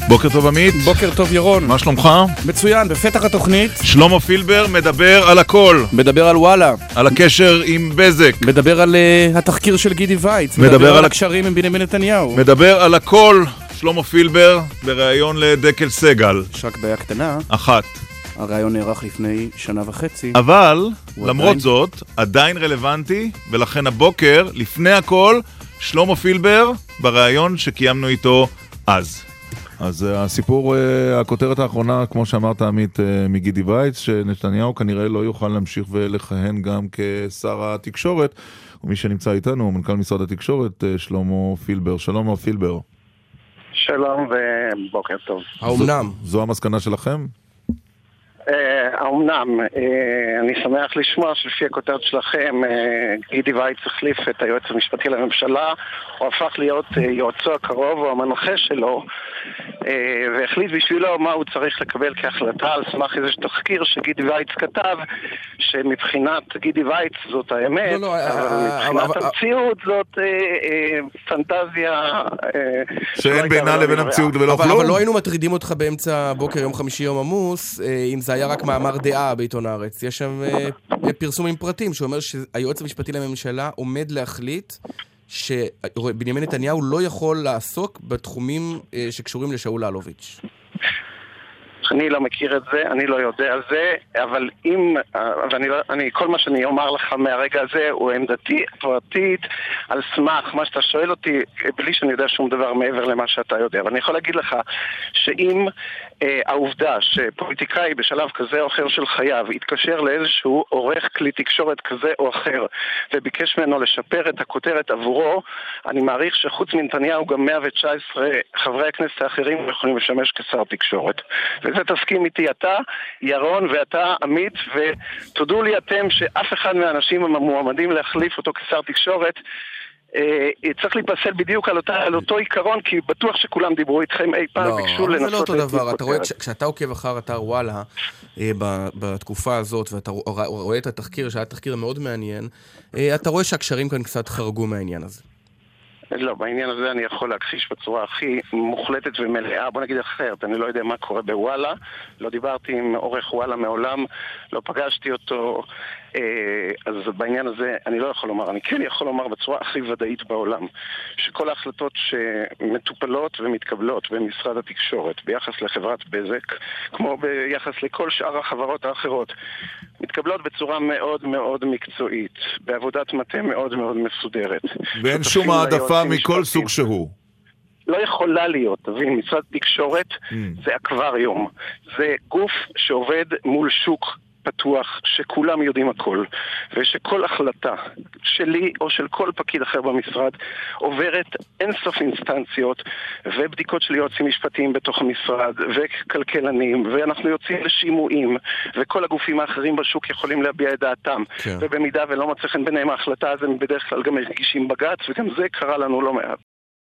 בוקר טוב עמית. בוקר טוב ירון. מה שלומך? מצוין, בפתח התוכנית שלמה פילבר מדבר על הכל. מדבר על וואלה, על הקשר עם בזק, מדבר על התחקיר של גידי וייץ, מדבר על הקשרים עם בנימין נתניהו, מדבר על הכל. שלמה פילבר בראיון לדקל סגל. שק בעיה קטנה, אחת. הרעיון נערך לפני שנה וחצי, אבל למרות זאת עדיין רלוונטי, ולכן הבוקר לפני הכל שלמה פילבר בראיון שקיימנו איתו אז. אז הסיפור, הכותרת האחרונה, כמו שאמרת עמית, מגידי וייץ, שנתניהו כנראה לא יוכל להמשיך ולכהן גם כשר התקשורת, ומי שנמצא איתנו הוא מנכ"ל משרד התקשורת, שלמה פילבר. שלום מר פילבר. שלום ובוקר טוב. האומנם? זו המסקנה שלכם? האומנם, אני שמח לשמוע שלפי הכותרת שלכם גידי וייץ החליף את היועץ המשפטי לממשלה, הוא הפך להיות יועצו הקרוב או המנחה שלו, והחליט בשבילו מה הוא צריך לקבל כהחלטה על סמך איזה תחקיר שגידי וייץ כתב, שמבחינת גידי וייץ זאת האמת, אבל מבחינת המציאות זאת פנטזיה שאין בינה לבין המציאות ולא כלום. אבל לא היינו מטרידים אותך באמצע בוקר יום חמישי יום עמוס, אם זה היה רק מאמר דעה בעיתון הארץ. יש שם פרסום עם פרטים שאומר שהיועץ המשפטי לממשלה עומד להחליט שבנימין נתניהו לא יכול לעסוק בתחומים שקשורים לשאול אלוביץ'. אני לא מכיר את זה, אני לא יודע על זה, אבל כל מה שאני אומר לך מהרגע הזה הוא עמדתי פרטית על סמך מה שאתה שואל אותי, בלי שאני יודע שום דבר מעבר למה שאתה יודע. אבל אני יכול להגיד לך שאם העובדה שפוליטיקאי בשלב כזה או אחר של חייו התקשר לאיזשהו עורך כלי תקשורת כזה או אחר וביקש ממנו לשפר את הכותרת עבורו, אני מעריך שחוץ מנתניהו גם 119 חברי הכנסת האחרים יכולים לשמש כשר תקשורת. וזה תסכים איתי אתה, ירון, ואתה, עמית, ותודו לי אתם שאף אחד מהאנשים המועמדים להחליף אותו כשר תקשורת צריך להיפסל בדיוק על אותו עיקרון, כי בטוח שכולם דיברו איתכם אי פעם, ביקשו לנסות... זה לא אותו דבר, אתה רואה, כשאתה עוקב אחר אתר וואלה בתקופה הזאת, ואתה רואה את התחקיר, שהיה תחקיר מאוד מעניין, אתה רואה שהקשרים כאן קצת חרגו מהעניין הזה. לא, בעניין הזה אני יכול להכחיש בצורה הכי מוחלטת ומלאה. בוא נגיד אחרת, אני לא יודע מה קורה בוואלה, לא דיברתי עם עורך וואלה מעולם, לא פגשתי אותו, אז בעניין הזה אני לא יכול לומר, אני כן יכול לומר בצורה הכי ודאית בעולם, שכל ההחלטות שמטופלות ומתקבלות במשרד התקשורת ביחס לחברת בזק, כמו ביחס לכל שאר החברות האחרות, מתקבלות בצורה מאוד מאוד מקצועית, בעבודת מטה מאוד מאוד מסודרת. ואין שום העדפה מכל סוג שהוא. לא יכולה להיות, תבין, משרד תקשורת זה אקווריום. זה גוף שעובד מול שוק פתוח, שכולם יודעים הכל, ושכל החלטה שלי או של כל פקיד אחר במשרד עוברת אינסוף אינסטנציות ובדיקות של יועצים משפטיים בתוך המשרד וכלכלנים, ואנחנו יוצאים לשימועים, וכל הגופים האחרים בשוק יכולים להביע את דעתם, כן. ובמידה ולא מצא חן ביניהם ההחלטה, אז הם בדרך כלל גם מגישים בג"ץ, וגם זה קרה לנו לא מעט.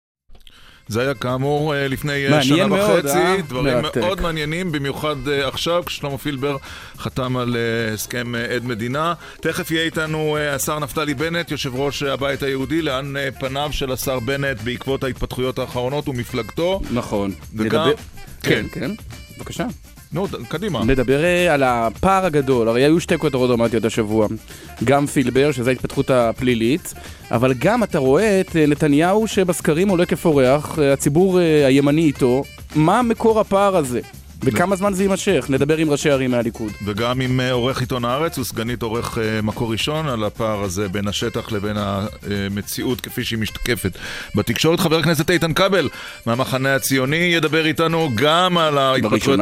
זה היה כאמור לפני שנה וחצי, דברים מאוד מעניינים, במיוחד עכשיו, כששלמה פילבר חתם על הסכם עד מדינה. תכף יהיה איתנו השר נפתלי בנט, יושב ראש הבית היהודי, לאן פניו של השר בנט בעקבות ההתפתחויות האחרונות ומפלגתו. נכון. כן, בבקשה. נו, קדימה. נדבר על הפער הגדול, הרי היו שתי כותרות דרמטיות השבוע, גם פילבר, שזו ההתפתחות הפלילית, אבל גם אתה רואה את נתניהו שבסקרים עולה כפורח, הציבור הימני איתו, מה מקור הפער הזה? וכמה זמן זה יימשך? נדבר עם ראשי ערים מהליכוד. וגם עם עורך עיתון הארץ וסגנית עורך מקור ראשון על הפער הזה בין השטח לבין המציאות כפי שהיא משתקפת בתקשורת. חבר הכנסת איתן כבל מהמחנה הציוני ידבר איתנו גם על ההתפתחויות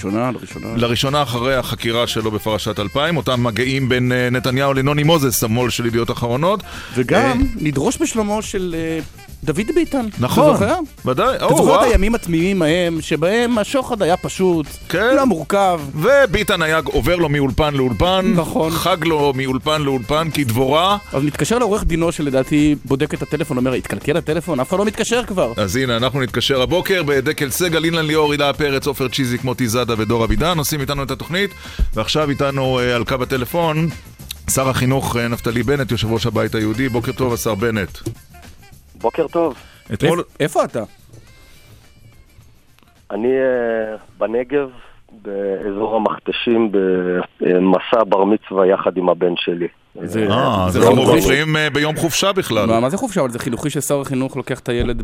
לראשונה אחרי החקירה שלו בפרשת 2000, אותם מגעים בין נתניהו לנוני מוזס, המול של ידיעות אחרונות. וגם נדרוש בשלומו של דוד ביטן. נכון, אתה זוכר? ודאי. אתה זוכר את הימים התמימים ההם, שבהם השוחד היה פשוט, לא מורכב. וביטן היה עובר לו מאולפן לאולפן, נכון. חג לו מאולפן לאולפן, כדבורה. אז מתקשר לעורך דינו שלדעתי בודק את הטלפון, אומר, התקלקל הטלפון, אף אחד לא מתקשר כבר. אז הנה, אנחנו נתקשר הבוקר בדקל סגל, אילן ליאור, הילה פרץ, עופר צ'יזיק, מוטי זאדה ודור אבידן, עושים איתנו את התוכנית, ועכשיו איתנו על קו הטלפון, שר החינוך נפתלי בנט, יושב ראש הבית היהודי. בוקר טוב, השר בנט. בוקר טוב. איפה אתה? אני בנגב, באזור המכתשים, במסע בר מצווה יחד עם הבן שלי. זה אנחנו מופיעים ביום חופשה בכלל. מה זה חופשה? אבל זה חינוכי ששר החינוך לוקח את הילד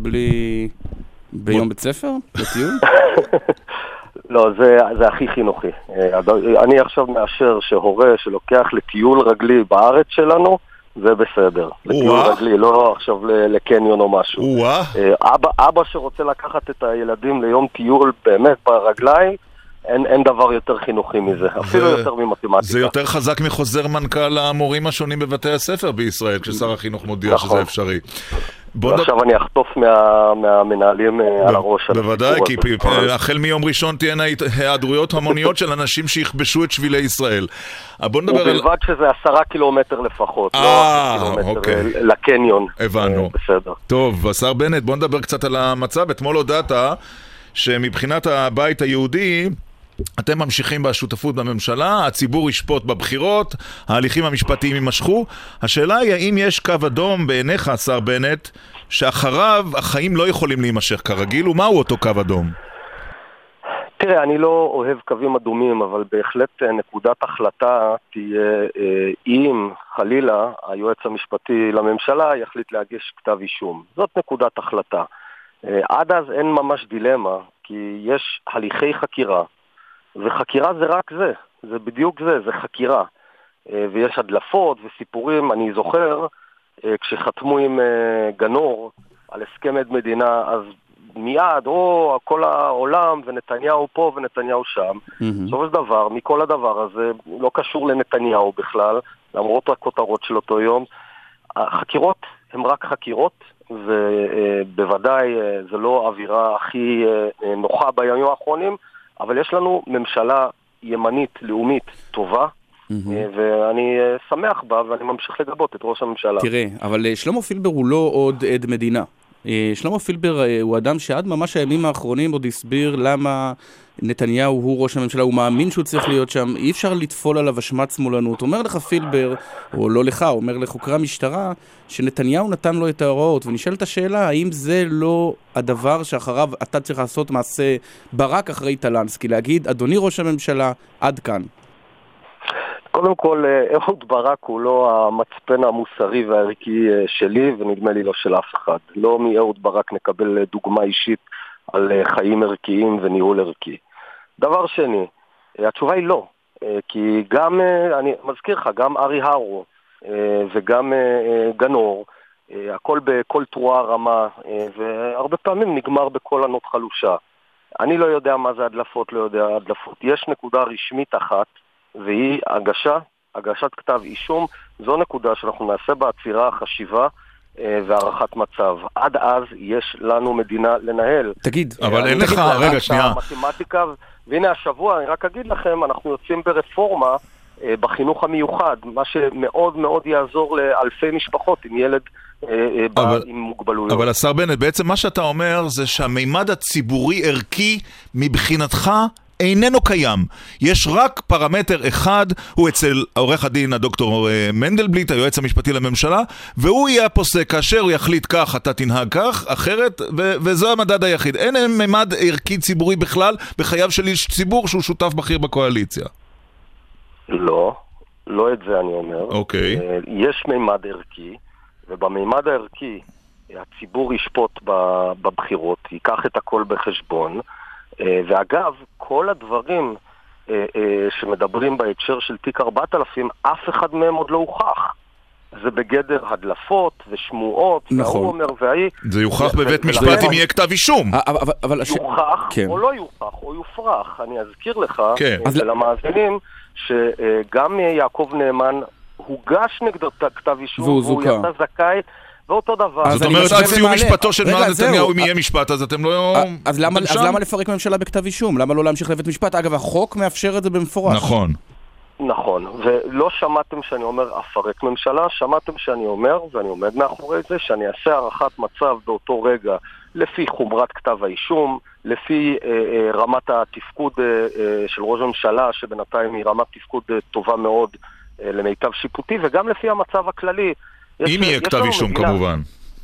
ביום בית ספר? לטיול? לא, זה הכי חינוכי. אני עכשיו מאשר שהורה שלוקח לטיול רגלי בארץ שלנו, זה בסדר. לטיול רגלי, לא עכשיו לקניון או משהו. אבא שרוצה לקחת את הילדים ליום טיול באמת ברגליים, אין דבר יותר חינוכי מזה, אפילו יותר ממתמטיקה. זה יותר חזק מחוזר מנכ"ל המורים השונים בבתי הספר בישראל, כששר החינוך מודיע שזה אפשרי. ועכשיו אני אחטוף מהמנהלים על הראש. בוודאי, כי החל מיום ראשון תהיינה היעדרויות המוניות של אנשים שיכבשו את שבילי ישראל. ובלבד שזה 10 קילומטר לפחות, לא 10 קילומטר לקניון. הבנו. בסדר. טוב, השר בנט, בוא נדבר קצת על המצב. אתמול הודעת שמבחינת הבית היהודי אתם ממשיכים בשותפות בממשלה, הציבור ישפוט בבחירות, ההליכים המשפטיים יימשכו. השאלה היא, האם יש קו אדום בעיניך, השר בנט, שאחריו החיים לא יכולים להימשך כרגיל, ומהו אותו קו אדום? תראה, אני לא אוהב קווים אדומים, אבל בהחלט נקודת החלטה תהיה אם חלילה היועץ המשפטי לממשלה יחליט להגיש כתב אישום. זאת נקודת החלטה. עד אז אין ממש דילמה, כי יש הליכי חקירה, וחקירה זה רק זה, זה בדיוק זה, זה חקירה. ויש הדלפות וסיפורים, אני זוכר, כשחתמו עם גנור על הסכם עד מדינה, אז מיד, כל העולם, ונתניהו פה ונתניהו שם. בסופו של דבר, מכל הדבר הזה, לא קשור לנתניהו בכלל, למרות הכותרות של אותו יום, החקירות הן רק חקירות, ובוודאי זה לא אווירה הכי נוחה בימים האחרונים, אבל יש לנו ממשלה ימנית, לאומית, טובה, ואני שמח בה, ואני ממשיך לגבות את ראש הממשלה. תראה, אבל שלמה פילבר הוא לא עוד עד מדינה. שלמה פילבר הוא אדם שעד ממש הימים האחרונים עוד הסביר למה נתניהו הוא ראש הממשלה, הוא מאמין שהוא צריך להיות שם, אי אפשר לטפול עליו אשמת שמאלנות. אומר לך פילבר, או לא לך, אומר לחוקרי המשטרה, שנתניהו נתן לו את ההוראות, ונשאלת השאלה, האם זה לא הדבר שאחריו אתה צריך לעשות מעשה ברק אחרי טלנסקי, להגיד, אדוני ראש הממשלה, עד כאן. קודם כל, אהוד ברק הוא לא המצפן המוסרי והערכי שלי, ונדמה לי לא של אף אחד. לא מאהוד ברק נקבל דוגמה אישית על חיים ערכיים וניהול ערכי. דבר שני, התשובה היא לא, כי גם, אני מזכיר לך, גם ארי הרו וגם גנור, הכל בכל תרועה רמה, והרבה פעמים נגמר בכל ענות חלושה. אני לא יודע מה זה הדלפות, לא יודע הדלפות. יש נקודה רשמית אחת, והיא הגשת כתב אישום. זו נקודה שאנחנו נעשה בעצירה, חשיבה והערכת מצב. עד אז יש לנו מדינה לנהל. תגיד, אבל אין לך, רגע, שנייה. מתמטיקה, והנה השבוע, אני רק אגיד לכם, אנחנו יוצאים ברפורמה בחינוך המיוחד, מה שמאוד מאוד יעזור לאלפי משפחות עם ילד עם מוגבלויות. אבל השר בנט, בעצם מה שאתה אומר זה שהמימד הציבורי ערכי מבחינתך איננו קיים. יש רק פרמטר אחד, הוא אצל עורך הדין הדוקטור מנדלבליט, היועץ המשפטי לממשלה, והוא יהיה הפוסק, כאשר הוא יחליט כך, אתה תנהג כך, אחרת, וזו המדד היחיד. אין מימד ערכי ציבורי בכלל בחייו של איש ציבור שהוא שותף בכיר בקואליציה. לא את זה אני אומר. אוקיי. יש מימד ערכי, ובמימד הערכי הציבור ישפוט בבחירות, ייקח את הכל בחשבון, ואגב, כל הדברים שמדברים בהקשר של תיק 4000, אף אחד מהם עוד לא הוכח. זה בגדר הדלפות ושמועות, והוא אומר, זה יוכח בבית משפט אם יהיה כתב אישום. יוכח או לא יוכח, או יופרח. אני אזכיר לך, ולמאזינים, שגם יעקב נאמן הוגש נגדו כתב אישום, והוא יצא זכאי, ואותו דבר. זאת אומרת, עד סיום משפטו של נתניהו, אם יהיה משפט, אז אתם לא... אז למה לפרק ממשלה בכתב אישום? למה לא להמשיך לבית משפט? אגב, החוק מאפשר את זה במפורש. נכון, ולא שמעתם שאני אומר אפרק ממשלה, שמעתם שאני אומר, ואני עומד מאחורי זה, שאני אעשה הערכת מצב באותו רגע, לפי חומרת כתב האישום, לפי רמת התפקוד של ראש הממשלה, שבינתיים היא רמת תפקוד טובה מאוד למיטב שיפוטי, וגם לפי המצב הכללי. אם יהיה כתב אישום כמובן.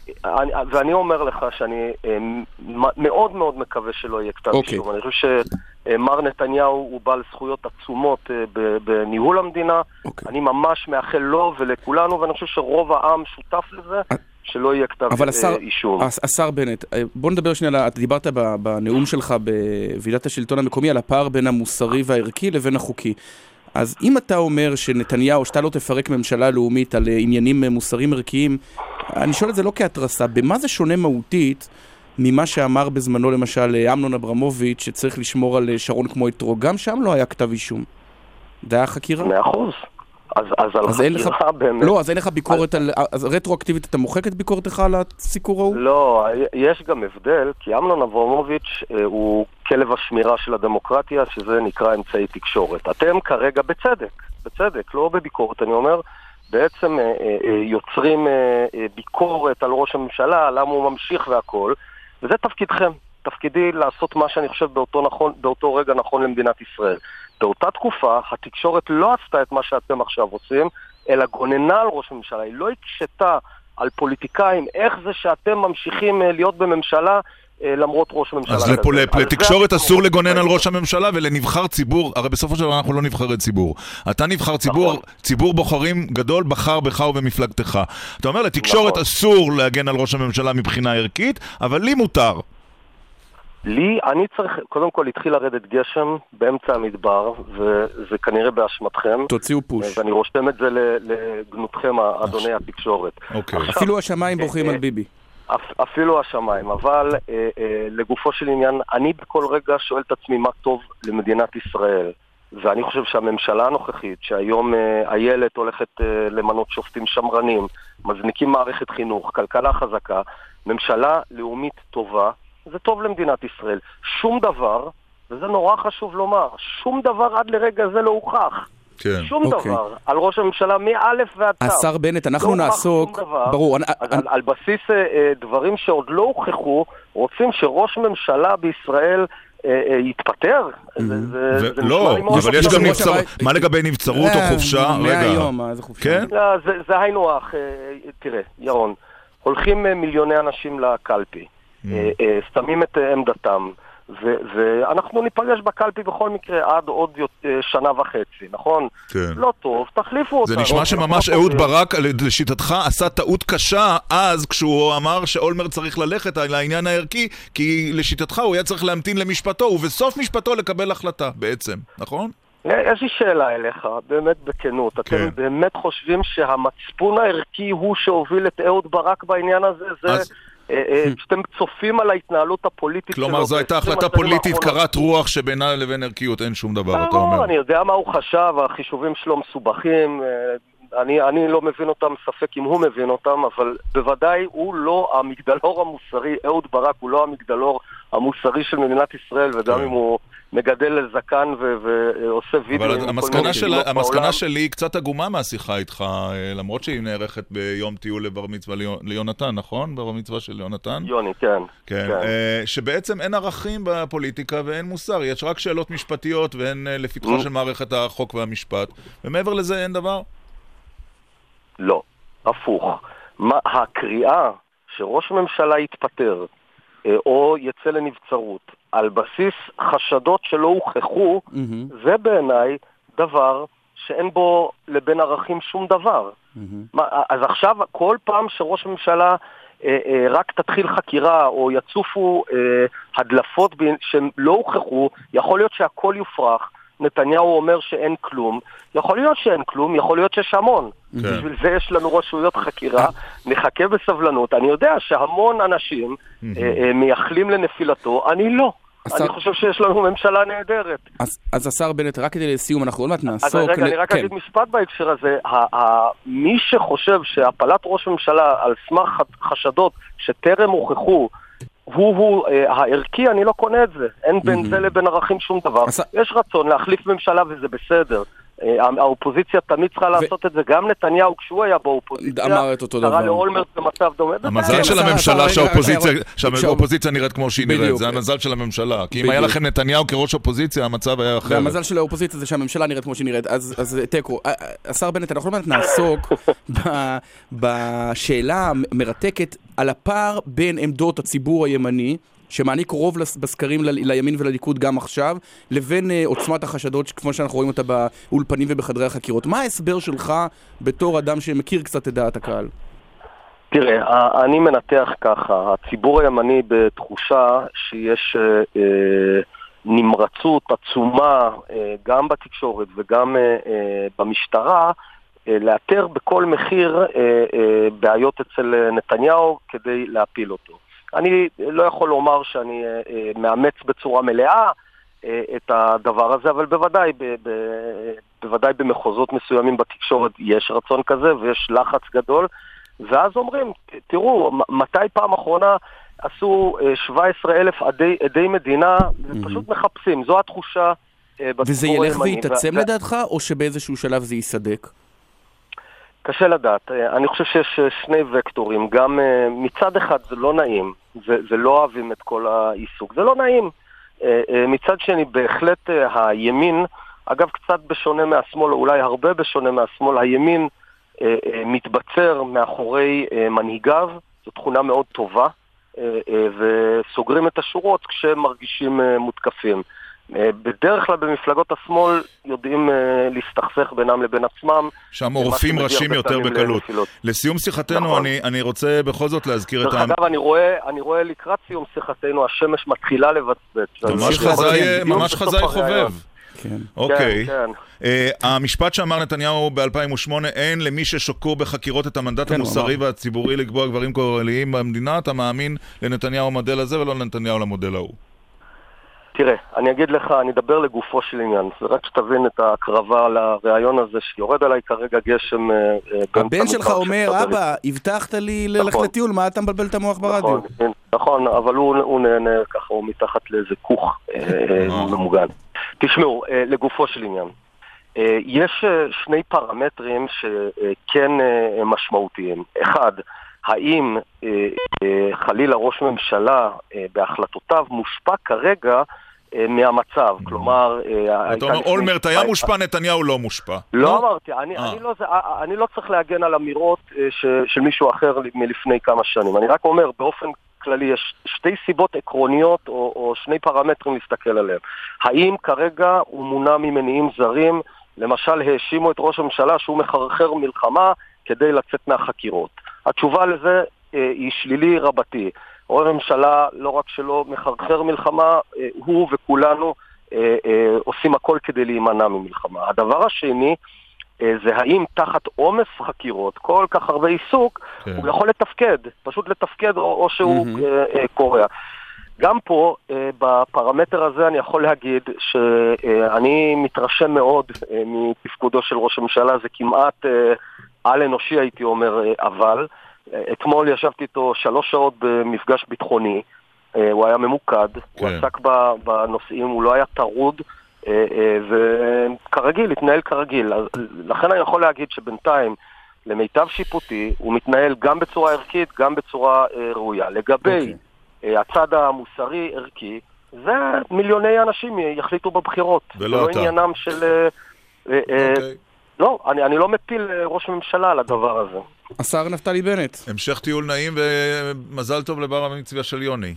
ואני אומר לך שאני מאוד מאוד מקווה שלא יהיה כתב אישום. אני חושב שמר נתניהו הוא בעל זכויות עצומות בניהול המדינה. אני ממש מאחל לו ולכולנו, ואני חושב שרוב העם שותף לזה, שלא יהיה כתב אישום. אבל השר בנט, בוא נדבר שנייה, אתה דיברת בנאום שלך בוועידת השלטון המקומי על הפער בין המוסרי והערכי לבין החוקי. אז אם אתה אומר שנתניהו, שאתה לא תפרק ממשלה לאומית על עניינים מוסריים ערכיים, אני שואל את זה לא כהתרסה, במה זה שונה מהותית ממה שאמר בזמנו למשל אמנון אברמוביץ' שצריך לשמור על שרון כמו יתרו? גם שם לא היה כתב אישום. זה היה חקירה? 100%. אז אין לך, באמת... לא, אז אין לך ביקורת על... אז רטרואקטיבית אתה מוחק את ביקורתך על הסיקור ההוא? לא, יש גם הבדל, כי אמנון אברמוביץ' הוא כלב השמירה של הדמוקרטיה, שזה נקרא אמצעי תקשורת. אתם כרגע בצדק, לא בביקורת, אני אומר, בעצם יוצרים ביקורת על ראש הממשלה, למה הוא ממשיך והכל, וזה תפקידכם. תפקידי לעשות מה שאני חושב באותו רגע נכון למדינת ישראל. באותה תקופה, התקשורת לא עשתה את מה שאתם עכשיו עושים, אלא גוננה על ראש הממשלה. היא לא הקשתה על פוליטיקאים איך זה שאתם ממשיכים להיות בממשלה למרות ראש הממשלה. אז לתקשורת אסור לגונן על ראש הממשלה ולנבחר ציבור, הרי בסופו של דבר אנחנו לא נבחרי ציבור. אתה נבחר ציבור, ציבור בוחרים גדול בחר בך ובמפלגתך. אתה אומר, לתקשורת אסור להגן על ראש הממשלה מבחינה ערכית, אבל לי מותר. אני צריך, קודם כל התחיל לרדת גשם באמצע המדבר, וזה כנראה באשמתכם. תוציאו פוש. ואני רושם את זה לגנותכם, אדוני התקשורת. אפילו השמיים בוכים על ביבי. אפילו השמיים, אבל לגופו של עניין, אני בכל רגע שואל את עצמי מה טוב למדינת ישראל. ואני חושב שהממשלה הנוכחית, שהיום איילת הולכת למנות שופטים שמרנים, מזניקים מערכת חינוך, כלכלה חזקה, ממשלה לאומית טובה, זה טוב למדינת ישראל. שום דבר, וזה נורא חשוב לומר, שום דבר עד לרגע זה לא הוכח. כן. שום דבר. על ראש הממשלה מאלף ועד תו. השר בנט, אנחנו נעסוק... ברור. על בסיס דברים שעוד לא הוכחו, רוצים שראש ממשלה בישראל יתפטר? לא, אבל יש גם נבצרות. מה לגבי נבצרות או חופשה? 100 יום, איזה חופשה? כן? זה היינו אח. תראה, ירון, הולכים מיליוני אנשים לקלפי. שמים את עמדתם, ואנחנו ניפגש בקלפי בכל מקרה עד עוד שנה וחצי, נכון? כן. לא טוב, תחליפו אותה. זה נשמע שממש אהוד ברק, לשיטתך, עשה טעות קשה אז כשהוא אמר שאולמרט צריך ללכת על העניין הערכי, כי לשיטתך הוא היה צריך להמתין למשפטו, ובסוף משפטו לקבל החלטה בעצם, נכון? יש לי שאלה אליך, באמת בכנות. אתם באמת חושבים שהמצפון הערכי הוא שהוביל את אהוד ברק בעניין הזה? שאתם צופים על ההתנהלות הפוליטית שלו. כלומר, זו הייתה החלטה פוליטית קרת רוח שבינה לבין ערכיות אין שום דבר, אתה אומר. אני יודע מה הוא חשב, החישובים שלו מסובכים, אני לא מבין אותם, ספק אם הוא מבין אותם, אבל בוודאי הוא לא המגדלור המוסרי, אהוד ברק הוא לא המגדלור המוסרי של מדינת ישראל, וגם אם הוא מגדל לזקן ועושה וידאו. אבל המסקנה שלי היא קצת עגומה מהשיחה איתך, למרות שהיא נערכת ביום טיול לבר מצווה ליונתן, נכון? בר מצווה של יונתן? יוני, כן. כן. שבעצם אין ערכים בפוליטיקה ואין מוסר, יש רק שאלות משפטיות ואין לפתחה של מערכת החוק והמשפט, ומעבר לזה אין דבר? לא, הפוך. הקריאה שראש הממשלה יתפטר או יצא לנבצרות על בסיס חשדות שלא הוכחו, זה בעיניי דבר שאין בו לבין ערכים שום דבר. אז עכשיו כל פעם שראש הממשלה רק תתחיל חקירה או יצופו הדלפות שהם לא הוכחו, יכול להיות שהכל יופרח. נתניהו אומר שאין כלום, יכול להיות שאין כלום, יכול להיות שיש המון. בשביל זה יש לנו רשויות חקירה, נחכה בסבלנות. אני יודע שהמון אנשים מייחלים לנפילתו, אני לא. אני חושב שיש לנו ממשלה נהדרת. אז השר בנט, רק כדי לסיום, אנחנו עוד מעט נעסוק... רגע, אני רק אגיד משפט בהקשר הזה. מי שחושב שהפלת ראש ממשלה על סמך חשדות שטרם הוכחו, הוא הערכי, אני לא קונה את זה. אין בין זה לבין ערכים שום דבר. יש רצון להחליף ממשלה וזה בסדר. האופוזיציה תמיד צריכה לעשות את זה. גם נתניהו, כשהוא היה באופוזיציה, אמר את אותו דבר. קרא לאולמרט במצב דומה. המזל של הממשלה שהאופוזיציה נראית כמו שהיא נראית. זה המזל של הממשלה. כי אם היה לכם נתניהו כראש אופוזיציה, המצב היה אחר. והמזל של האופוזיציה זה שהממשלה נראית כמו שהיא נראית. אז תקו, השר בנט, אנחנו לא מעט נעסוק בשאלה המרתקת, על הפער בין עמדות הציבור הימני, שמעניק רוב בסקרים לימין ולליכוד גם עכשיו, לבין עוצמת החשדות, כמו שאנחנו רואים אותה באולפנים ובחדרי החקירות. מה ההסבר שלך בתור אדם שמכיר קצת את דעת הקהל? תראה, אני מנתח ככה, הציבור הימני בתחושה שיש נמרצות עצומה גם בתקשורת וגם במשטרה, לאתר בכל מחיר בעיות אצל נתניהו כדי להפיל אותו. אני לא יכול לומר שאני מאמץ בצורה מלאה את הדבר הזה, אבל בוודאי במחוזות מסוימים בתקשורת יש רצון כזה ויש לחץ גדול, ואז אומרים, תראו, מתי פעם אחרונה עשו 17,000 עדי מדינה, ופשוט מחפשים, זו התחושה בציבור הימני. וזה ילך ויתעצם לדעתך, או שבאיזשהו שלב זה יסדק? קשה לדעת. אני חושב שיש שני וקטורים. גם מצד אחד זה לא נעים, ולא אוהבים את כל העיסוק. זה לא נעים. מצד שני, בהחלט הימין, אגב קצת בשונה מהשמאל, או אולי הרבה בשונה מהשמאל, הימין מתבצר מאחורי מנהיגיו, זו תכונה מאוד טובה, וסוגרים את השורות כשמרגישים מותקפים. בדרך כלל במפלגות השמאל יודעים להסתכסך בינם לבין עצמם. שם עורפים ראשים יותר בקלות. לסיום שיחתנו אני רוצה בכל זאת להזכיר את דרך אגב, אני רואה לקראת סיום שיחתנו השמש מתחילה לבצבץ. ממש חזאי חובב. אוקיי. המשפט שאמר נתניהו ב-2008, אין למי ששוקור בחקירות את המנדט המוסרי והציבורי לקבוע גברים גורליים במדינה, אתה מאמין לנתניהו המודל הזה ולא לנתניהו למודל ההוא? תראה, אני אגיד לך, אני אדבר לגופו של עניין. זה רק שתבין את ההקרבה על הרעיון הזה שיורד עליי כרגע גשם. הבן שלך אומר, אבא, הבטחת לי ללכת לטיול, מה אתה מבלבל את המוח ברדיו? נכון, אבל הוא נהנה ככה, הוא מתחת לאיזה כוך ממוגן. תשמעו, לגופו של עניין. יש שני פרמטרים שכן משמעותיים. אחד, האם חלילה ראש ממשלה בהחלטותיו מושפע כרגע מהמצב, כלומר... אתה אומר, אולמרט היה מושפע, נתניהו לא מושפע. לא אמרתי, אני לא צריך להגן על אמירות של מישהו אחר מלפני כמה שנים. אני רק אומר, באופן כללי, יש שתי סיבות עקרוניות או שני פרמטרים להסתכל עליהם. האם כרגע הוא מונע ממניעים זרים, למשל האשימו את ראש הממשלה שהוא מחרחר מלחמה כדי לצאת מהחקירות. התשובה לזה היא שלילי רבתי. ראש הממשלה לא רק שלא מחרחר מלחמה, הוא וכולנו עושים הכל כדי להימנע ממלחמה. הדבר השני זה האם תחת עומס חקירות, כל כך הרבה עיסוק, הוא יכול לתפקד, פשוט לתפקד או שהוא קורא. גם פה, בפרמטר הזה אני יכול להגיד שאני מתרשם מאוד מתפקודו של ראש הממשלה, זה כמעט על אנושי הייתי אומר, אבל אתמול ישבתי איתו 3 שעות במפגש ביטחוני, הוא היה ממוקד, הוא עסק בנושאים, הוא לא היה טרוד, וכרגיל, התנהל כרגיל. לכן אני יכול להגיד שבינתיים, למיטב שיפוטי, הוא מתנהל גם בצורה ערכית, גם בצורה ראויה. לגבי הצד המוסרי ערכי, זה מיליוני אנשים יחליטו בבחירות. ולא אתה. לא עניינם של... לא, אני לא מפיל ראש ממשלה על הדבר הזה. השר נפתלי בנט. המשך טיול נעים ומזל טוב לבר המצווה של יוני.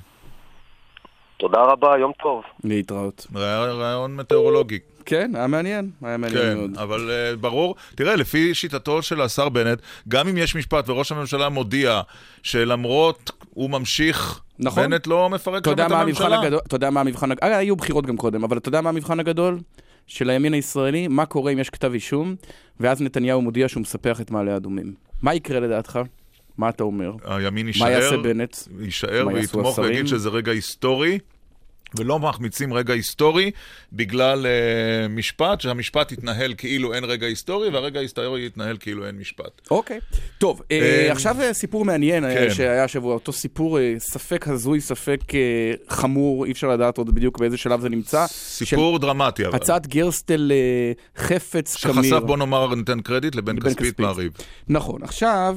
תודה רבה, יום טוב. להתראות. רעיון מטאורולוגי. כן, היה מעניין מאוד. כן, אבל ברור, תראה, לפי שיטתו של השר בנט, גם אם יש משפט וראש הממשלה מודיע שלמרות הוא ממשיך, בנט לא מפרק גם את הממשלה. אתה יודע מה המבחן הגדול? היו בחירות גם קודם, אבל אתה יודע מה המבחן הגדול? של הימין הישראלי, מה קורה אם יש כתב אישום, ואז נתניהו מודיע שהוא מספח את מעלה אדומים. מה יקרה לדעתך? מה אתה אומר? הימין יישאר, מה יעשה בנט? יישאר ויתמוך ויגיד שזה רגע היסטורי, ולא מחמיצים רגע היסטורי בגלל משפט, שהמשפט יתנהל כאילו אין רגע היסטורי, והרגע ההיסטורי יתנהל כאילו אין משפט. אוקיי. טוב, עכשיו סיפור מעניין שהיה השבוע, אותו סיפור ספק הזוי, ספק חמור, אי אפשר לדעת עוד בדיוק באיזה שלב זה נמצא. סיפור דרמטי אבל. הצעת גרסטל חפץ קמיר. שחשף, בוא נאמר, ניתן קרדיט לבן כספית מעריב. נכון, עכשיו...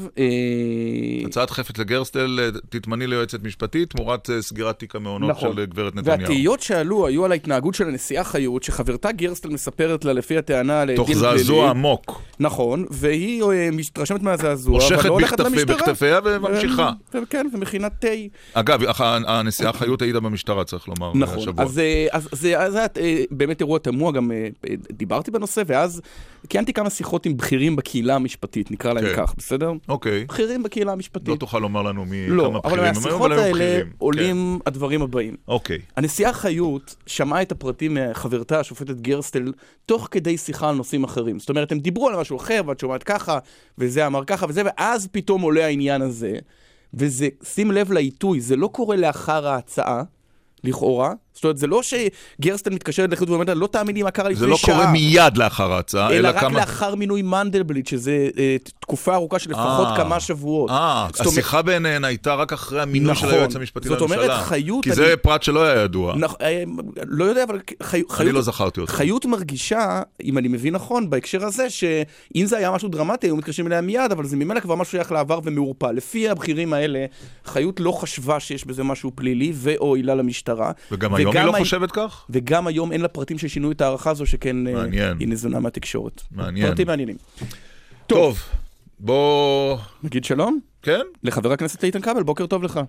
הצעת חפץ לגרסטל, תתמני ליועצת משפטית, תמורת סגירת תיק המעונות של גברת נתניהו. התהיות שעלו היו על ההתנהגות של הנשיאה חיות, שחברתה גרסטל מספרת לה לפי הטענה לדין פלילי. תוך זעזוע עמוק. נכון, והיא מתרשמת מהזעזוע, מושכת בכתפיה וממשיכה. כן, ומכינה תה. אגב, הנשיאה חיות העידה במשטרה, צריך לומר. נכון, אז זה באמת אירוע תמוה, גם דיברתי בנושא, ואז קיימתי כמה שיחות עם בכירים בקהילה המשפטית, נקרא להם כך, בסדר? אוקיי. בכירים בקהילה המשפטית. לא תוכל לומר לנו לא, אבל מהשיחות האלה עולים הדברים הבאים. אוקיי. הנשיאה חיות שמעה את הפרטים מחברתה, השופטת גרסטל, תוך כדי שיחה על נושאים אחרים. זאת אומרת, הם דיברו על משהו אחר, ואת שומעת ככה, וזה אמר ככה וזה, ואז פתאום עולה העניין הזה, וזה, שים לב לעיתוי, זה לא קורה לאחר ההצעה, לכאורה. זאת אומרת, זה לא שגרסטל מתקשרת לחיות ואומרת, לא תאמיני מה קרה לפני שעה. זה לא קורה מיד לאחר ההצעה, אלא רק לאחר מינוי מנדלבליט, שזה תקופה ארוכה של לפחות כמה שבועות. השיחה ביניהן הייתה רק אחרי המינוי של היועץ המשפטי לממשלה. זאת אומרת, חיות... כי זה פרט שלא היה ידוע. לא יודע, אבל אני לא זכרתי אותו. חיות מרגישה, אם אני מבין נכון, בהקשר הזה, שאם זה היה משהו דרמטי, היו מתקשרים אליה מיד, אבל זה ממילא כבר משהו שייך לעבר ומעורפל. לפי הבכירים האלה, חיות לא חשבה שיש בזה משהו פלילי ואו עילה למשטרה. וגם היום היא לא חושבת כך? וגם היום אין לה פרטים ששינו את הערכה הזו, שכן היא נזונה מהתקשורת. מעניין. פרטים מעניינים. טוב, בוא... נגיד שלום? כן. לחבר הכנסת איתן כבל, בוקר טוב לך.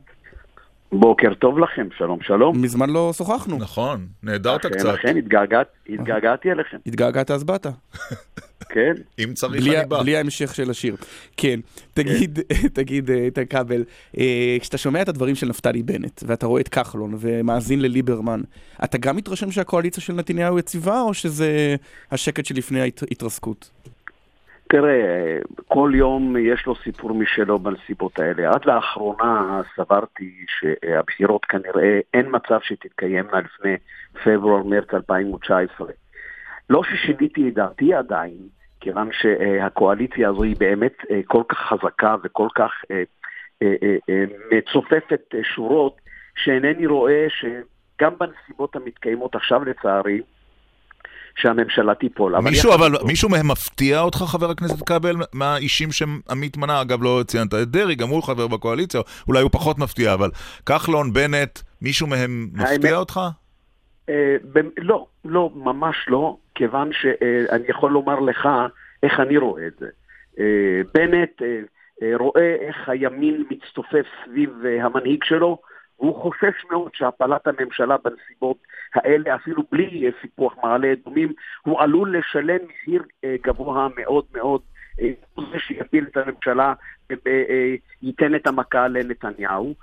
בוקר טוב לכם, שלום שלום. מזמן לא שוחחנו. נכון, נהדרת קצת. לכן, התגעגעתי אליכם. התגעגעת אז באת. כן. אם צריך אני בא. בלי ההמשך של השיר. כן, תגיד, איתן כבל, כשאתה שומע את הדברים של נפתלי בנט, ואתה רואה את כחלון ומאזין לליברמן, אתה גם מתרשם שהקואליציה של נתניהו יציבה, או שזה השקט שלפני ההתרסקות? תראה, כל יום יש לו סיפור משלו בנסיבות האלה. עד לאחרונה סברתי שהבחירות כנראה אין מצב שתתקיימנה לפני פברואר-מרץ 2019. לא ששיניתי את דעתי עדיין, כיוון שהקואליציה הזו היא באמת כל כך חזקה וכל כך מצופפת שורות, שאינני רואה שגם בנסיבות המתקיימות עכשיו לצערי, שהממשלה תיפול. מישהו מהם מפתיע אותך, חבר הכנסת כבל, מהאישים שעמית מנה? אגב, לא ציינת את דרי, גם הוא חבר בקואליציה, אולי הוא פחות מפתיע, אבל כחלון, בנט, מישהו מהם מפתיע אותך? לא, ממש לא, כיוון שאני יכול לומר לך איך אני רואה את זה. בנט רואה איך הימין מצטופף סביב המנהיג שלו, והוא חושש מאוד שהפלת הממשלה בנסיבות האלה, אפילו בלי סיפוח מעלה אדומים, הוא עלול לשלם מחיר גבוה מאוד מאוד, זה שיפיל את הממשלה, ייתן את המכה לנתניהו.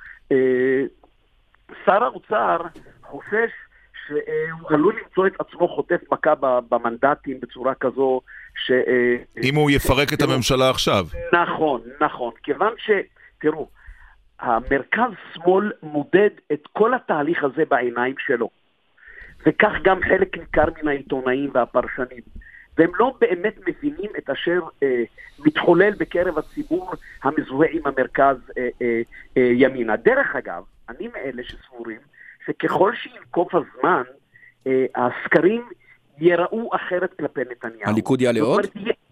שר האוצר חושש שהוא עלול למצוא את עצמו חוטף מכה במנדטים בצורה כזו אם הוא יפרק את הממשלה עכשיו. נכון, כיוון תראו, המרכז שמאל מודד את כל התהליך הזה בעיניים שלו, וכך גם חלק ניכר מן העיתונאים והפרשנים, והם לא באמת מבינים את אשר מתחולל בקרב הציבור המזוהה עם המרכז ימינה. דרך אגב, אני מאלה שסבורים שככל שינקוף הזמן, הסקרים יראו אחרת כלפי נתניהו. הליכוד יעלה עוד?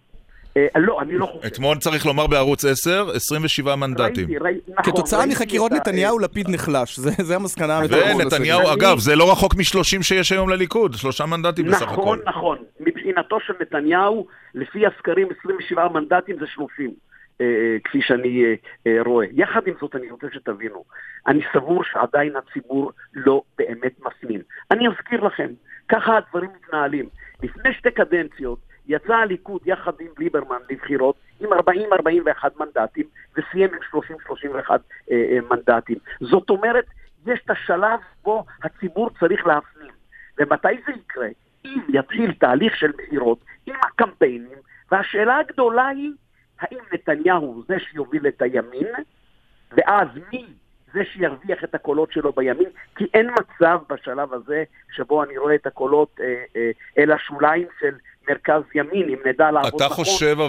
לא, אני לא חושב. אתמול צריך לומר בערוץ 10, 27 מנדטים. כתוצאה מחקירות נתניהו, לפיד נחלש. זה המסקנה. ונתניהו, אגב, זה לא רחוק מ-30 שיש היום לליכוד, 3 מנדטים בסך הכל. נכון. מבחינתו של נתניהו, לפי הסקרים 27 מנדטים זה 30, כפי שאני רואה. יחד עם זאת אני רוצה שתבינו, אני סבור שעדיין הציבור לא באמת מפנים. אני אזכיר לכם, ככה הדברים מתנהלים. לפני 2 קדנציות, יצא הליכוד יחד עם ליברמן לבחירות עם 40-41 מנדטים, וסיים עם 30-31 מנדטים. זאת אומרת, יש את השלב בו הציבור צריך להפנים. ומתי זה יקרה? אם יתחיל תהליך של בחירות עם הקמפיינים, והשאלה הגדולה היא, האם נתניהו זה שיוביל את הימין, ואז מי זה שירוויח את הקולות שלו בימין? כי אין מצב בשלב הזה שבו אני רואה את הקולות אל השוליים של מרכז ימין, אם נדע לעבוד נכון.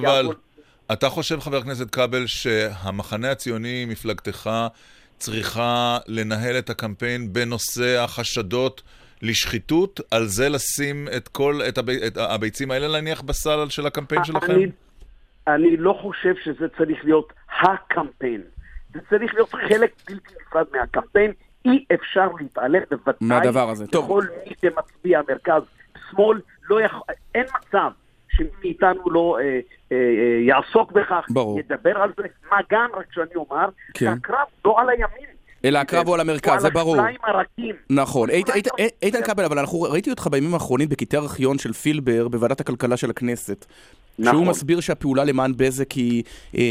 אתה חושב, חבר הכנסת כבל, שהמחנה הציוני, מפלגתך, צריכה לנהל את הקמפיין בנושא החשדות לשחיתות, על זה לשים את הביצים האלה להניח בסל של הקמפיין שלכם? אני לא חושב שזה צריך להיות הקמפיין. זה צריך להיות חלק בלתי נפרד מהקמפיין, אי אפשר להתעלם בוודאי מהדבר הזה. כל מי שמצביע מרכז שמאל, אין מצב שמי מאיתנו לא יעסוק בכך, ידבר על זה, מה גם רק שאני אומר, שהקרב לא על הימין, אלא הקרב הוא על המרכז, זה ברור. על השפליים הרכים. נכון. איתן כבל, אבל ראיתי אותך בימים האחרונים בקטעי ארכיון של פילבר בוועדת הכלכלה של הכנסת. שהוא מסביר שהפעולה למען בזק היא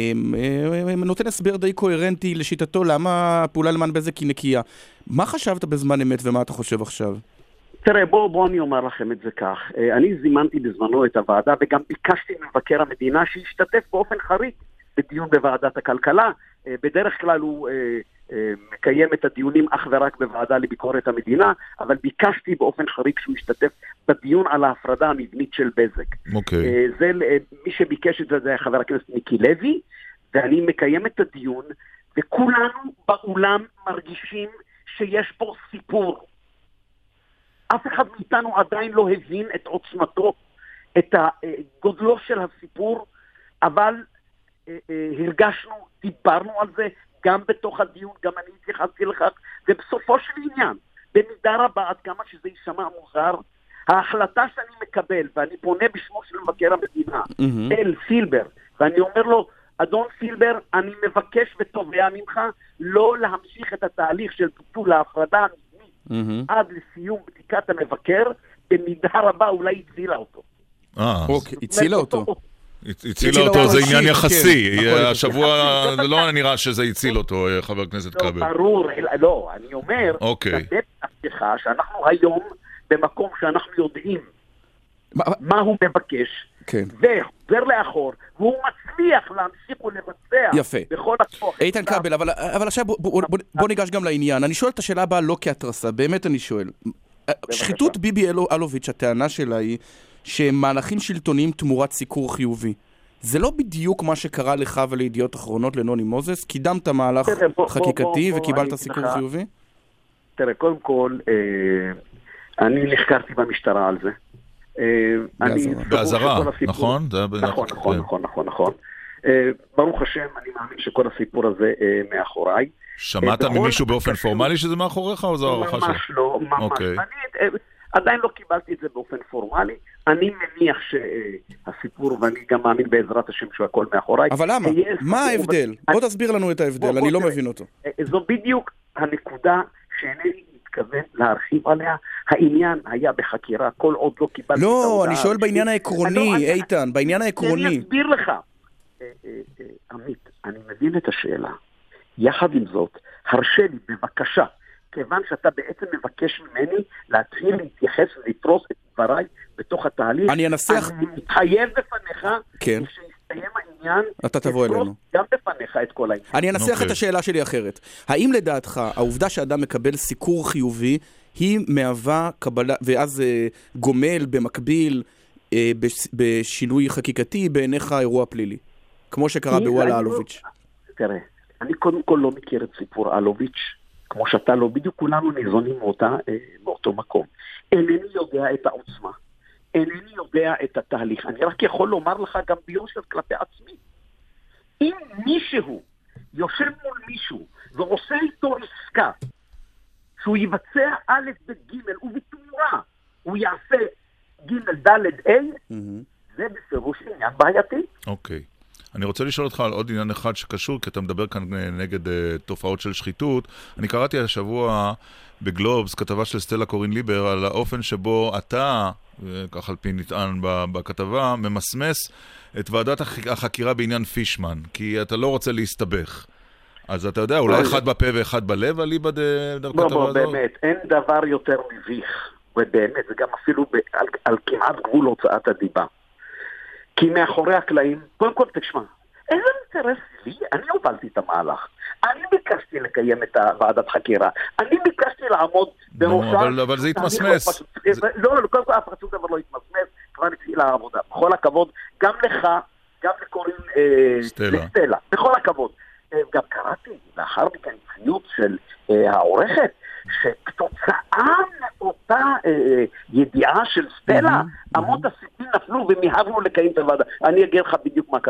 נותן הסבר די קוהרנטי לשיטתו למה הפעולה למען בזק היא נקייה. מה חשבת בזמן אמת ומה אתה חושב עכשיו? תראה, בוא אני אומר לכם את זה כך. אני זימנתי בזמנו את הוועדה וגם ביקשתי ממבקר המדינה שישתתף באופן חריג בדיון בוועדת הכלכלה. בדרך כלל הוא מקיים את הדיונים אך ורק בוועדה לביקורת המדינה, אבל ביקשתי באופן חריג שהוא ישתתף בדיון על ההפרדה המבנית של בזק. זה, מי שביקש את זה זה חבר הכנסת מיקי לוי, ואני מקיים את הדיון, וכולנו באולם מרגישים שיש פה סיפור. אף אחד מאיתנו עדיין לא הבין את עוצמתו, את גודלו של הסיפור, אבל הרגשנו, דיברנו על זה, גם בתוך הדיון, גם אני התייחסתי לכך, ובסופו של עניין, במידה רבה, עד כמה שזה יישמע מוזר, ההחלטה שאני מקבל, ואני פונה בשמו של מבקר המדינה, אל פילבר, ואני אומר לו, אדון פילבר, אני מבקש ותובע ממך לא להמשיך את התהליך של ביטול ההפרדה המבנית עד לסיום בדיקת המבקר, במידה רבה אולי הצילה אותו. אוקיי, הצילה אותו. הצילה אותו, זה עניין יחסי. השבוע לא נראה שזה הציל אותו, חבר הכנסת כבל. ברור, לא, אני אומר, שאנחנו היום במקום שאנחנו יודעים מה הוא מבקש, וחוזר לאחור, והוא מצליח להמשיך ולבצע בכל הכוח. איתן כבל, אבל עכשיו בוא ניגש גם לעניין. אני שואל את השאלה הבאה לא כהתרסה, באמת אני שואל. שחיתות ביבי אלוביץ', הטענה שלה היא שמהלכים שלטוניים תמורת סיקור חיובי. זה לא בדיוק מה שקרה לך ולידיעות אחרונות לנוני מוזס? קידמת מהלך חקיקתי וקיבלת סיקור חיובי? תראה, קודם כל, אני נחקרתי במשטרה על זה. בעזרה, נכון? נכון. ברוך השם, אני מאמין שכל הסיפור הזה מאחוריי. שמעת ממישהו באופן פורמלי שזה מאחוריך או זו הערכה שלך? ממש לא, ממש. עדיין לא קיבלתי את זה באופן פורמלי. אני מניח שהסיפור, ואני גם מאמין בעזרת השם שהכל מאחוריי. אבל למה? מה ההבדל? בוא תסביר לנו את ההבדל, אני לא מבין אותו. זו בדיוק הנקודה שאינני מתכוון להרחיב עליה. העניין היה בחקירה, כל עוד לא קיבלתי את ההודעה. לא, אני שואל בעניין העקרוני, איתן, בעניין העקרוני. אני אסביר לך. עמית, אני מבין את השאלה. יחד עם זאת, הרשה לי בבקשה, כיוון שאתה בעצם מבקש ממני להתחיל להתייחס ולפרוס את דבריי בתוך התהליך, אני אנסח... אני מתחייב בפניך, כן. כשיסתיים העניין, אתה תבוא אלינו. גם בפניך את כל העניין. אני אנסח את השאלה שלי אחרת. האם לדעתך, העובדה שאדם מקבל סיקור חיובי, היא מהווה קבלה, ואז גומל במקביל בשינוי חקיקתי בעיניך אירוע פלילי? כמו שקרה בוואלה אלוביץ'. תראה, אני קודם כל לא מכיר את סיפור אלוביץ', כמו שאתה לא, בדיוק כולנו ניזונים מאותו מקום. אינני יודע את העוצמה, אינני יודע את התהליך. אני רק יכול לומר לך גם ביושר כלפי עצמי. אם מישהו יושב מול מישהו ועושה איתו עסקה, שהוא יבצע א' בג' ובתמורה הוא יעשה ג' ד' A, זה בפירוש עניין בעייתי. אוקיי. אני רוצה לשאול אותך על עוד עניין אחד שקשור, כי אתה מדבר כאן נגד תופעות של שחיתות. אני קראתי השבוע בגלובס כתבה של סטלה קורין ליבר על האופן שבו אתה, כך על פי נטען בכתבה, ממסמס את ועדת החקירה בעניין פישמן, כי אתה לא רוצה להסתבך. אז אתה יודע, אולי אחד בפה ואחד בלב אליבא דרכתבה הזאת? באמת, אין דבר יותר מביך, ובאמת, זה גם אפילו על כמעט גבול הוצאת הדיבה. כי מאחורי הקלעים, קודם כל תשמע, איזה אינטרס לי? אני הובלתי את המהלך. אני ביקשתי לקיים את ועדת חקירה. אני ביקשתי לעמוד בראשה. אבל זה התמסמס. לא, קודם כל אף רצות אבל לא התמסמס, כבר התחילה העבודה. בכל הכבוד, גם לך, גם לקוראים לסטלה. בכל הכבוד. גם קראתי לאחר מכן ציוץ של העורכת, שכתוצאה מאותה ידיעה של סטלה, אמות הסיפים נפלו ומיהרנו לקיים את הוועדה. אני אגיד לך בדיוק מה קרה.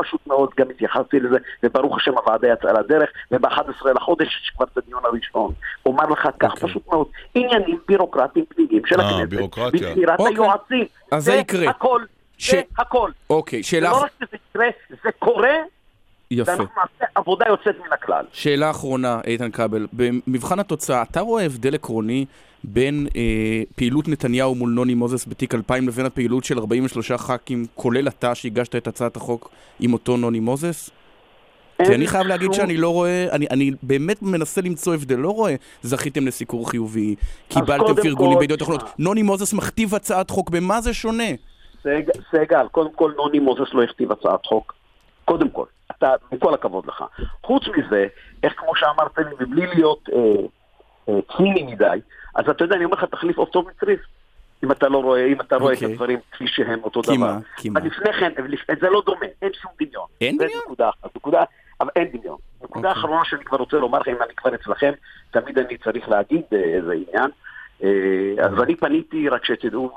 פשוט מאוד, גם התייחסתי לזה, וברוך השם הוועדה יצאה לדרך, וב-11 לחודש יש כבר את הדיון הראשון. אומר לך כך, פשוט מאוד, עניינים בירוקרטיים פנימיים של הכנסת, בבחירת היועצים, זה יקרה. הכל, זה הכל. אוקיי, שאלה... זה לא רק שזה יקרה, זה קורה, יפה. ואנחנו נעשה עבודה יוצאת מן הכלל. שאלה אחרונה, איתן כבל, במבחן התוצאה, אתה רואה הבדל עקרוני בין פעילות נתניהו מול נוני מוזס בתיק 2000 לבין הפעילות של 43 ח"כים, כולל אתה שהגשת את הצעת החוק עם אותו נוני מוזס? כי אני חייב להגיד שאני לא רואה, אני באמת מנסה למצוא הבדל, לא רואה, זכיתם לסיקור חיובי, קיבלתם פרגונים בידיעות אחרונות, נוני מוזס מכתיב הצעת חוק, במה זה שונה? סגל, קודם כל נוני מוזס לא הכתיב הצעת חוק, קודם כל, אתה, מכל הכבוד לך. חוץ מזה, איך כמו שאמרת לי, מבלי להיות ציני מדי, אז אתה יודע, אני אומר לך, תחליף אופטומטריסט, אם אתה לא רואה, אם אתה רואה את הדברים כפי שהם אותו דבר. אבל לפני כן, זה לא דומה, אין שום דמיון. אין דמיון? אבל אין דמיון. נקודה אחרונה שאני כבר רוצה לומר לכם, אם אני כבר אצלכם, תמיד אני צריך להגיד איזה עניין. אז אני פניתי, רק שתדעו,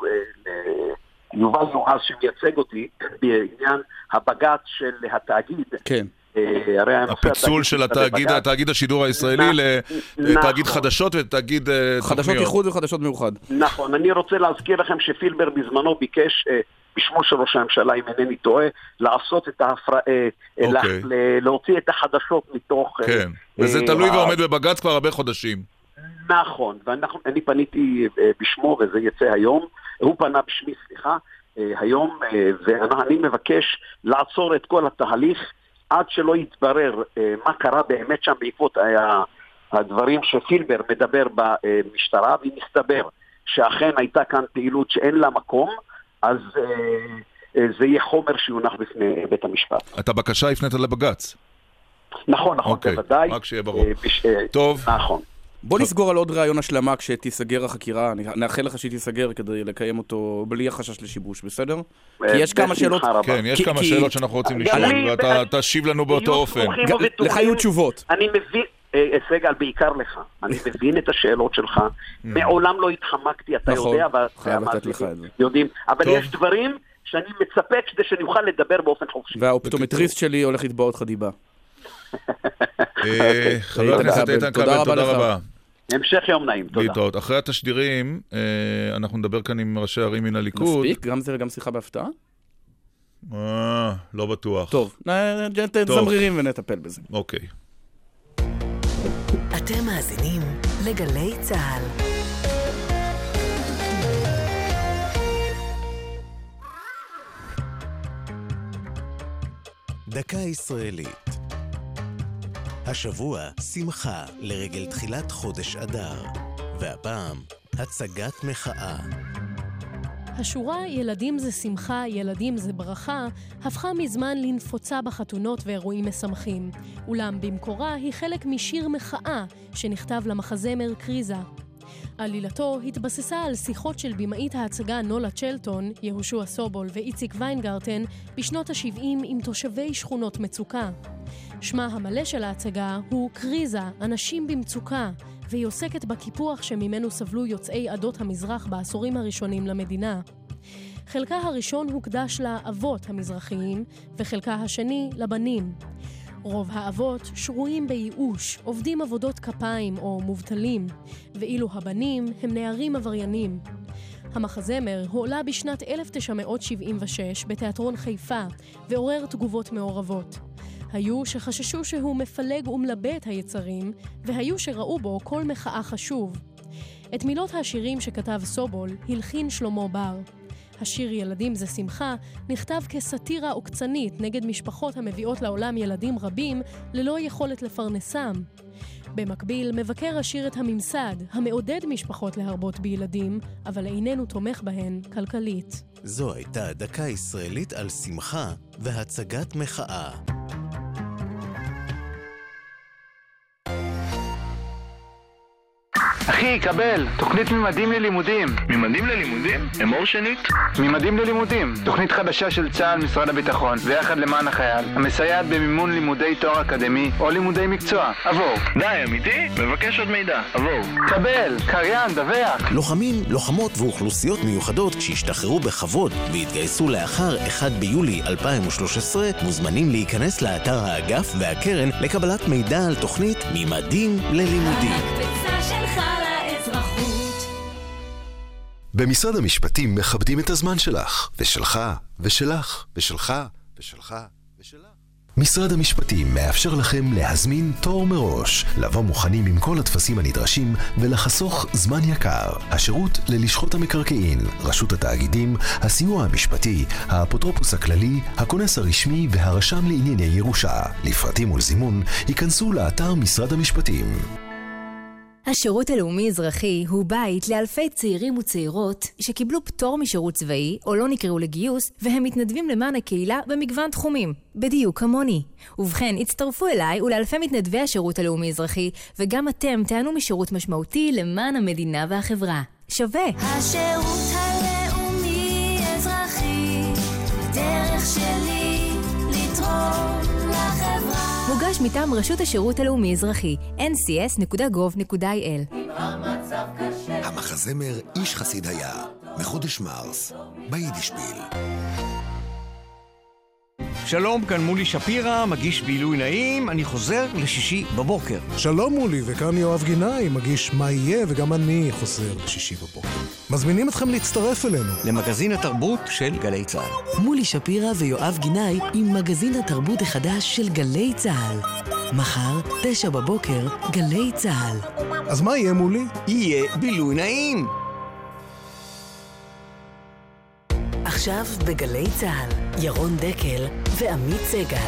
יובל נועז שמייצג אותי, בעניין הבג"ץ של התאגיד. כן. הפיצול של התאגיד השידור הישראלי לתאגיד חדשות ותאגיד חדשות איחוד וחדשות מאוחד. נכון, אני רוצה להזכיר לכם שפילבר בזמנו ביקש בשמו של ראש הממשלה, אם אינני טועה, לעשות את להוציא את החדשות מתוך... כן, וזה תלוי ועומד בבג"ץ כבר הרבה חודשים. נכון, ואני פניתי בשמו וזה יצא היום, הוא פנה בשמי, סליחה, היום, ואני מבקש לעצור את כל התהליך עד שלא יתברר מה קרה באמת שם בעקבות הדברים שפילבר מדבר במשטרה, ומסתבר שאכן הייתה כאן פעילות שאין לה מקום, אז זה יהיה חומר שיונח בפני בית המשפט. אתה בקשה הפנית לבג"ץ? נכון, בוודאי. רק שיהיה ברור. טוב. נכון. בוא נסגור על עוד רעיון השלמה כשתיסגר החקירה, נאחל לך שהיא תיסגר כדי לקיים אותו בלי החשש לשיבוש, בסדר? כי יש כמה שאלות... כן, יש כמה שאלות שאנחנו רוצים לשאול, ואתה תשיב לנו באותו אופן. לך יהיו תשובות. אני מבין, סגל, בעיקר לך, אני מבין את השאלות שלך, מעולם לא התחמקתי, אתה יודע, יודעים, אבל יש דברים שאני מצפה כדי שאני אוכל לדבר באופן חופשי. והאופטומטריסט שלי הולך לתבוע אותך דיבה. חבר הכנסת איתן כבל, תודה רבה. המשך יום נעים, תודה. להתראות. אחרי התשדירים, אנחנו נדבר כאן עם ראשי ערים מן הליכוד. מספיק? גם זה וגם שיחה בהפתעה? לא בטוח. טוב, זמרירים ונטפל בזה. אוקיי. אתם מאזינים לגלי צהל. דקה ישראלית. השבוע שמחה לרגל תחילת חודש אדר, והפעם הצגת מחאה. השורה ילדים זה שמחה, ילדים זה ברכה, הפכה מזמן לנפוצה בחתונות ואירועים משמחים. אולם במקורה היא חלק משיר מחאה שנכתב למחזמר קריזה. עלילתו התבססה על שיחות של בימאית ההצגה נולה צ'לטון, יהושע סובול ואיציק ויינגרטן בשנות ה-70 עם תושבי שכונות מצוקה. שמה המלא של ההצגה הוא קריזה, אנשים במצוקה, והיא עוסקת בקיפוח שממנו סבלו יוצאי עדות המזרח בעשורים הראשונים למדינה. חלקה הראשון הוקדש לאבות המזרחיים, וחלקה השני לבנים. רוב האבות שרויים בייאוש, עובדים עבודות כפיים או מובטלים, ואילו הבנים הם נערים עבריינים. המחזמר הועלה בשנת 1976 בתיאטרון חיפה, ועורר תגובות מעורבות. היו שחששו שהוא מפלג ומלבה את היצרים, והיו שראו בו כל מחאה חשוב. את מילות השירים שכתב סובול הלחין שלמה בר. השיר ילדים זה שמחה נכתב כסאטירה עוקצנית נגד משפחות המביאות לעולם ילדים רבים ללא יכולת לפרנסם. במקביל מבקר השיר את הממסד, המעודד משפחות להרבות בילדים, אבל איננו תומך בהן כלכלית. זו הייתה דקה ישראלית על שמחה והצגת מחאה. אחי, קבל, תוכנית ממדים ללימודים. ממדים ללימודים? אמור שנית? ממדים ללימודים, תוכנית חדשה של צה"ל, משרד הביטחון, ויחד למען החייל, המסייעת במימון לימודי תואר אקדמי או לימודי מקצוע. עבור. די, אמיתי? מבקש עוד מידע. עבור. קבל, קריין, דווח. לוחמים, לוחמות ואוכלוסיות מיוחדות שהשתחררו בכבוד והתגייסו לאחר 1 ביולי 2013 מוזמנים להיכנס לאתר האגף והקרן לקבלת מידע על תוכנית ממדים ללימודים. במשרד המשפטים מכבדים את הזמן שלך, ושלך, ושלך, ושלך, ושלך, ושלך. משרד המשפטים מאפשר לכם להזמין תור מראש, לבוא מוכנים עם כל התפסים הנדרשים ולחסוך זמן יקר. השירות ללשכות המקרקעין, רשות התאגידים, הסיוע המשפטי, האפוטרופוס הכללי, הכונס הרשמי והרשם לענייני ירושה. לפרטים ולזימון ייכנסו לאתר משרד המשפטים. השירות הלאומי-אזרחי הוא בית לאלפי צעירים וצעירות שקיבלו פטור משירות צבאי או לא נקראו לגיוס והם מתנדבים למען הקהילה במגוון תחומים, בדיוק כמוני. ובכן, הצטרפו אליי ולאלפי מתנדבי השירות הלאומי-אזרחי וגם אתם תענו משירות משמעותי למען המדינה והחברה. שווה! השירות הלאומי-אזרחי, דרך שלי לתרום לחברה. מוגש מטעם רשות השירות הלאומי-אזרחי, ncs.gov.il. המחזמר איש חסיד היה, מחודש מרס, ביידישפיל. שלום, כאן מולי שפירא, מגיש בילוי נעים, אני חוזר לשישי בבוקר. שלום מולי, וכאן יואב גינאי, מגיש מה יהיה, וגם אני חוזר לשישי בבוקר. מזמינים אתכם להצטרף אלינו. למגזין התרבות של גלי צהל. מולי שפירא ויואב גינאי עם מגזין התרבות החדש של גלי צהל. מחר, 9 בבוקר, גלי צהל. אז מה יהיה מולי? יהיה בילוי נעים. עכשיו בגלי צהל, ירון דקל ועמית סגל.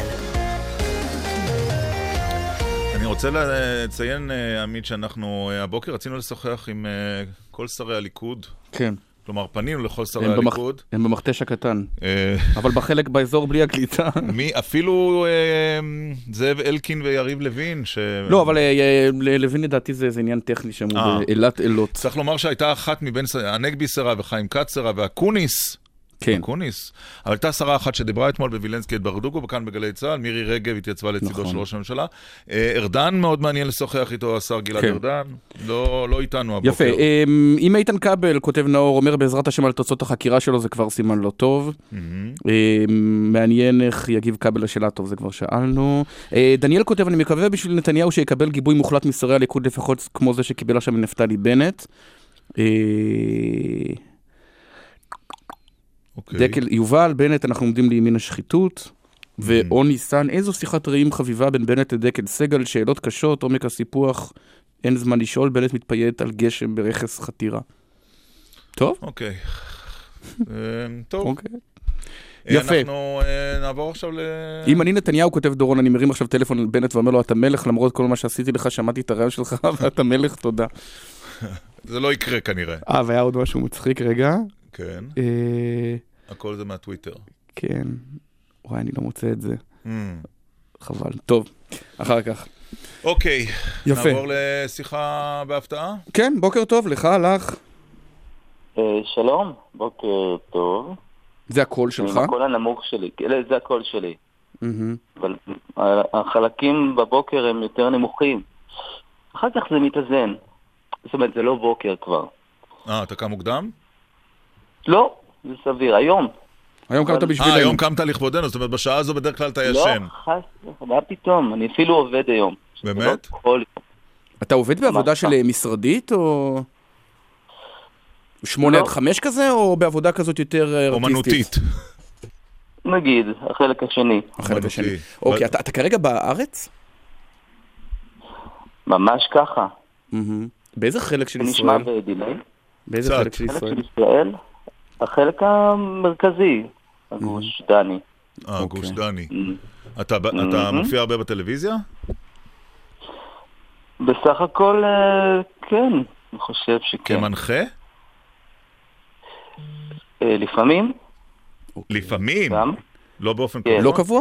אני רוצה לציין, עמית, שאנחנו הבוקר רצינו לשוחח עם כל שרי הליכוד. כן. כלומר, פנינו לכל שרי הליכוד. הם במכתש הקטן. אבל בחלק באזור בלי הקליטה. אפילו זאב אלקין ויריב לוין. לא, אבל לוין לדעתי זה עניין טכני שם, הוא באילת אלות. צריך לומר שהייתה אחת מבין הנגבי שרה וחיים כץ שרה והקוניס. כן. קוניס. אבל הייתה שרה אחת שדיברה אתמול בווילנסקי את ברדוגו, וכאן בגלי צהל, מירי רגב התייצבה לצידו של ראש הממשלה. ארדן מאוד מעניין לשוחח איתו, השר גלעד ארדן. לא איתנו הבוקר. יפה. אם איתן כבל, כותב נאור, אומר בעזרת השם על תוצאות החקירה שלו, זה כבר סימן לא טוב. מעניין איך יגיב כבל לשאלה טוב, זה כבר שאלנו. דניאל כותב, אני מקווה בשביל נתניהו שיקבל גיבוי מוחלט משרי הליכוד, לפחות כמו זה שקיבל עכשיו מנפתלי בנט. דקל, יובל, בנט, אנחנו עומדים לימין השחיתות, ואון ניסן, איזו שיחת רעים חביבה בין בנט לדקל סגל, שאלות קשות, עומק הסיפוח, אין זמן לשאול, בנט מתפייט על גשם ברכס חתירה. טוב? אוקיי. טוב. אוקיי. יפה. אנחנו נעבור עכשיו אם אני נתניהו, כותב דורון, אני מרים עכשיו טלפון לבנט ואומר לו, אתה מלך, למרות כל מה שעשיתי לך, שמעתי את הרעיון שלך, ואתה מלך, תודה. זה לא יקרה כנראה. והיה עוד משהו מצחיק רגע. כן. הכל זה מהטוויטר. כן. וואי, אני לא מוצא את זה. חבל. טוב, אחר כך. אוקיי. יפה. נעבור לשיחה בהפתעה? כן, בוקר טוב, לך, לך. שלום, בוקר טוב. זה הקול שלך? עם הקול הנמוך שלי. זה הקול שלי. אבל החלקים בבוקר הם יותר נמוכים. אחר כך זה מתאזן. זאת אומרת, זה לא בוקר כבר. אתה קם מוקדם? לא, זה סביר. היום קמת בשבילנו. היום קמת לכבודנו, זאת אומרת, בשעה הזו בדרך כלל אתה ישן. לא, חס, מה פתאום? אני אפילו עובד היום. באמת? אתה עובד בעבודה של משרדית, או 8-5 כזה, או בעבודה כזאת יותר אומנותית? נגיד, החלק השני. החלק השני. אוקיי, אתה כרגע בארץ? ממש ככה. באיזה חלק של ישראל? נשמע בדילי. באיזה חלק של ישראל? חלק של ישראל, החלק המרכזי, הגוש דני. גוש דני. אתה מופיע הרבה בטלוויזיה? בסך הכל, כן, אני חושב שכן. כמנחה? לפעמים. לפעמים? לא באופן קבוע? לא קבוע?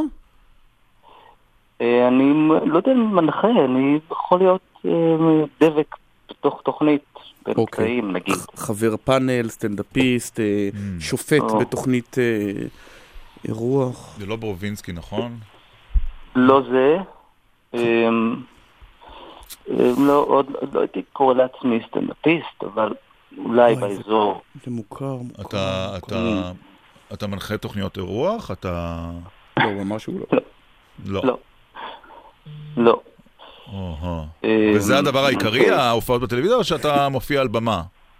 אני לא יודע אם מנחה, אני יכול להיות דבק בתוך תוכנית באמצעים, נגיד. חבר פאנל, סטנדאפיסט, שופט בתוכנית אירוח. זה לא ברובינסקי, נכון? לא זה. לא, עוד לא הייתי קורא לעצמי סטנדאפיסט, אבל אולי באזור. זה מוכר. אתה מנחה תוכניות אירוח? לא, ממש הוא לא. לא. לא. וזה הדבר העיקרי, ההופעות בטלוויזיה, או שאתה מופיע על במה?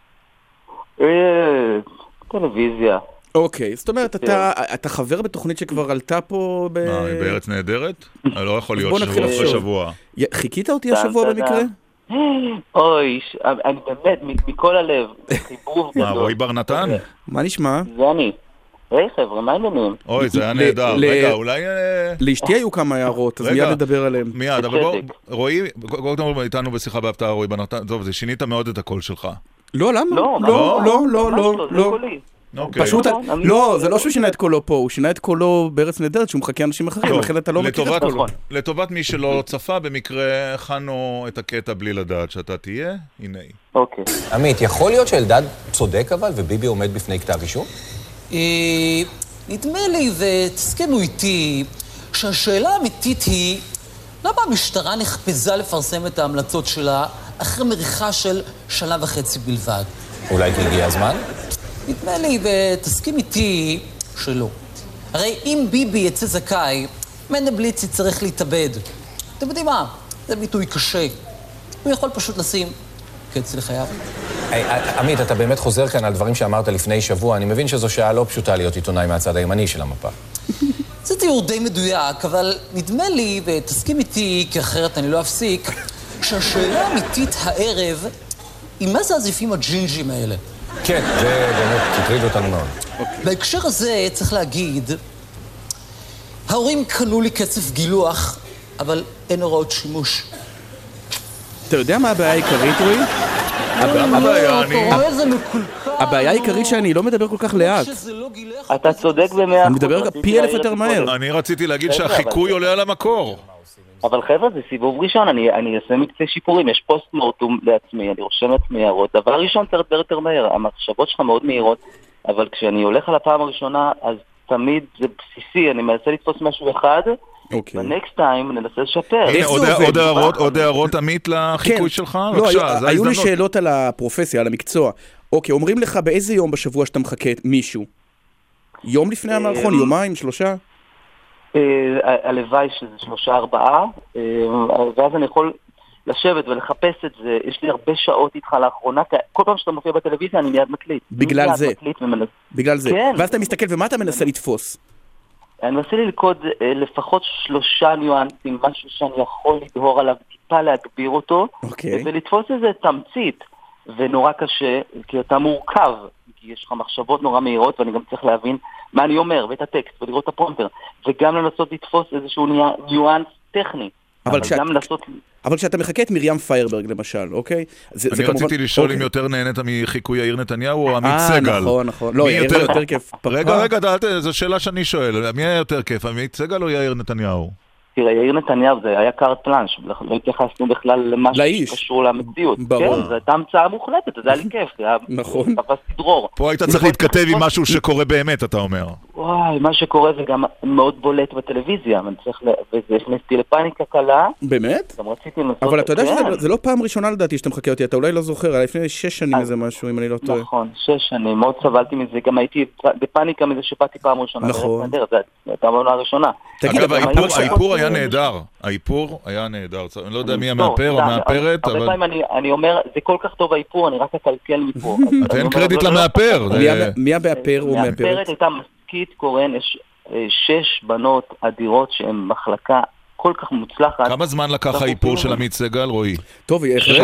טלוויזיה. אוקיי, זאת אומרת, אתה חבר בתוכנית שכבר עלתה פה בארץ נהדרת? לא יכול להיות שבוע אחרי שבוע. חיכית אותי השבוע במקרה? אוי, אני באמת, מכל הלב, חיבור גדול. רועי בר נתן? מה נשמע? זה אני. היי חבר'ה, מה העניינים? אוי, זה היה נהדר. רגע, אולי... לאשתי היו כמה הערות, אז מיד נדבר עליהם. מיד, אבל רועי, קודם איתנו בשיחה בהפתעה, רועי בר נתן, טוב, זה שינית מאוד את הקול שלך. לא, למה? לא. פשוט, לא, זה לא שהוא שינה את קולו פה, הוא שינה את קולו בארץ נהדרת, שהוא מחכה אנשים אחרים, לכן אתה לא מכיר את קולו. לטובת מי שלא צפה, במקרה הכנו את הקטע בלי לדעת שאתה תהיה, הנה היא. אוקיי. עמית, יכול להיות שאלדד צודק אבל, וביבי עומד בפני כתב אישום? נדמה לי, ותסכימו איתי, שהשאלה האמיתית היא, למה המשטרה נחפזה לפרסם את ההמלצות שלה אחרי מריחה של 1.5 שנה בלבד? אולי כי הגיע הזמן? נדמה לי, ותסכים איתי, שלא. הרי אם ביבי יצא זכאי, מנדלבליט יצטרך להתאבד. אתם יודעים מה? זה ביטוי קשה. הוא יכול פשוט לשים קץ לחייו. עמית, אתה באמת חוזר כאן על דברים שאמרת לפני שבוע. אני מבין שזו שעה לא פשוטה להיות עיתונאי מהצד הימני של המפה. זה תיאור די מדויק, אבל נדמה לי, ותסכים איתי, כי אחרת אני לא אפסיק, שהשאלה האמיתית הערב היא מה זה הזיפים הג'ינג'ים האלה. כן, זה באמת תטריד אותנו מאוד. בהקשר הזה צריך להגיד, ההורים קנו לי קצף גילוח, אבל אין הוראות שימוש. אתה יודע מה הבעיה העיקרית, רועי? הבעיה העיקרית שאני לא מדבר כל כך לאט. אתה צודק ב100%. אני מדבר פי 1000 יותר מהר. אני רציתי להגיד שהחיקוי עולה על המקור. אבל חבר'ה, זה סיבוב ראשון, אני אעשה מקצה שיפורים, יש פוסט מורטום לעצמי, אני רושם לעצמי הערות. דבר ראשון צריך לדבר יותר מהר, המחשבות שלך מאוד מהירות, אבל כשאני הולך על הפעם הראשונה, אז תמיד זה בסיסי, אני מנסה לתפוס משהו אחד, בנקסט טיים ננסה לשפר. הנה, עוד הערות עמית לחיקוי שלך? לא, היו לי שאלות על הפרופסיה, על המקצוע. אוקיי, אומרים לך באיזה יום בשבוע שאתה מחכה מישהו? יום לפני המערכון, יומיים, 3? הלוואי שזה 3-4, ואז אני יכול לשבת ולחפש את זה. יש לי הרבה שעות איתך לאחרונה, כל פעם שאתה מופיע בטלוויזיה אני מיד מקליט. בגלל זה. ואז אתה מסתכל, ומה אתה מנסה לתפוס? אני מנסה ללכוד לפחות 3 ניואנסים, משהו שאני יכול לדהור עליו, טיפה להגביר אותו, ולתפוס איזה תמצית, ונורא קשה, כי אתה מורכב, כי יש לך מחשבות נורא מהירות, ואני גם צריך להבין מה אני אומר, ואת הטקסט, ולראות את הפרומפטר, וגם לנסות לתפוס איזשהו ניואנס טכני. אבל כשאתה מחכה את מרים פיירברג למשל, אוקיי? אני רציתי לשאול אם יותר נהנית מחיקוי יאיר נתניהו או עמית סגל. נכון. לא, יאיר יותר כיף. רגע, זו שאלה שאני שואל. מי היה יותר כיף, עמית סגל או יאיר נתניהו? תראה, יאיר נתניהו זה היה קארט פלאנש, לא התייחסנו בכלל למשהו שקשור למציאות. כן, זו הייתה המצאה מוחלטת, זה היה לי כיף, זה היה תפסתי דרור. פה היית צריך להתכתב עם משהו שקורה באמת, אתה אומר. וואי, מה שקורה זה גם מאוד בולט בטלוויזיה, וזה הכנסתי לפאניקה קלה. באמת? גם רציתי לנסות... אבל אתה יודע שזה לא פעם ראשונה לדעתי שאתה מחכה אותי, אתה אולי לא זוכר, היה לפני 6 שנים איזה משהו, אם אני לא טועה. נכון, 6 שנים, מאוד סבלתי מזה, גם הייתי בפאניקה מזה שבאתי פעם ראשונה. נכון. זו הייתה העונה הראשונה. אגב, האיפור היה נהדר. האיפור היה נהדר. אני לא יודע מי המאפר או המאפרת, אבל... הרבה פעמים אני אומר, זה כל כך טוב האיפור, אני רק אקלקל מפה. אתה אין קרדיט למאפר. מי המאפר או מאפרת? המאפרת הייתה מסקית קורן, יש 6 בנות אדירות שהן מחלקה כל כך מוצלחת. כמה זמן לקח האיפור של עמית סגל, רועי? טוב,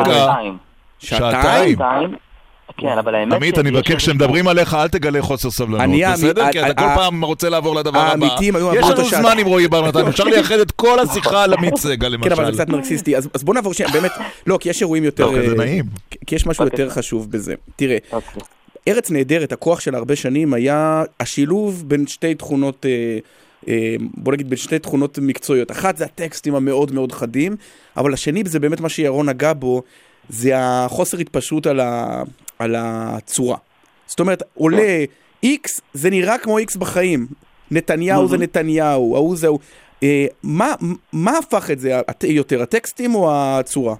שעתיים? כן, אבל האמת... עמית, אני מבקש כשמדברים עליך, אל תגלה חוסר סבלנות, בסדר? כי אתה כל פעם רוצה לעבור לדבר הבא. יש לנו זמן עם רועי בר נתן, אפשר לייחד את כל השיחה על עמית סגל, למשל. כן, אבל זה קצת נרקסיסטי. אז בוא נעבור באמת, לא, כי יש אירועים יותר... זה נעים. כי יש משהו יותר חשוב בזה. תראה, ארץ נהדרת, הכוח של הרבה שנים היה השילוב בין 2 תכונות, בוא נגיד בין 2 תכונות מקצועיות. אחת זה הטקסטים המאוד מאוד חדים, אבל השני זה באמת מה שירון נגע בו, זה החוסר התפשרות על הצורה. זאת אומרת, עולה X, זה נראה כמו X בחיים. נתניהו זה נתניהו, ההוא זהו. מה הפך את זה? יותר הטקסטים או הצורה?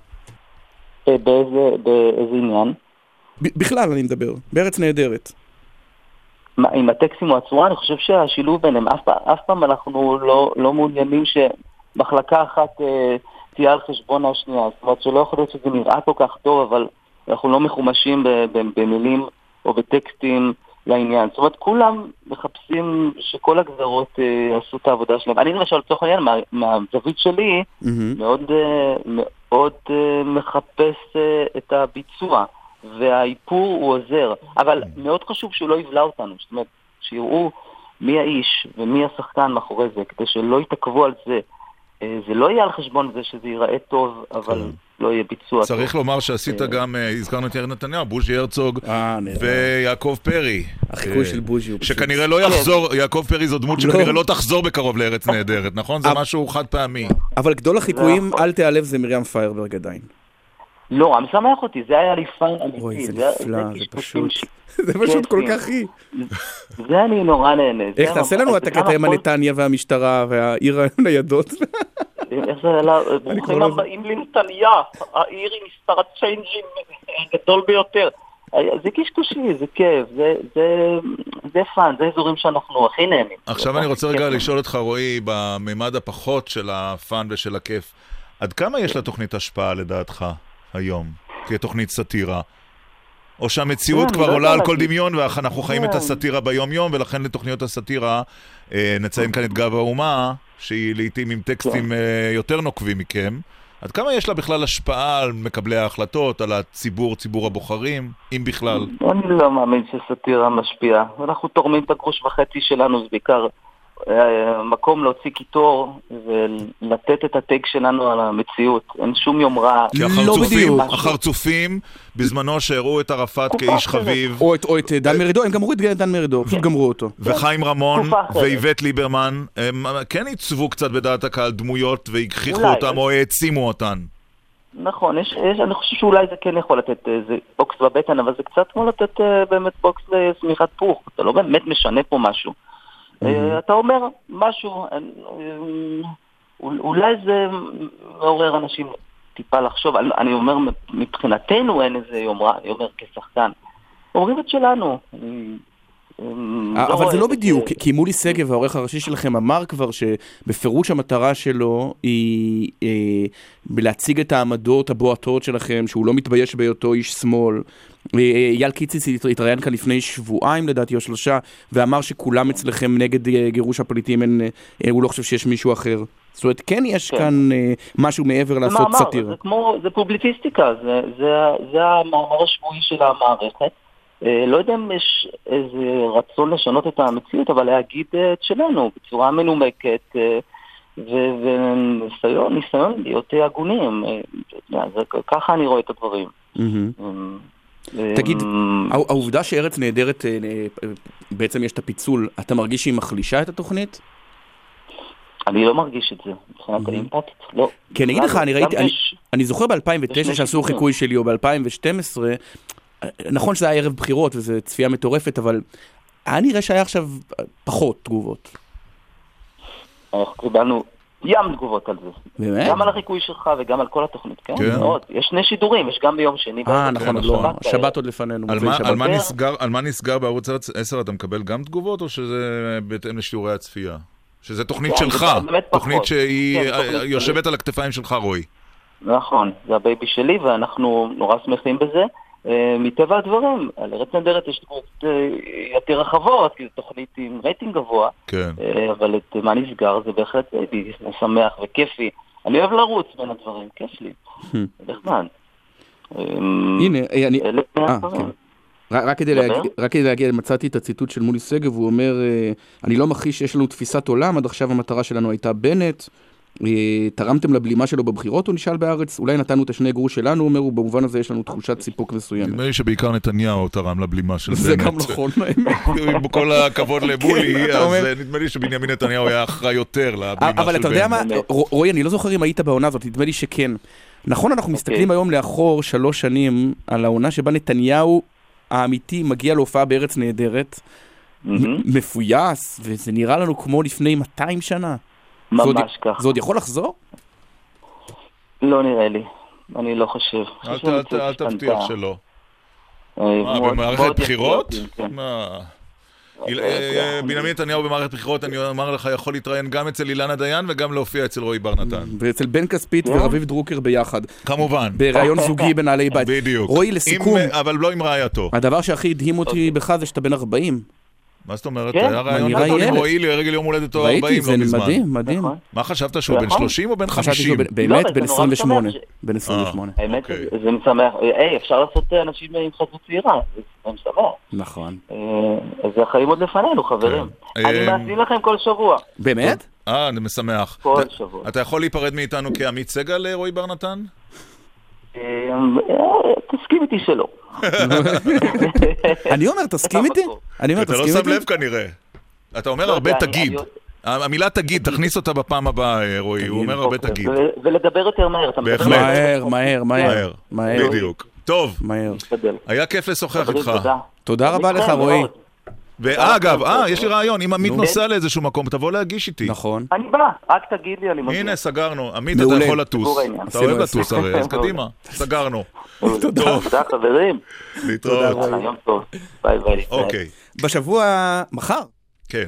באיזה עניין? בכלל אני מדבר, בארץ נהדרת. עם הטקסטים או הצורה, אני חושב שהשילוב ביניהם, אף פעם אנחנו לא מעוניינים שמחלקה אחת תהיה על חשבון השנייה. זאת אומרת שלא יכול להיות שזה נראה כל כך טוב, אבל אנחנו לא מחומשים במילים או בטקסטים לעניין. זאת אומרת, כולם מחפשים שכל הגזרות עשו את העבודה שלהם. אני למשל, לצורך העניין, מהזווית שלי, מאוד מחפש את הביצוע, והאיפור הוא עוזר. אבל מאוד חשוב שהוא לא יבלע אותנו. זאת אומרת, שיראו מי האיש ומי השחקן מאחורי זה, כדי שלא יתעכבו על זה. זה לא יהיה על חשבון זה שזה ייראה טוב, אבל לא יהיה ביצוע. צריך לומר שעשית גם, הזכרנו את יאיר נתניהו, בוז'י הרצוג ויעקב פרי. החיקוי של בוז'י. שכנראה לא יחזור, יעקב פרי זו דמות שכנראה לא תחזור בקרוב לארץ נהדרת, נכון? זה משהו חד פעמי. אבל גדול החיקויים, אל תיעלב, זה מרים פיירברג עדיין. לא, המשמח אותי, זה היה לי פן אמיתי. אוי, זה נפלא, זה פשוט. זה פשוט כל כך היא. זה אני נורא נהנה. איך תעשה לנו את הקטע עם הנתניה והמשטרה והעיר הניידות? איך זה עלה? ברוכים הבאים לנתניה, העיר עם מספר הצ'יינג'ים הגדול ביותר. זה קשקושי, זה כיף, זה פן, זה אזורים שאנחנו הכי נהנים. עכשיו אני רוצה רגע לשאול אותך, רועי, בממד הפחות של הפן ושל הכיף, עד כמה יש לתוכנית השפעה לדעתך היום, כתוכנית סאטירה? או שהמציאות כבר עולה על כל דמיון, ואנחנו חיים את הסאטירה ביום-יום, ולכן לתוכניות הסאטירה נציין כאן את גב האומה, שהיא לעתים עם טקסטים יותר נוקבים מכם. עד כמה יש לה בכלל השפעה על מקבלי ההחלטות, על הציבור, ציבור הבוחרים, אם בכלל? אני לא מאמין שסאטירה משפיעה. אנחנו תורמים את הגרוש וחצי שלנו, זה בעיקר מקום להוציא קיטור ולתת את הטייק שלנו על המציאות. אין שום יומרה. לא בדיוק. החרצופים בזמנו שהראו את ערפאת כאיש חביב. או את דן מרידור, הם גמרו את דן מרידור, פשוט גמרו אותו. וחיים רמון ואיבט ליברמן, הם כן עיצבו קצת בדעת הקהל דמויות והגחיכו אותם או העצימו אותן. נכון, אני חושב שאולי זה כן יכול לתת איזה בוקס בבטן, אבל זה קצת כמו לתת באמת בוקס לסמיכת פוך. אתה לא באמת משנה פה משהו. אתה אומר משהו, אולי זה מעורר אנשים טיפה לחשוב, אני אומר מבחינתנו אין איזה יומרה, אני אומר כשחקן, אומרים את שלנו. אבל זה לא בדיוק, כי מולי סגב, העורך הראשי שלכם, אמר כבר שבפירוש המטרה שלו היא להציג את העמדות הבועטות שלכם, שהוא לא מתבייש בהיותו איש שמאל. אייל קיציס התראיין כאן לפני שבועיים לדעתי או 3, ואמר שכולם אצלכם נגד גירוש הפליטים, הוא לא חושב שיש מישהו אחר. זאת אומרת, כן יש כאן משהו מעבר לעשות סאטירה. זה פובליציסטיקה, זה המאמר השבועי של המערכת. לא יודע אם יש איזה רצון לשנות את המציאות, אבל להגיד את שלנו בצורה מנומקת וניסיון להיות הגונים. ככה אני רואה את הדברים. תגיד, העובדה שארץ נהדרת, בעצם יש את הפיצול, אתה מרגיש שהיא מחלישה את התוכנית? אני לא מרגיש את זה, מבחינת האימפקט, לא. כי אני אגיד לך, אני זוכר ב-2009 שעשו חיקוי שלי, או ב-2012, נכון שזה היה ערב בחירות וזו צפייה מטורפת, אבל היה נראה שהיה עכשיו פחות תגובות. אנחנו קיבלנו ים תגובות על זה. באמת? גם על החיקוי שלך וגם על כל התוכנית, כן? מאוד. יש 2 שידורים, יש גם ביום שני. נכון, שבת עוד לפנינו. על מה נסגר בערוץ 10? אתה מקבל גם תגובות או שזה בהתאם לשיעורי הצפייה? שזה תוכנית שלך, תוכנית שהיא יושבת על הכתפיים שלך, רועי. נכון, זה הבייבי שלי ואנחנו נורא שמחים בזה. מטבע הדברים, על ארץ נהדרת יש תגובות יותר רחבות, כי זו תוכנית עם רייטינג גבוה, אבל את מה נסגר זה בהחלט משמח וכיפי. אני אוהב לרוץ בין הדברים, כיף לי. נחמד. הנה, רק כדי להגיע, מצאתי את הציטוט של מולי סגב, הוא אומר, אני לא מכחיש שיש לנו תפיסת עולם, עד עכשיו המטרה שלנו הייתה בנט, תרמתם לבלימה שלו בבחירות, הוא נשאל בארץ, אולי נתנו את 2 גרוש שלנו, אומר, ובמובן הזה יש לנו תחושת סיפוק מסוימת. נדמה לי שבעיקר נתניהו תרם לבלימה של בנט. זה גם נכון. בכל הכבוד למולי, אז נדמה לי שבנימין נתניהו היה אחראי יותר לבלימה של בנט. אבל אתה יודע מה, רועי, אני לא זוכר אם היית בעונה הזאת, נדמה לי שכן. נכון, אנחנו מסתכלים היום לאחור 3 שנים על העונה שבה נתניהו האמיתי מגיע להופעה בארץ נהדרת, מפויס, וזה נראה לנו כמו לפני 200 שנה. ממש כך. זה עוד יכול לחזור? לא נראה לי. אני לא חושב. אל תבטיח שלא. במערכת בחירות? בנימין נתניהו במערכת בחירות, אני אומר לך, יכול להתראיין גם אצל אילנה דיין וגם להופיע אצל רועי בר נתן. ואצל בן כספית ורביב דרוקר ביחד. כמובן. ברעיון זוגי בנעלי בית. בדיוק. רועי, לסיכום. אבל לא עם רעייתו. הדבר שהכי הדהים אותי בך זה שאתה בן 40. מה זאת אומרת? היה רעיון גדול עם רועי לרגל יום הולדתו 40 לא מזמן. ראיתי, זה מדהים. מה חשבת שהוא בן 30 או בן 50? חשבתי שהוא באמת בן 28. בן 28. האמת, זה משמח. אפשר לעשות אנשים עם חזות צעירה, זה משמח. נכון. אז החיים עוד לפנינו, חברים. אני מאזין לכם כל שבוע. באמת? אני משמח. כל שבוע. אתה יכול להיפרד מאיתנו כעמית סגל, רועי בר נתן? תסכים איתי שלא. אני אומר, תסכים איתי? אתה לא שם לב כנראה. אתה אומר הרבה תגיד. המילה תגיד, תכניס אותה בפעם הבאה, רועי. הוא אומר הרבה תגיד. ולדבר יותר מהר. מהר. בדיוק. טוב. היה כיף לשוחח איתך. תודה רבה לך, רועי. ואגב, יש לי רעיון, אם עמית נוסע לאיזשהו מקום, תבוא להגיש איתי. נכון. אני בא, רק תגיד לי, אני מגיע. הנה, סגרנו. עמית, אתה יכול לטוס. אתה אוהב לטוס הרי, אז קדימה. סגרנו. תודה, חברים. להתראות. יום טוב. ביי ביי. אוקיי. בשבוע מחר. כן.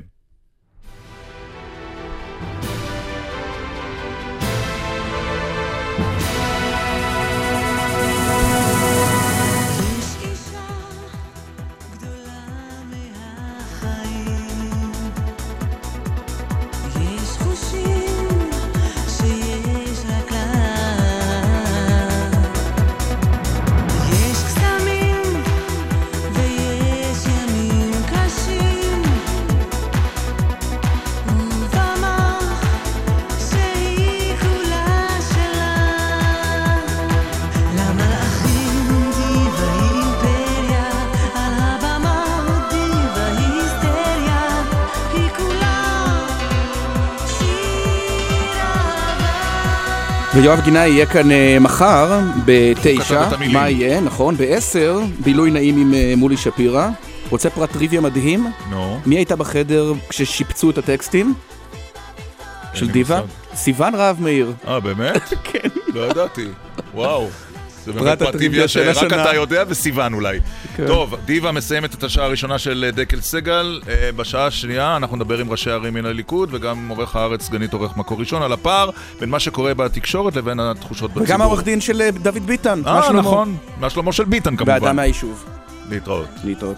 ויואב גינאי יהיה כאן מחר ב-9, מה יהיה, נכון, ב-10, בילוי נעים עם מולי שפירה. רוצה פרט טריוויה מדהים? נו. מי הייתה בחדר כששיפצו את הטקסטים? של דיבה? סיוון רהב מאיר. באמת? כן. לא ידעתי. וואו. זה באמת פרט טריוויה שרק אתה יודע וסיוון אולי. טוב, דיבה מסיימת את השעה הראשונה של דקל סגל. בשעה השנייה אנחנו נדבר עם ראשי הערים מן הליכוד וגם עורך הארץ, סגנית עורך מקור ראשון, על הפער בין מה שקורה בתקשורת לבין התחושות בציבור. וגם העורך דין של דוד ביטן. נכון. מה שלמה של ביטן כמובן. באדם מהיישוב. להתראות. להתראות.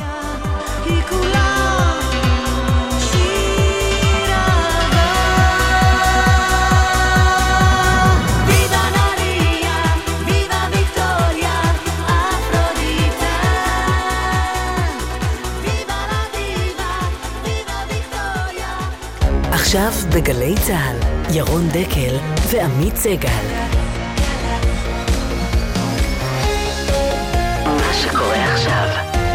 עכשיו בגלי צהל, ירון דקל ועמית סגל. מה שקורה עכשיו.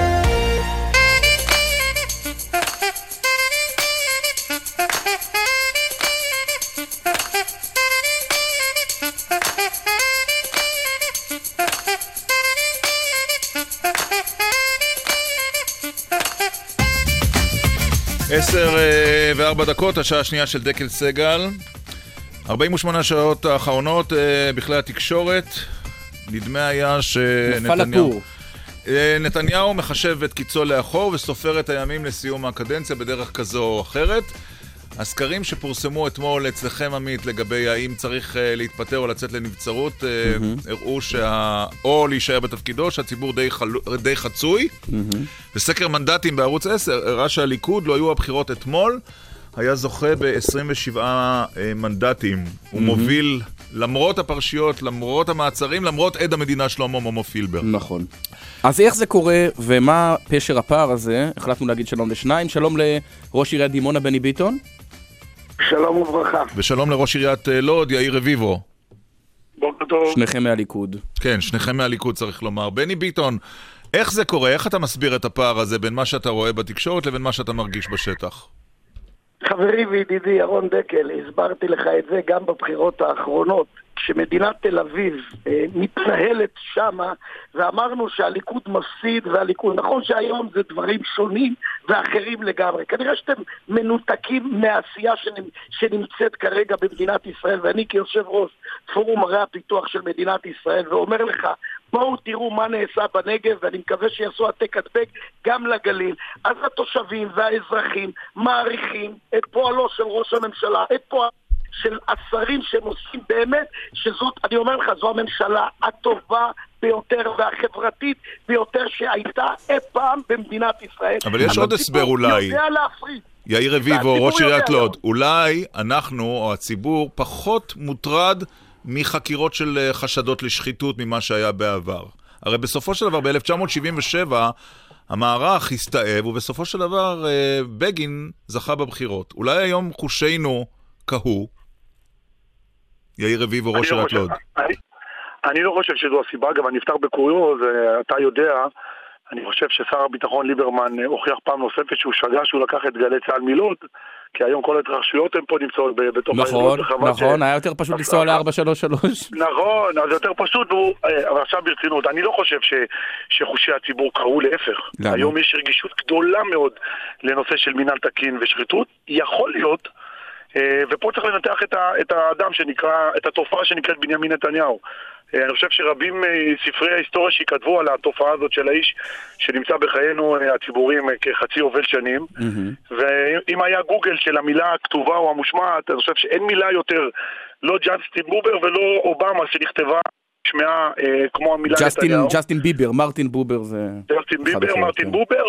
עשר וארבע דקות, השעה השנייה של דקל סגל. 48 שעות האחרונות בכלי התקשורת. נדמה היה נתניהו מחשב את קיצו לאחור וסופר את הימים לסיום הקדנציה בדרך כזו או אחרת. הסקרים שפורסמו אתמול אצלכם עמית לגבי האם צריך להתפטר או לצאת לנבצרות הראו או להישאר בתפקידו שהציבור די חצוי. וסקר מנדטים בערוץ 10 הראה שהליכוד לא היו הבחירות אתמול, היה זוכה ב-27 מנדטים. הוא מוביל למרות הפרשיות, למרות המעצרים, למרות עד המדינה שלמה מומו פילבר. נכון. אז איך זה קורה ומה פשר הפער הזה? החלטנו להגיד שלום לשניים. שלום לראש עיריית דימונה בני ביטון. שלום וברכה. ושלום לראש עיריית לוד יאיר רביבו. בוקר טוב. שניכם מהליכוד. כן, שניכם מהליכוד צריך לומר. בני ביטון, איך זה קורה? איך אתה מסביר את הפער הזה בין מה שאתה רואה בתקשורת לבין מה שאתה מרגיש בשטח? חברי וידידי ירון דקל, הסברתי לך את זה גם בבחירות האחרונות. כשמדינת תל אביב מתנהלת שמה, ואמרנו שהליכוד מפסיד, והליכוד, נכון שהיום זה דברים שונים ואחרים לגמרי. כנראה שאתם מנותקים מהעשייה שנמצאת כרגע במדינת ישראל, ואני כיושב ראש פורום ערי הפיתוח של מדינת ישראל, ואומר לך, בואו תראו מה נעשה בנגב, ואני מקווה שיעשו עתק הדבק גם לגליל. אז התושבים והאזרחים מעריכים את פועלו של ראש הממשלה, את פועלו של השרים שהם עושים באמת, שזאת, אני אומר לך, זו הממשלה הטובה ביותר והחברתית ביותר שהייתה אי פעם במדינת ישראל. אבל יש עוד הסבר אולי. יאיר רביבו, ראש עיריית לוד, אולי אנחנו או הציבור פחות מוטרד מחקירות של חשדות לשחיתות ממה שהיה בעבר. הרי בסופו של דבר ב-1977 המערך הסתאב, ובסופו של דבר בגין זכה בבחירות. אולי היום חושינו כהו, יאיר רביבו, ראש עיריית לוד. אני לא חושב שזו הסיבה, גם אני אפתח בקוריוז, אתה יודע, אני חושב ששר הביטחון ליברמן הוכיח פעם נוספת שהוא שגה שהוא לקח את גלי צהל מלוד, כי היום כל ההתרחשויות הן פה נמצאות בתוך נכון, נכון, היה יותר פשוט לנסוע ל-433. נכון, אז יותר פשוט, אבל עכשיו ברצינות, אני לא חושב שחושי הציבור קראו להפך. היום יש רגישות גדולה מאוד לנושא של מינהל תקין ושחיתות, יכול להיות, ופה צריך לנתח את האדם שנקרא, את התופעה שנקראת בנימין נתניהו. אני חושב שרבים מספרי ההיסטוריה שכתבו על התופעה הזאת של האיש שנמצא בחיינו הציבוררים כחצי יובל שנים, ואם היה גוגל של המילה הכתובה או המושמעת, אני חושב שאין מילה יותר, לא ג'סטין בובר ולא אובמה שנכתבה שמיעה כמו המילה נתניהו. ג'סטין ביבר, מרטין בובר זה... ג'סטין ביבר, מרטין בובר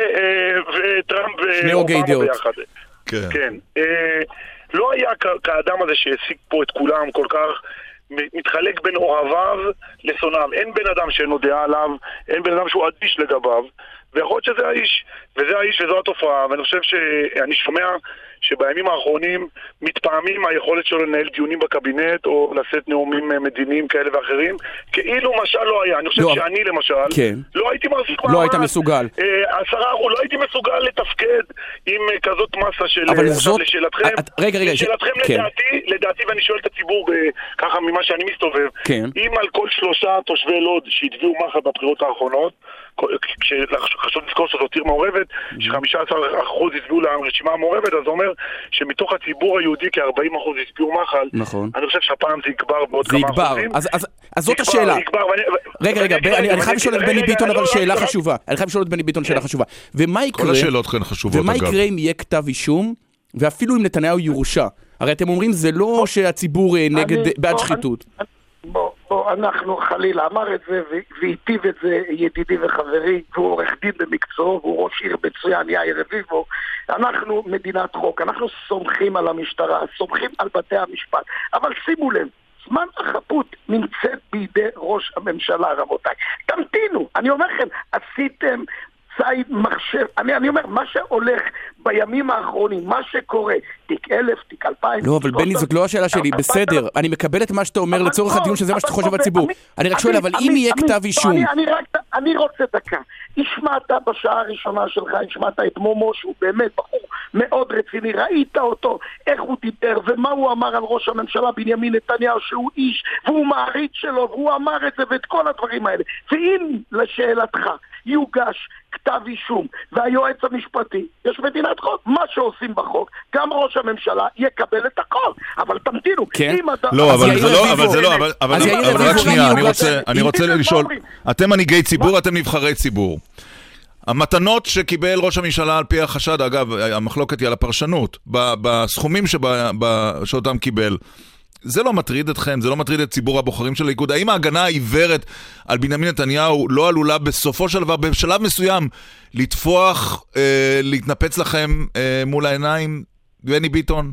וטראמפ ואובמה ביחד. כן. לא היה כאדם הזה שהשיג פה את כולם כל כך מתחלק בין אוהביו לשונאיו. אין בן אדם שאינו דעה עליו, אין בן אדם שהוא אדיש לגביו, ויכול להיות שזה האיש, וזה האיש וזו התופעה, ואני חושב שאני שומע שבימים האחרונים מתפעמים היכולת שלו לנהל דיונים בקבינט, או לשאת נאומים מדיניים כאלה ואחרים, כאילו משל לא היה. אני חושב שאני למשל, לא הייתי מחזיק מעמד. לא היית מסוגל. 10%, לא הייתי מסוגל לתפקד עם כזאת מסה של... אבל זאת... לשאלתכם, רגע. לדעתי, ואני שואל את הציבור ככה ממה שאני מסתובב, אם על כל 3 תושבי לוד שהצביעו מחר בבחירות האחרונות, כשחשוב לזכור שזאת עיר מעורבת, ש15% הצביעו לרשימה המעורבת, אז זה אומר שמתוך הציבור היהודי כ40% הצביעו מחל. נכון. אני חושב שהפעם זה יגבר בעוד כמה אחוזים. אז זאת השאלה. רגע, אני חייב לשאול את בני ביטון אבל שאלה חשובה. ומה יקרה? כל השאלות כאן חשובות אגב. ומה יקרה אם יהיה כתב אישום, ואפילו אם נתניהו יורשע? הרי אתם אומרים זה לא שהציבור בעד שחיתות. אנחנו חלילה אמר את זה והיטיב את זה ידידי וחברי, והוא עורך דין במקצועו, והוא ראש עיר מצוין, יאיר רביבו. אנחנו מדינת חוק, אנחנו סומכים על המשטרה, סומכים על בתי המשפט, אבל שימו לב, זמן החפות נמצאת בידי ראש הממשלה, רבותיי. תמתינו, אני אומר לכם, עשיתם ציד מחשב, אני אומר, מה שהולך בימים האחרונים, מה שקורה, תיק 1000, תיק 2000... לא, אבל בני, זאת לא השאלה שלי, בסדר, אני מקבל את מה שאתה אומר לצורך הדיון שזה מה שאתה חושב הציבור. אני רק שואל, אבל אם יהיה כתב אישום... אני רוצה דקה. השמעת בשעה הראשונה שלך, השמעת את מומו, שהוא באמת בחור מאוד רציני, ראית אותו, איך הוא דיבר, ומה הוא אמר על ראש הממשלה בנימין נתניהו, שהוא איש, והוא מעריץ שלו, והוא אמר את זה, ואת כל הדברים האלה. ואם לשאלתך יוגש כתב אישום, והיועץ המשפטי, יש מדינת חוק, מה שעושים בחוק, גם ראש הממשלה יקבל את הכל. אבל תמתינו. לא, אבל זה לא, אבל רק שנייה, אני רוצה לשאול, אתם מנהיגי ציבור, אתם נבחרי ציבור. המתנות שקיבל ראש הממשלה על פי החשד, אגב, המחלוקת היא על הפרשנות, בסכומים שאותם קיבל, זה לא מטריד אתכם, זה לא מטריד את ציבור הבוחרים של הליכוד. האם ההגנה העיוורת על בנימין נתניהו לא עלולה בסופו של דבר, בשלב מסוים, לתפוח, להתנפץ לכם מול העיניים? בני ביטון?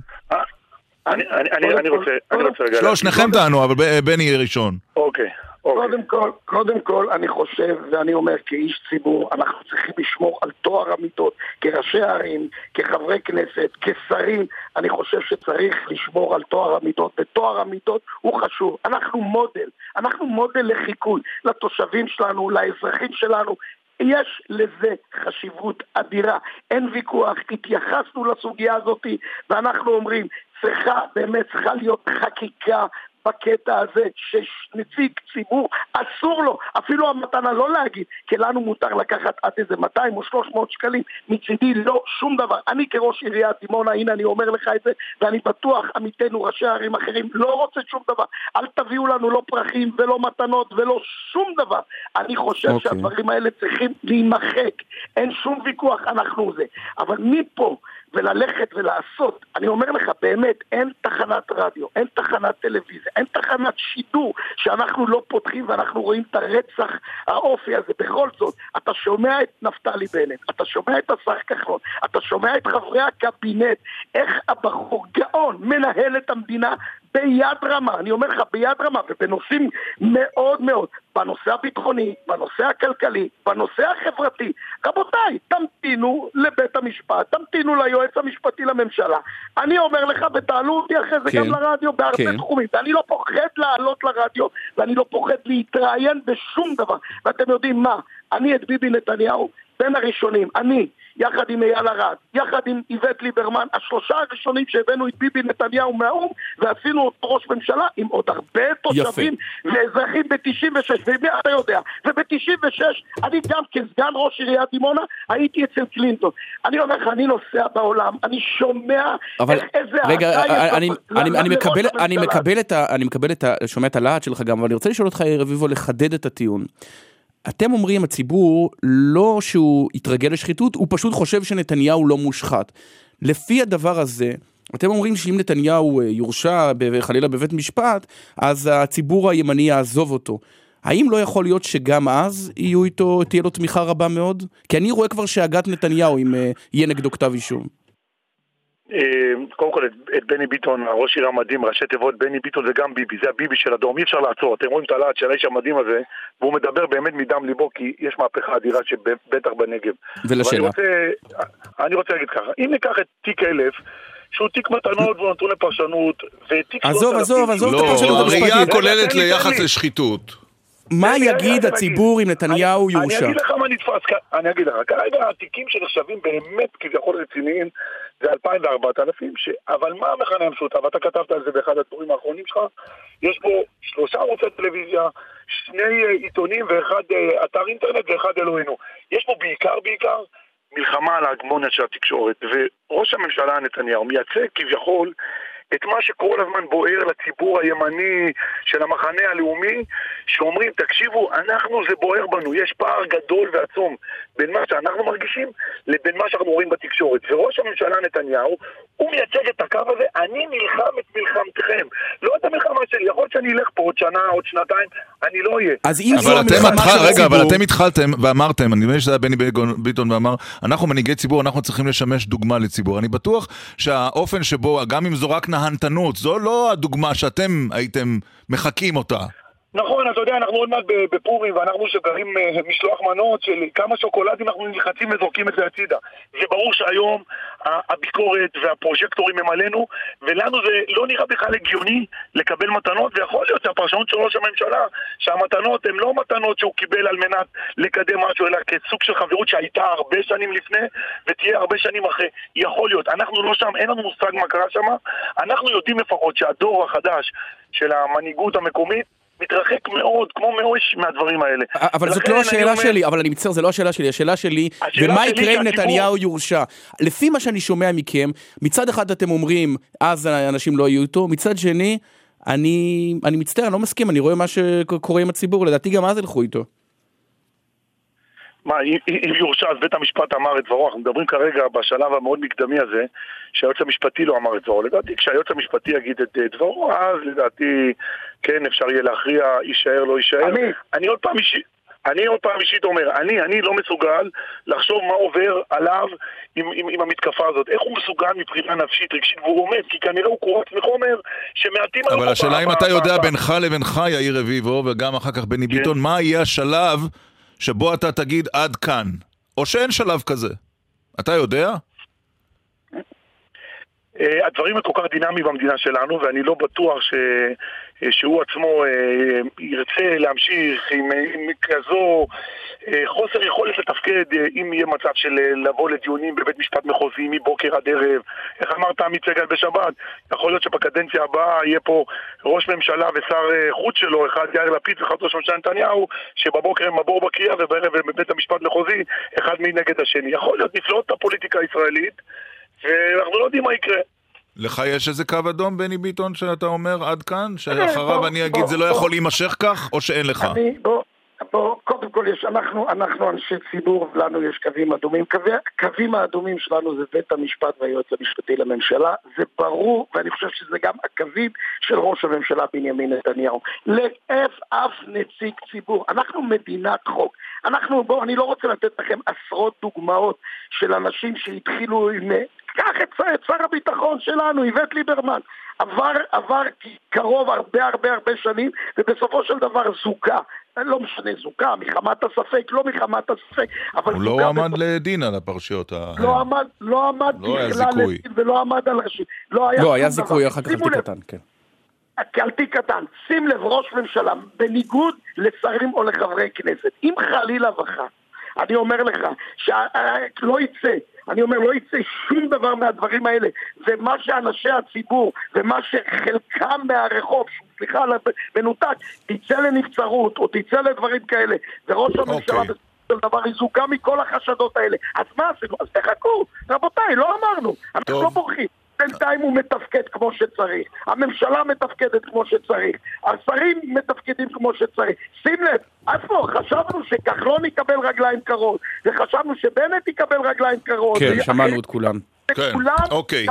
אני רוצה רגע... לא, שניכם טענו, אבל בני יהיה ראשון. אוקיי. קודם כל, אני חושב, ואני אומר, כאיש ציבור, אנחנו צריכים לשמור על טוהר המידות, כראשי ערים, כחברי כנסת, כשרים, אני חושב שצריך לשמור על טוהר המידות, וטוהר המידות הוא חשוב. אנחנו מודל לחיקוי, לתושבים שלנו, לאזרחים שלנו. יש לזה חשיבות אדירה, אין ויכוח, התייחסנו לסוגיה הזאת, ואנחנו אומרים, צריכה להיות חקיקה בקטע הזה שנציג ציבור אסור לו, אפילו המתנה לא להגיד, כי לנו מותר לקחת עד איזה 200 או 300 שקלים, מצידי לא שום דבר. אני כראש עיריית דימונה, הנה אני אומר לך את זה, ואני בטוח עמיתנו ראשי הערים אחרים לא רוצה שום דבר, אל תביאו לנו לא פרחים ולא מתנות ולא שום דבר. אני חושב שהדברים האלה צריכים להימחק, אין שום ויכוח, אנחנו זה, אבל מפה וללכת ולעשות, אני אומר לך באמת, אין תחנת רדיו, אין תחנת טלוויזיה, אין תחנת שידור שאנחנו לא פותחים ואנחנו רואים את הרצח האופי הזה. בכל זאת, אתה שומע את נפתלי בנט, אתה שומע את השר כחלון, אתה שומע את חברי הקבינט, איך הבחור גאון מנהל את המדינה ביד רמה, אני אומר לך ביד רמה, ובנושאים מאוד מאוד, בנושא הביטחוני, בנושא הכלכלי, בנושא החברתי. רבותיי, תמתינו לבית המשפט, תמתינו ליועץ המשפטי לממשלה. אני אומר לך, ותעלו אותי אחרי זה גם לרדיו בהרבה תחומים, ואני לא פוחד לעלות לרדיו, ואני לא פוחד להתראיין בשום דבר. ואתם יודעים מה? אני את ביבי נתניהו בין הראשונים, אני יחד עם אייל ארד, יחד עם איווט ליברמן, השלושה הראשונים שהבאנו את ביבי נתניהו מהאום, ועשינו אותו ראש ממשלה עם עוד הרבה תושבים ואזרחים ב-96, ומי אתה יודע, וב-96 אני גם כסגן ראש עיריית דימונה הייתי אצל קלינטון. אני אומר לך, אני נוסע בעולם, אני שומע איזה... רגע, אני מקבל את שומע את הלהט שלך גם, אבל אני רוצה לשאול אותך רביבו לחדד את הטיעון. אתם אומרים, הציבור לא שהוא יתרגל לשחיתות, הוא פשוט חושב שנתניהו לא מושחת. לפי הדבר הזה, אתם אומרים שאם נתניהו יורשע חלילה בבית משפט, אז הציבור הימני יעזוב אותו. האם לא יכול להיות שגם אז תהיה לו תמיכה רבה מאוד? כי אני רואה כבר שהגת נתניהו אם יהיה נגדו כתב אישום. קודם כל את בני ביטון, הראש עיר המדהים, ראשי תיבות בני ביטון זה גם ביבי, זה הביבי של הדרום, אי אפשר לעצור. אתם רואים את הלהט של האיש המדהים הזה, והוא מדבר באמת מדם ליבו, כי יש מהפכה אדירה שבטח בנגב. ולשאלה. אני רוצה להגיד ככה, אם ניקח את תיק 1000, שהוא תיק מתנות והוא נתון לפרשנות, ותיק... עזוב, לא, הראייה כוללת ליחס לשחיתות. מה יגיד הציבור אם נתניהו יורשע? אני אגיד לך מה נתפס, אני אגיד לך, כרגע התיקים שנחשבים באמת כביכול רציניים, זה 2,000 ו-4,000, אבל מה המכנה המשותף? ואתה כתבת על זה באחד הדברים האחרונים שלך, יש בו 3 ערוצי טלוויזיה, 2 עיתונים ואחד אתר אינטרנט ואחד אלוהינו. יש בו בעיקר מלחמה על ההגמוניה של התקשורת, וראש הממשלה נתניהו מייצג כביכול את מה שכל הזמן בוער לציבור הימני של המחנה הלאומי, שאומרים, תקשיבו, זה בוער בנו, יש פער גדול ועצום בין מה שאנחנו מרגישים לבין מה שאנחנו רואים בתקשורת. וראש הממשלה נתניהו, הוא מייצג את הקו הזה, אני נלחם את מלחמתכם. לא את המלחמה שלי, יכול להיות שאני אלך פה עוד שנה, עוד שנתיים, אני לא אהיה. אז אם זו המלחמה של הציבור... אבל אתם התחלתם ואמרתם, אני מבין שזה היה בני ביטון ואמר, אנחנו מנהיגי ציבור, אנחנו צריכים לשמש דוגמה לציבור. אני בטוח שהאופן שבו, גם אם זו רק נהנתנות, זו לא הדוגמה שאתם הייתם מחכים אותה. נכון, אתה יודע, אנחנו עוד מעט בפורים, ואנחנו שגרים משלוח מנות של כמה שוקולדים, אנחנו נלחצים וזורקים את זה הצידה. זה ברור שהיום הביקורת והפרojekטורים הם עלינו, ולנו זה לא נראה בכלל הגיוני לקבל מתנות, ויכול להיות שהפרשנות של ראש הממשלה, שהמתנות הן לא מתנות שהוא קיבל על מנת לקדם משהו, אלא כסוג של חברות שהייתה הרבה שנים לפני, ותהיה הרבה שנים אחרי. יכול להיות, אנחנו לא שם, אין לנו מושג מה קרה שם, אנחנו יודעים לפחות שהדור החדש של המנהיגות המקומית, מתרחק מאוד, כמו מאוש מהדברים האלה. אבל זאת לא השאלה שלי, אבל אני מצטער, זה לא השאלה שלי, השאלה שלי, ומה יקרה אם נתניהו יורשע? לפי מה שאני שומע מכם, מצד אחד אתם אומרים, אז האנשים לא יהיו איתו, מצד שני, אני מצטער, אני לא מסכים, אני רואה מה שקורה עם הציבור, לדעתי גם אז ילכו איתו. מה, אם יורשע, אז בית המשפט אמר את דברו, אנחנו מדברים כרגע בשלב המאוד מקדמי הזה, שהיועץ המשפטי לא אמר את דברו. לדעתי, כשהיועץ המשפטי יגיד את דברו, אז לדעתי, כן, אפשר יהיה להכריע, יישאר, לא יישאר. אני עוד פעם אישית אומר, אני לא מסוגל לחשוב מה עובר עליו עם המתקפה הזאת. איך הוא מסוגל מבחינה נפשית, רגשית, והוא עומד, כי כנראה הוא קורץ מחומר שמעטים... אבל השאלה אם אתה יודע בינך לבינך, יאיר רביבו, וגם אחר כך בני ביטון, מה יהיה השלב שבו אתה תגיד עד כאן, או שאין שלב כזה. אתה יודע? הדברים הם כל כך דינמיים במדינה שלנו, ואני לא בטוח שהוא עצמו ירצה להמשיך עם כזו חוסר יכולת לתפקד, אם יהיה מצב של לבוא לדיונים בבית משפט מחוזי מבוקר עד ערב. איך אמרת עמית סגל בשבת? יכול להיות שבקדנציה הבאה יהיה פה ראש ממשלה ושר חוץ שלו, אחד יאיר לפיד ואחד ראש ממשלה נתניהו, שבבוקר הם מבור בקריאה ובערב בבית המשפט מחוזי אחד מנגד השני. יכול להיות נפלאות הפוליטיקה הישראלית, ואנחנו לא יודעים מה יקרה. לך יש איזה קו אדום, בני ביטון, שאתה אומר עד כאן, שאחריו אני אגיד זה לא יכול להימשך כך, או שאין לך? קודם כל אנחנו אנשי ציבור, לנו יש קווים אדומים. קווים האדומים שלנו זה בית המשפט והיועץ המשפטי לממשלה, זה ברור, ואני חושב שזה גם הקווים של ראש הממשלה בנימין נתניהו. אף נציג ציבור, אנחנו מדינת חוק. אני לא רוצה לתת לכם עשרות דוגמאות של אנשים שהתחילו עם... קח את שר הביטחון שלנו, איווט ליברמן, עבר קרוב הרבה שנים, ובסופו של דבר זוקה, לא משנה זוקה, מחמת הספק, לא מחמת הספק, אבל הוא לא עמד לדין על הפרשיות לא עמד בכלל לדין ולא עמד על רשית. לא, היה זיכוי אחר כך על תיק קטן, כן. על תיק קטן, שים לב ראש ממשלה, בניגוד לשרים או לחברי כנסת, אם חלילה וחס, אני אומר לך, שלא יצא, לא יצא שום דבר מהדברים האלה, ומה שאנשי הציבור, ומה שחלקם מהרחוב, סליחה, מנותק, תצא לנבצרות, או תצא לדברים כאלה, וראש הממשלה בסופו של דבר יזוקה מכל החשדות האלה. אז מה עשינו? אז תחכו, רבותיי, לא אמרנו, אנחנו לא בורחים. בינתיים הוא מתפקד כמו שצריך, הממשלה מתפקדת כמו שצריך, השרים מתפקדים כמו שצריך. שים לב, איפה? חשבנו שכחלון יקבל רגליים קרות, וחשבנו שבנט יקבל רגליים קרות. כן, שמענו את כולם. כן, אוקיי.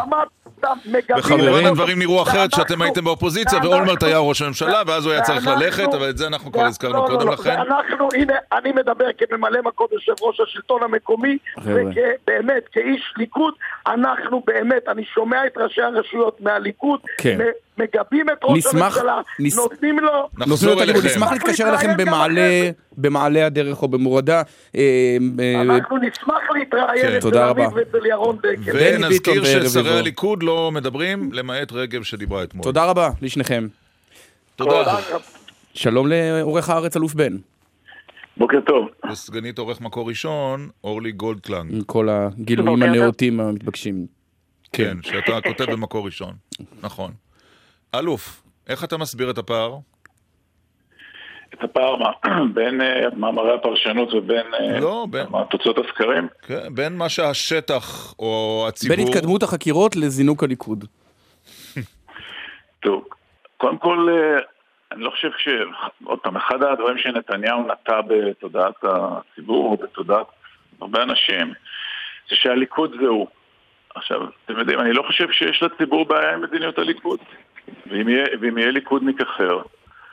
וחברים, דברים נראו אחרת שאתם הייתם באופוזיציה, ואולמרט היה ראש הממשלה, ואז הוא היה צריך ללכת, אבל את זה אנחנו כבר הזכרנו קודם לכן. הנה, אני מדבר כממלא מקום יושב ראש השלטון המקומי, ובאמת, כאיש ליכוד, אנחנו באמת, אני שומע את ראשי הרשויות מהליכוד, מגבים את ראש הממשלה, נותנים לו... נשמח להתקשר אליכם במעלה הדרך או במורדה. אנחנו נשמח להתראיין אצל אביב ואצל ירון דקל. ונזכיר ששרי הליכוד לא מדברים, למעט רגב שדיברה אתמול. תודה רבה לשניכם. תודה. שלום לעורך הארץ אלוף בן. בוקר טוב. וסגנית עורך מקור ראשון, אורלי גולדקלנג. עם כל הגילויים הנאותים המתבקשים. כן, שאתה כותב במקור ראשון. נכון. אלוף, איך אתה מסביר את הפער? את הפער בין מאמרי הפרשנות ובין תוצאות הסקרים? כן, בין מה שהשטח או הציבור... בין התקדמות החקירות לזינוק הליכוד. טוב, קודם כל, אני לא חושב עוד פעם, אחד הדברים שנתניהו נטע בתודעת הציבור, בתודעת הרבה אנשים, זה שהליכוד זהו. עכשיו, אתם יודעים, אני לא חושב שיש לציבור בעיה עם מדיניות הליכוד. ואם יהיה ליכודניק אחר,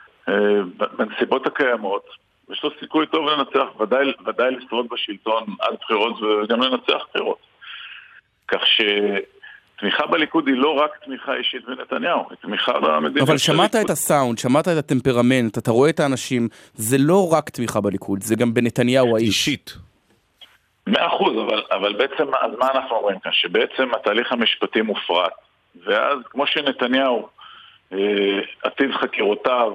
בנסיבות הקיימות, יש לו סיכוי טוב לנצח, ודאי לשרוד בשלטון עד בחירות וגם לנצח בחירות. כך שתמיכה בליכוד היא לא רק תמיכה אישית בנתניהו, היא תמיכה במדינות. אבל שמעת את הסאונד, שמעת את הטמפרמנט, אתה רואה את האנשים, זה לא רק תמיכה בליכוד, זה גם בנתניהו האיש. אישית. 100%, אבל בעצם, אז מה אנחנו אומרים כאן? שבעצם התהליך המשפטי מופרט, ואז כמו שנתניהו, עתיד חקירותיו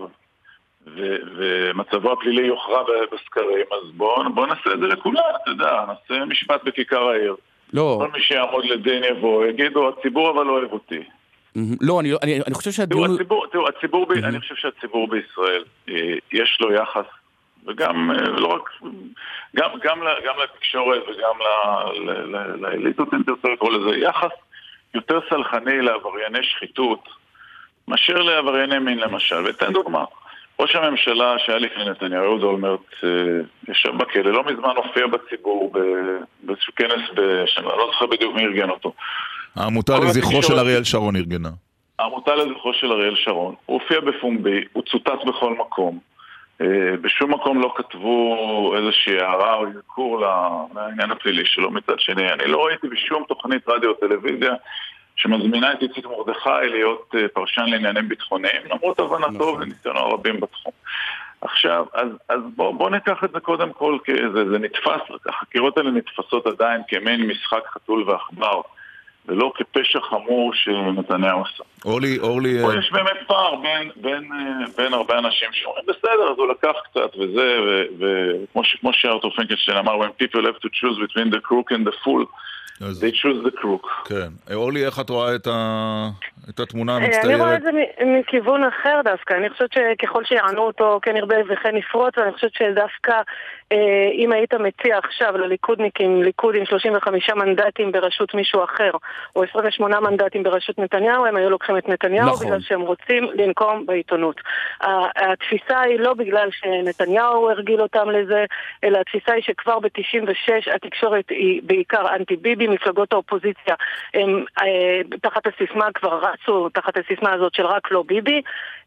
ומצבו הפלילי יוכרע בסקרים, אז בוא נעשה את זה לכולם, אתה יודע, נעשה משפט בכיכר העיר. לא. כל מי שיעמוד לדין יבוא, יגידו, הציבור אבל לא אוהב אותי. לא, אני חושב שהדיון... אני חושב שהציבור בישראל, יש לו יחס, וגם, לא רק, גם לתקשורת וגם לאליטות, אם תרצה לקרוא לזה, יחס יותר סלחני לעברייני שחיתות, מאשר לעברייני מין למשל. ותן דוגמה, ראש הממשלה שהיה לפני נתניהו, אהוד אולמרט, ישב בכלא, לא מזמן הופיע בציבור באיזשהו כנס, שאני לא זוכר בדיוק מי ארגן אותו. העמותה לזכרו של אריאל שרון ארגנה. העמותה לזכרו של אריאל שרון. הוא הופיע בפומבי, הוא צוטט בכל מקום. בשום מקום לא כתבו איזושהי הערה או אזכור לעניין הפלילי שלו. מצד שני, אני לא ראיתי בשום תוכנית רדיו או טלוויזיה שמזמינה את איציק מרדכי להיות פרשן לעניינים ביטחוניים, למרות הבנתו וניסיונו הרבים בתחום. עכשיו, אז בוא ניקח את זה קודם כל, זה נתפס, החקירות האלה נתפסות עדיין כמין משחק חתול ועכבר, ולא כפשע חמור שנתניהו עשה. אורלי... יש באמת פער בין הרבה אנשים שאומרים, בסדר, אז הוא לקח קצת וזה, וכמו שארתור פינקלשטיין אמר, when people have to choose between the crook and the fool, they choose the crook. כן. אורלי, איך את רואה את התמונה המצטיירת? אני רואה את זה מכיוון אחר דווקא. אני חושבת שככל שיענו אותו כן ירבה וכן יפרוץ, אני חושבת שדווקא אם היית מציע עכשיו לליכודניקים, ליכוד עם 35 מנדטים בראשות מישהו אחר, או 28 מנדטים בראשות נתניהו, הם היו לוקחים את נתניהו נכון. בגלל שהם רוצים לנקום בעיתונות. התפיסה היא לא בגלל שנתניהו הרגיל אותם לזה, אלא התפיסה היא שכבר ב-96 התקשורת היא בעיקר אנטי-ביבי, מפלגות האופוזיציה הם תחת הסיסמה כבר רצו, תחת הסיסמה הזאת של רק לא ביבי,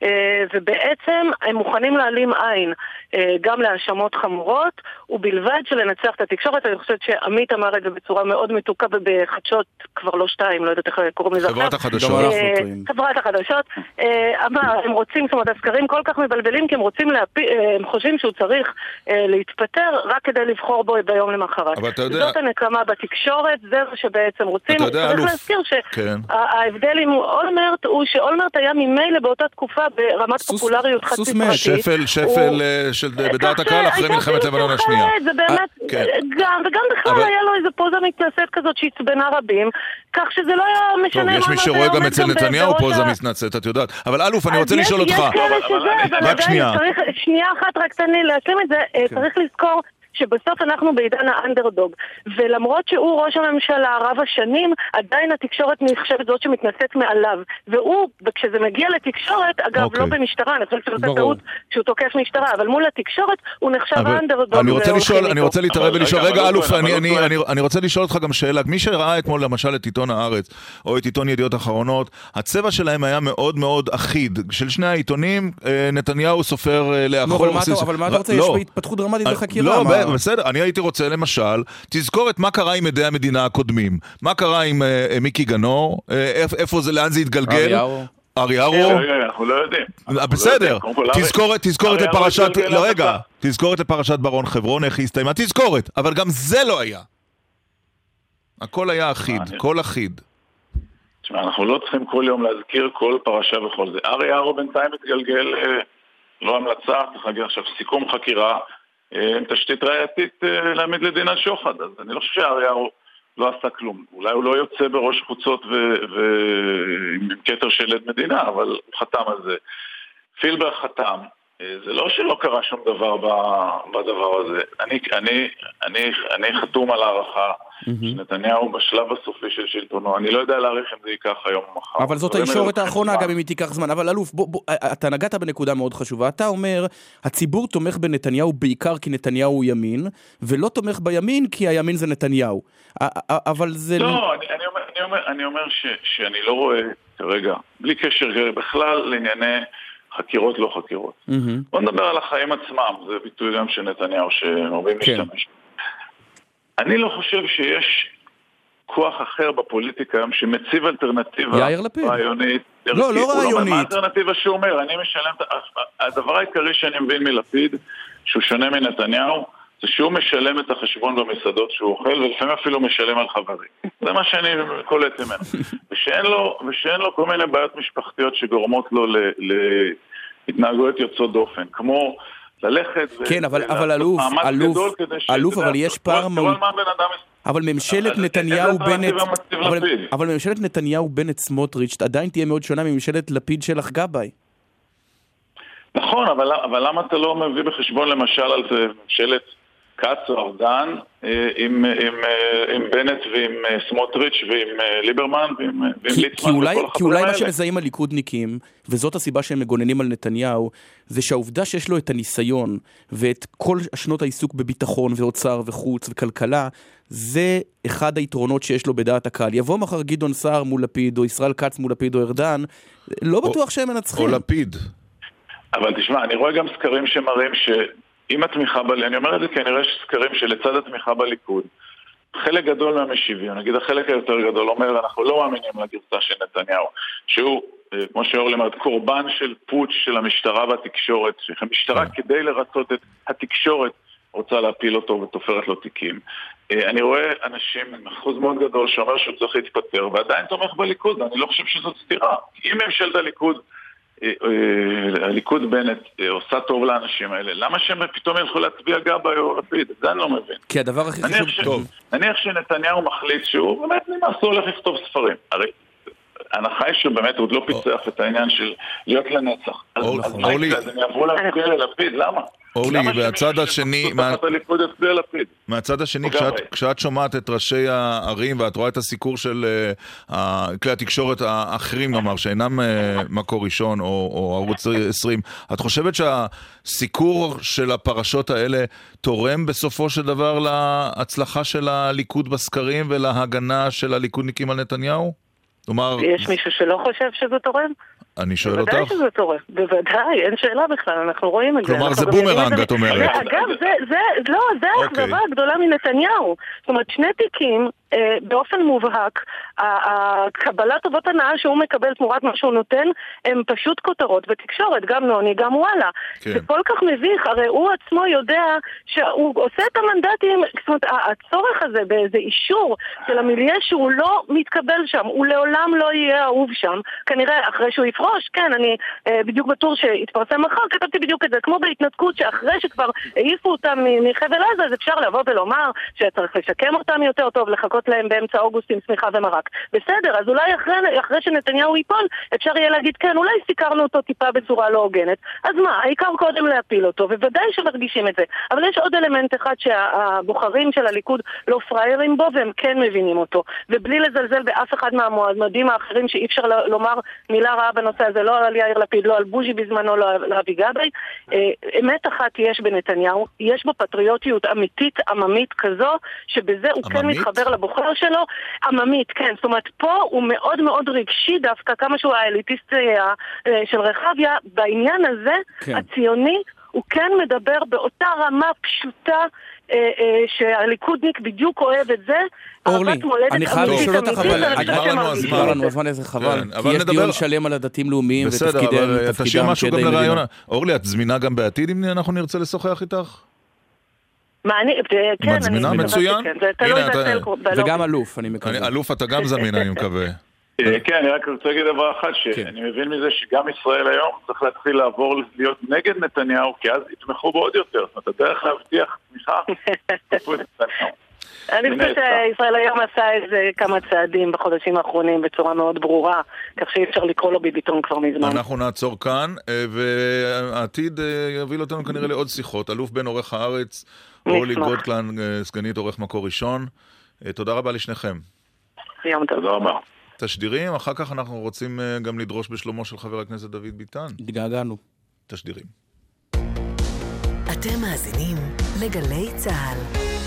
ובעצם הם מוכנים להעלים עין גם להאשמות חמורות, ובלבד שלנצח את התקשורת. אני חושבת שעמית אמר את זה בצורה מאוד מתוקה ובחדשות, כבר לא 2, לא יודעת איך קוראים לזה. חברת החדשות. חברת החדשות. אמר, הם רוצים, זאת אומרת, הסקרים כל כך מבלבלים, כי הם רוצים הם חושבים שהוא צריך להתפטר רק כדי לבחור בו ביום למחרת. זאת הנקמה בתקשורת, זה מה שבעצם רוצים. צריך להזכיר שההבדל עם אולמרט הוא שאולמרט היה ממילא באותה תקופה ברמת פופולריות חצי פרטית. שפל בדעת הקהל אחרי מלחמת לבנון השנייה. זה באמת, וגם בכלל היה לו איזה פוזה מתנשאת כזאת שהצבנה רבים, כך שזה לא היה משנה. טוב, יש מי שרואה גם אצל נתניהו פוזה מתנשאת, את יודעת. אבל אלוף, אני רוצה לשאול אותך. רק שנייה. שנייה אחת, רק תן לי להשלים את זה. צריך לזכור שבסוף אנחנו בעידן האנדרדוג, ולמרות שהוא ראש הממשלה רב השנים, עדיין התקשורת נחשבת זאת שמתנשאת מעליו, והוא, כשזה מגיע לתקשורת, אגב לא במשטרה, אני חושבת שזה טעות שהוא תוקף משטרה, אבל מול התקשורת הוא נחשב האנדרדוג. אני רוצה להתערב ולשאול, רגע אלוף, אני רוצה לשאול אותך גם שאלה, מי שראה אתמול למשל את עיתון הארץ, או את עיתון ידיעות אחרונות, הצבע שלהם היה מאוד מאוד אחיד, של שני העיתונים, נתניהו סופר לאחור. אבל מה אתה רוצה? יש התפתחות דרמטית בחקירה. בסדר, אני הייתי רוצה למשל, תזכור את מה קרה עם עדי המדינה הקודמים, מה קרה עם מיקי גנור, איפה זה, לאן זה התגלגל? אריארו? אנחנו לא יודעים. בסדר, תזכורת לפרשת, לא רגע, תזכורת לפרשת ברון חברון, איך היא הסתיימה, תזכורת, אבל גם זה לא היה. הכל היה אחיד, כל אחיד. תשמע, אנחנו לא צריכים כל יום להזכיר כל פרשה וכל זה. אריארו בינתיים מתגלגל, לא המלצה, צריך להגיד עכשיו סיכום חקירה, עם תשתית ראייתית להעמיד לדין על שוחד. אז אני לא חושב שאריארו לא עשה כלום. אולי הוא לא יוצא בראש חוצות ועם כתר של עד מדינה, אבל הוא חתם על זה. פילבר חתם. זה לא שלא קרה שום דבר בדבר הזה. אני חתום על הערכה שנתניהו בשלב הסופי של שלטונו. אני לא יודע להעריך אם זה ייקח היום או מחר. אבל זאת הישורת האחרונה גם אם היא תיקח זמן. אבל אלוף, אתה נגעת בנקודה מאוד חשובה. אתה אומר, הציבור תומך בנתניהו בעיקר כי נתניהו הוא ימין, ולא תומך בימין כי הימין זה נתניהו. אבל זה... לא, אני אומר שאני לא רואה כרגע, בלי קשר בכלל לענייני חקירות לא חקירות. בוא נדבר על החיים עצמם, זה ביטוי גם של נתניהו שמרבים להשתמש. אני לא חושב שיש כוח אחר בפוליטיקה היום שמציב אלטרנטיבה רעיונית. לא רעיונית. מה האלטרנטיבה שהוא אומר? אני משלם, הדבר העיקרי שאני מבין מלפיד, שהוא שונה מנתניהו, זה שהוא משלם את החשבון במסעדות שהוא אוכל, ולפעמים אפילו משלם על חברים. זה מה שאני קולט ממנו. ושאין לו כל מיני בעיות משפחתיות שגורמות לו להתנהגויות יוצאות דופן, כמו ללכת כן, אבל אלוף, אבל יש פער אבל ממשלת נתניהו בנט, אבל ממשלת נתניהו בנט סמוטריץ' עדיין תהיה מאוד שונה מממשלת לפיד שלח גבאי. נכון, אבל למה אתה לא מביא בחשבון למשל על ממשלת קץ או ארדן עם בנט ועם סמוטריץ' ועם ליברמן ועם ליצמן? כי אולי מה שמזהים הליכודניקים, וזאת הסיבה שהם מגוננים על נתניהו, זה שהעובדה שיש לו את הניסיון ואת כל השנות העיסוק בביטחון ואוצר וחוץ וכלכלה, זה אחד היתרונות שיש לו בדעת הקהל. יבוא מחר גדעון סער מול לפיד או ישראל כץ מול לפיד או ארדן, לא בטוח שהם מנצחים. או לפיד. אבל תשמע, אני רואה גם סקרים שמראים שאם התמיכה אני אומר את זה כי אני רואה סקרים שלצד התמיכה בליכוד, חלק גדול מהמשיבים, נגיד החלק היותר גדול, אומר אנחנו לא מאמינים לגרסה של נתניהו, שהוא, כמו שאורלי אומרת, קורבן של פוטש של המשטרה והתקשורת, שהמשטרה כדי לרצות את התקשורת, רוצה להפיל אותו ותופרת לו תיקים. אני רואה אנשים, אחוז מאוד גדול שאומר שהוא צריך להתפטר, ועדיין תומך בליכוד, אני לא חושב שזאת סתירה. אם ממשלת הליכוד בנט עושה טוב לאנשים האלה, למה שהם פתאום ילכו להצביע גבה או לפיד? זה אני לא מבין. כי הדבר הכי חשוב טוב. נניח שנתניהו מחליט שהוא באמת נמאס לו הולך לכתוב ספרים. הרי ההנחה היא שבאמת הוא עוד לא פיצח את העניין של להיות לנצח. אז מה יקרה? אז הם יעברו להצביע ללפיד, למה? אורלי, מהצד השני, מהצד השני, כשאת שומעת את ראשי הערים ואת רואה את הסיקור של כלי התקשורת האחרים, נאמר, שאינם מקור ראשון או ערוץ 20, את חושבת שהסיקור של הפרשות האלה תורם בסופו של דבר להצלחה של הליכוד בסקרים ולהגנה של הליכודניקים על נתניהו? יש מישהו שלא חושב שזה תורם? אני שואל אותך. בוודאי שזה תורם, בוודאי, אין שאלה בכלל, אנחנו רואים את זה. כלומר, זה בומרנג, את אומרת. אגב, זה האכזבה הגדולה מנתניהו. זאת אומרת, שני תיקים, באופן מובהק, הקבלת טובות הנאה שהוא מקבל תמורת מה שהוא נותן, הם פשוט כותרות בתקשורת, גם נוני, גם וואלה. זה כל כך מביך, הרי הוא עצמו יודע שהוא עושה את המנדטים, זאת אומרת, הצורך הזה באיזה אישור של המיליה שהוא לא מתקבל שם, הוא לעולם לא יהיה אהוב שם, כנראה אחרי שהוא יפרוש, כן, אני בדיוק בטור שהתפרסם מחר, כתבתי בדיוק את זה, כמו בהתנתקות, שאחרי שכבר העיפו אותם מחבל עזה, אז אפשר לבוא ולומר שצריך לשקם אותם יותר טוב, לחכות להם באמצע אוגוסט עם סמיכה ומרק. בסדר, אז אולי אחרי שנתניהו ייפול, אפשר יהיה להגיד, כן, אולי סיקרנו אותו טיפה בצורה לא הוגנת. אז מה, העיקר קודם להפיל אותו, וודאי שמרגישים את זה. אבל יש עוד אלמנט אחד שהבוחרים של הליכוד לא פריירים בו, והם כן מבינים אותו. ובלי לזלזל באף אחד מהמועמדים האחרים שאי אפשר לומר מילה רעה בנושא הזה, לא על יאיר לפיד, לא על בוז'י בזמנו, לא על אבי גבאי. אמת אחת יש בנתניהו, יש בו פטריוטיות אמיתית, עממית כזו, שבזה הוא כן מתחבר לבוחר שלו, עממית, כן. זאת אומרת, פה הוא מאוד מאוד רגשי דווקא, כמה שהוא האליטיסט של רחביה, בעניין הזה, הציוני, הוא כן מדבר באותה רמה פשוטה, שהליכודניק בדיוק אוהב את זה. אורלי, אני חייב לשאול אותך, אבל נגמר לנו הזמן איזה חבל, כי יש דיון שלם על הדתיים לאומיים ותפקידם. בסדר, אבל תשאיר משהו גם לרעיון. אורלי, את זמינה גם בעתיד אם אנחנו נרצה לשוחח איתך? כן, מזמינה, מצוין. וגם אלוף, אני מקווה. אלוף אתה גם זמין, אני מקווה. כן, אני רק רוצה להגיד דבר אחד, שאני מבין מזה שגם ישראל היום צריך להתחיל לעבור להיות נגד נתניהו, כי אז יתמכו בו עוד יותר. זאת אומרת, הדרך להבטיח תמיכה, תפו את נתניהו. אני חושבת שישראל היום עשה איזה כמה צעדים בחודשים האחרונים בצורה מאוד ברורה, כך שאי אפשר לקרוא לו ביביטון כבר מזמן. אנחנו נעצור כאן, והעתיד יביא אותנו כנראה לעוד שיחות. אלוף בן עורך הארץ, אורלי גולדקלן, סגנית עורך מקור ראשון. תודה רבה לשניכם. יום טוב. תודה רבה. תשדירים, אחר כך אנחנו רוצים גם לדרוש בשלומו של חבר הכנסת דוד ביטן. התגעגענו. תשדירים. אתם מאזינים לגלי צהל.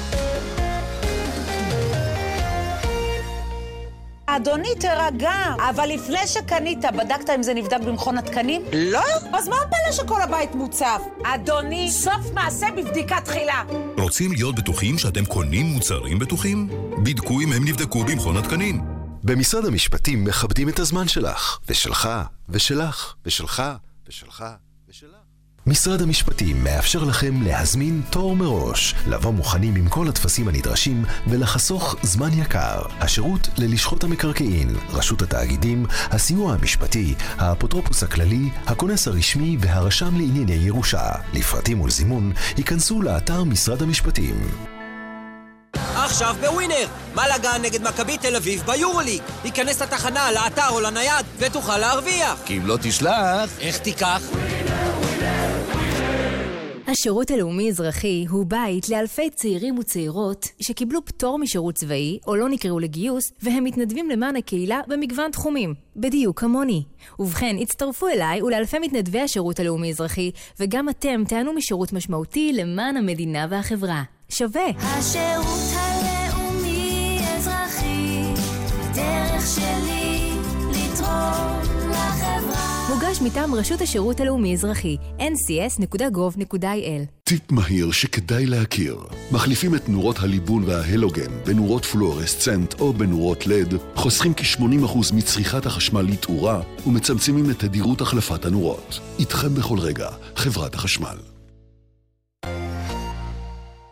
אדוני, תרגע. אבל לפני שקנית, בדקת אם זה נבדק במכון התקנים? לא? אז מה הפלא שכל הבית מוצף? אדוני, סוף מעשה בבדיקה תחילה. רוצים להיות בטוחים שאתם קונים מוצרים בטוחים? בדקו אם הם נבדקו במכון התקנים. במשרד המשפטים מכבדים את הזמן שלך, ושלך, ושלך, ושלך, ושלך, ושלך. משרד המשפטים מאפשר לכם להזמין תור מראש, לבוא מוכנים עם כל התפסים הנדרשים ולחסוך זמן יקר. השירות ללשכות המקרקעין, רשות התאגידים, הסיוע המשפטי, האפוטרופוס הכללי, הכונס הרשמי והרשם לענייני ירושה. לפרטים ולזימון, ייכנסו לאתר משרד המשפטים. עכשיו בווינר, מלאגה נגד מכבי תל אביב ביורוליג. היכנס לתחנה, לאתר או לנייד ותוכל להרוויח. כי אם לא תשלח, איך תיקח? השירות הלאומי-אזרחי הוא בית לאלפי צעירים וצעירות שקיבלו פטור משירות צבאי או לא נקראו לגיוס והם מתנדבים למען הקהילה במגוון תחומים, בדיוק כמוני. ובכן, הצטרפו אליי ולאלפי מתנדבי השירות הלאומי-אזרחי וגם אתם תענו משירות משמעותי למען המדינה והחברה. שווה! השירות הלאומי-אזרחי, דרך שלי לתרום לחברה. מוגש מטעם רשות השירות הלאומי-אזרחי, ncs.gov.il. טיפ מהיר שכדאי להכיר. מחליפים את נורות הליבון וההלוגן בנורות פלואורסצנט או בנורות לד, חוסכים כ-80% מצריכת החשמל לתאורה ומצמצמים את תדירות החלפת הנורות. איתכם בכל רגע, חברת החשמל.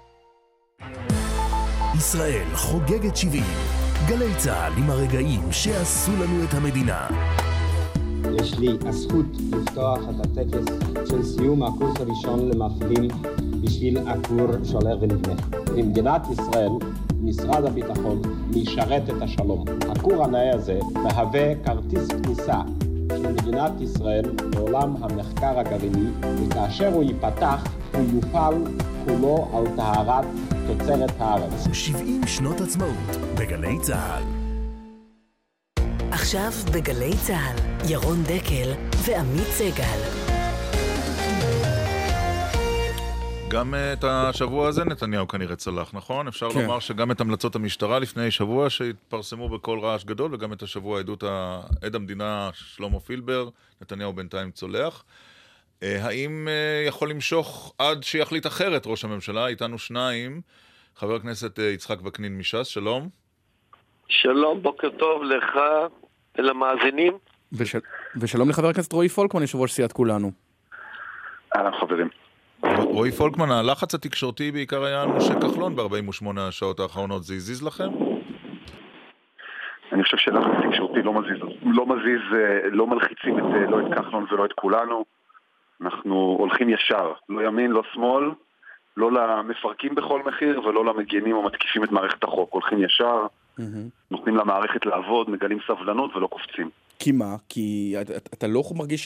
ישראל חוגגת 70. גלי צהל עם הרגעים שעשו לנו את המדינה. יש לי הזכות לפתוח את הטקס של סיום הקורס הראשון למפעילים בשביל הכור שהולך ונבנה. במדינת ישראל, משרד הביטחון משרת את השלום. הכור הנאה הזה מהווה כרטיס כניסה של מדינת ישראל בעולם המחקר הגרעיני, וכאשר הוא ייפתח, הוא יופעל כולו על טהרת תוצרת הארץ. 70 שנות עצמאות בגלי צהל. עכשיו בגלי צהל, ירון דקל ועמית סגל. גם את השבוע הזה נתניהו כנראה צלח, נכון? אפשר לומר שגם את המלצות המשטרה לפני שבוע שהתפרסמו בכל רעש גדול, וגם את השבוע עד המדינה שלמה פילבר, נתניהו בינתיים צולח. האם יכול למשוך עד שיחליט אחרת ראש הממשלה? איתנו שניים, חבר הכנסת יצחק וקנין מש"ס, שלום. שלום, בוקר טוב לך ולמאזינים. ושלום לחבר הכנסת רועי פולקמן, יושב ראש סיעת כולנו. אהלן חברים. רועי פולקמן, הלחץ התקשורתי בעיקר היה על משה כחלון ב-48 השעות האחרונות, זה הזיז לכם? אני חושב שלחץ תקשורתי לא מלחיצים לא את כחלון ולא את כולנו. אנחנו הולכים ישר, לא ימין, לא שמאל, לא למפרקים בכל מחיר ולא למגנים או מתקיפים את מערכת החוק. הולכים ישר, נותנים למערכת לעבוד, מגלים סבלנות ולא קופצים. כי מה? כי אתה לא מרגיש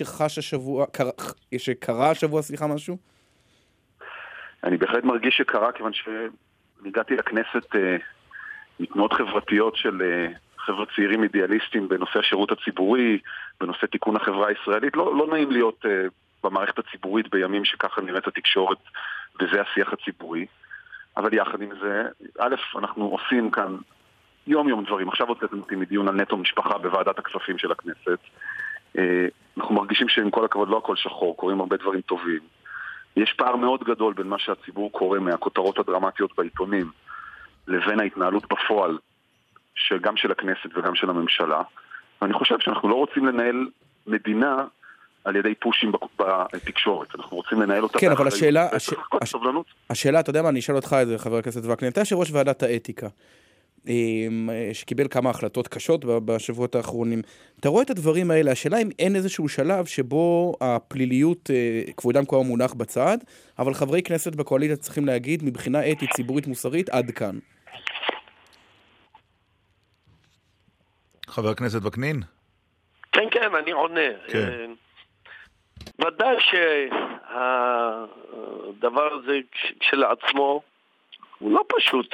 שקרה השבוע, משהו? אני בהחלט מרגיש שקרה, כיוון שהגעתי לכנסת מתנועות חברתיות של חבר'ה צעירים אידיאליסטים בנושא השירות הציבורי, בנושא תיקון החברה הישראלית. לא נעים להיות במערכת הציבורית בימים שככה נראית התקשורת, וזה השיח הציבורי. אבל יחד עם זה, א', אנחנו עושים כאן יום דברים. עכשיו הוצאתם אותי מדיון על נטו משפחה בוועדת הכספים של הכנסת. אנחנו מרגישים שעם כל הכבוד לא הכל שחור, קוראים הרבה דברים טובים. יש פער מאוד גדול בין מה שהציבור קורא מהכותרות הדרמטיות בעיתונים לבין ההתנהלות בפועל, שגם של הכנסת וגם של הממשלה. ואני חושב שאנחנו לא רוצים לנהל מדינה על ידי פושים בתקשורת. אנחנו רוצים לנהל אותה. כן, אבל השאלה, אתה יודע מה, אני אשאל אותך את זה, חבר הכנסת וקנין. אתה יושב-ראש ועדת האתיקה, שקיבל כמה החלטות קשות בשבועות האחרונים. אתה רואה את הדברים האלה, השאלה אם אין איזשהו שלב שבו הפליליות כבודם כבר מונח בצד, אבל חברי כנסת בקואליציה צריכים להגיד מבחינה אתית, ציבורית, מוסרית, עד כאן. חבר הכנסת וקנין? כן, אני עונה. כן. ודאי שהדבר הזה כשלעצמו הוא לא פשוט,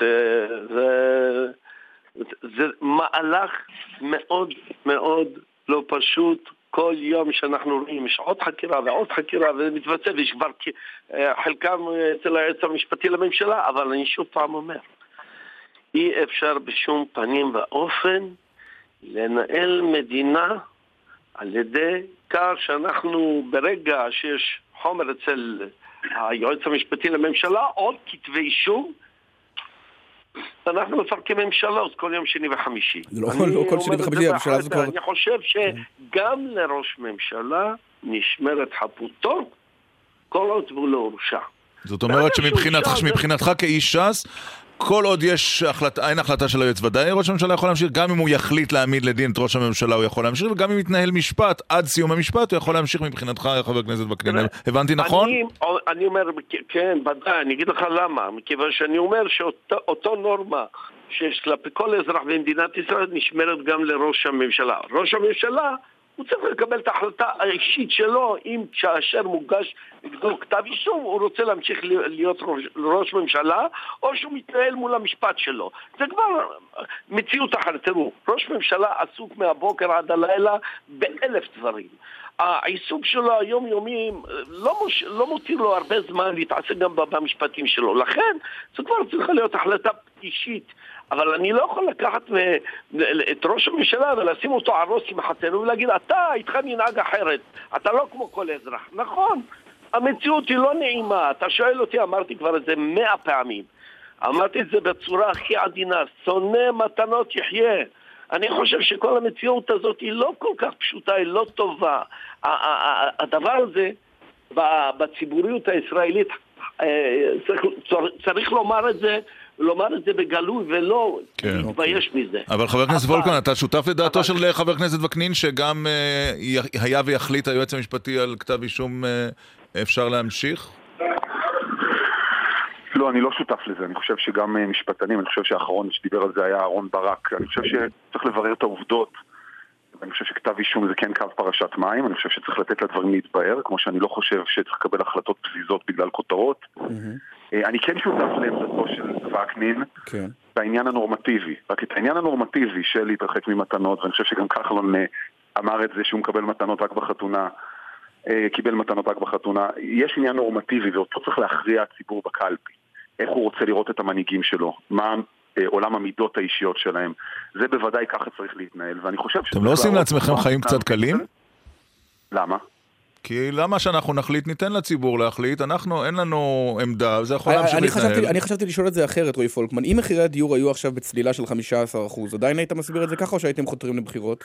זה מהלך מאוד מאוד לא פשוט. כל יום שאנחנו רואים יש עוד חקירה ועוד חקירה ומתבצע, ויש כבר חלקם אצל היועץ המשפטי לממשלה, אבל אני שוב פעם אומר, אי אפשר בשום פנים ואופן לנהל מדינה על ידי כך שאנחנו ברגע שיש חומר אצל היועץ המשפטי לממשלה עוד כתבי אישום, אנחנו מפרקים ממשלות כל יום שני וחמישי. לא כל שני וחמישי, הממשלה זה כבר... אני חושב שגם לראש ממשלה נשמרת חפותו כל עוד הוא לא הורשע. זאת אומרת שמבחינתך כאיש ש"ס, כל עוד אין החלטה של היועץ, ודאי ראש הממשלה יכול להמשיך, גם אם הוא יחליט להעמיד לדין את ראש הממשלה הוא יכול להמשיך, וגם אם יתנהל משפט עד סיום המשפט הוא יכול להמשיך מבחינתך, חבר הכנסת וקנין. הבנתי נכון? אני אומר, כן, ודאי, אני אגיד לך למה, מכיוון שאני אומר שאותו נורמה שיש כלפי כל אזרח במדינת ישראל נשמרת גם לראש הממשלה. ראש הממשלה הוא צריך לקבל את ההחלטה האישית שלו, אם כאשר מוגש נגדו כתב אישום, הוא רוצה להמשיך להיות ראש ממשלה, או שהוא מתנהל מול המשפט שלו. זה כבר מציאות אחרת. תראו, ראש ממשלה עסוק מהבוקר עד הלילה באלף דברים. העיסוק שלו היומיומיים לא מותיר לו הרבה זמן להתעסק גם במשפטים שלו. לכן, זה כבר צריכה להיות החלטה אישית. אבל אני לא יכול לקחת את ראש הממשלה ולשים אותו על ראש שמחתנו ולהגיד, אתה איתך ננהג אחרת, אתה לא כמו כל אזרח. נכון, המציאות היא לא נעימה. אתה שואל אותי, אמרתי כבר את זה 100 פעמים. אמרתי את זה בצורה הכי עדינה, שונא מתנות יחיה. אני חושב שכל המציאות הזאת היא לא כל כך פשוטה, היא לא טובה. הדבר הזה בציבוריות הישראלית, צריך לומר את זה ולומר את זה בגלוי ולא להתבייש מזה. אבל חבר הכנסת וולקמן, אתה שותף לדעתו של חבר הכנסת וקנין, שגם היה ויחליט היועץ המשפטי על כתב אישום אפשר להמשיך? לא, אני לא שותף לזה. אני חושב שגם משפטנים, אני חושב שהאחרון שדיבר על זה היה אהרון ברק. אני חושב שצריך לברר את העובדות. אני חושב שכתב אישום זה כן קו פרשת מים. אני חושב שצריך לתת לדברים להתבהר, כמו שאני לא חושב שצריך לקבל החלטות פזיזות בגלל כותרות. אני כן שותף לעמדתו של וקנין בעניין הנורמטיבי. רק את העניין הנורמטיבי של להתרחק ממתנות, ואני חושב שגם כחלון אמר את זה שהוא מקבל מתנות רק בחתונה, קיבל מתנות רק בחתונה. יש עניין נורמטיבי, ואותו צריך להכריע הציבור בקלפי. איך הוא רוצה לראות את המנהיגים שלו, מה עולם המידות האישיות שלהם. זה בוודאי ככה צריך להתנהל, ואני חושב אתם לא עושים לעצמכם חיים קצת קלים? למה? כי למה שאנחנו נחליט, ניתן לציבור להחליט, אין לנו עמדה, זה יכול להמשיך להתנהל. אני חשבתי לשאול את זה אחרת, רועי פולקמן. אם מחירי הדיור היו עכשיו בצלילה של 15%, עדיין היית מסביר את זה ככה או שהייתם חותרים לבחירות?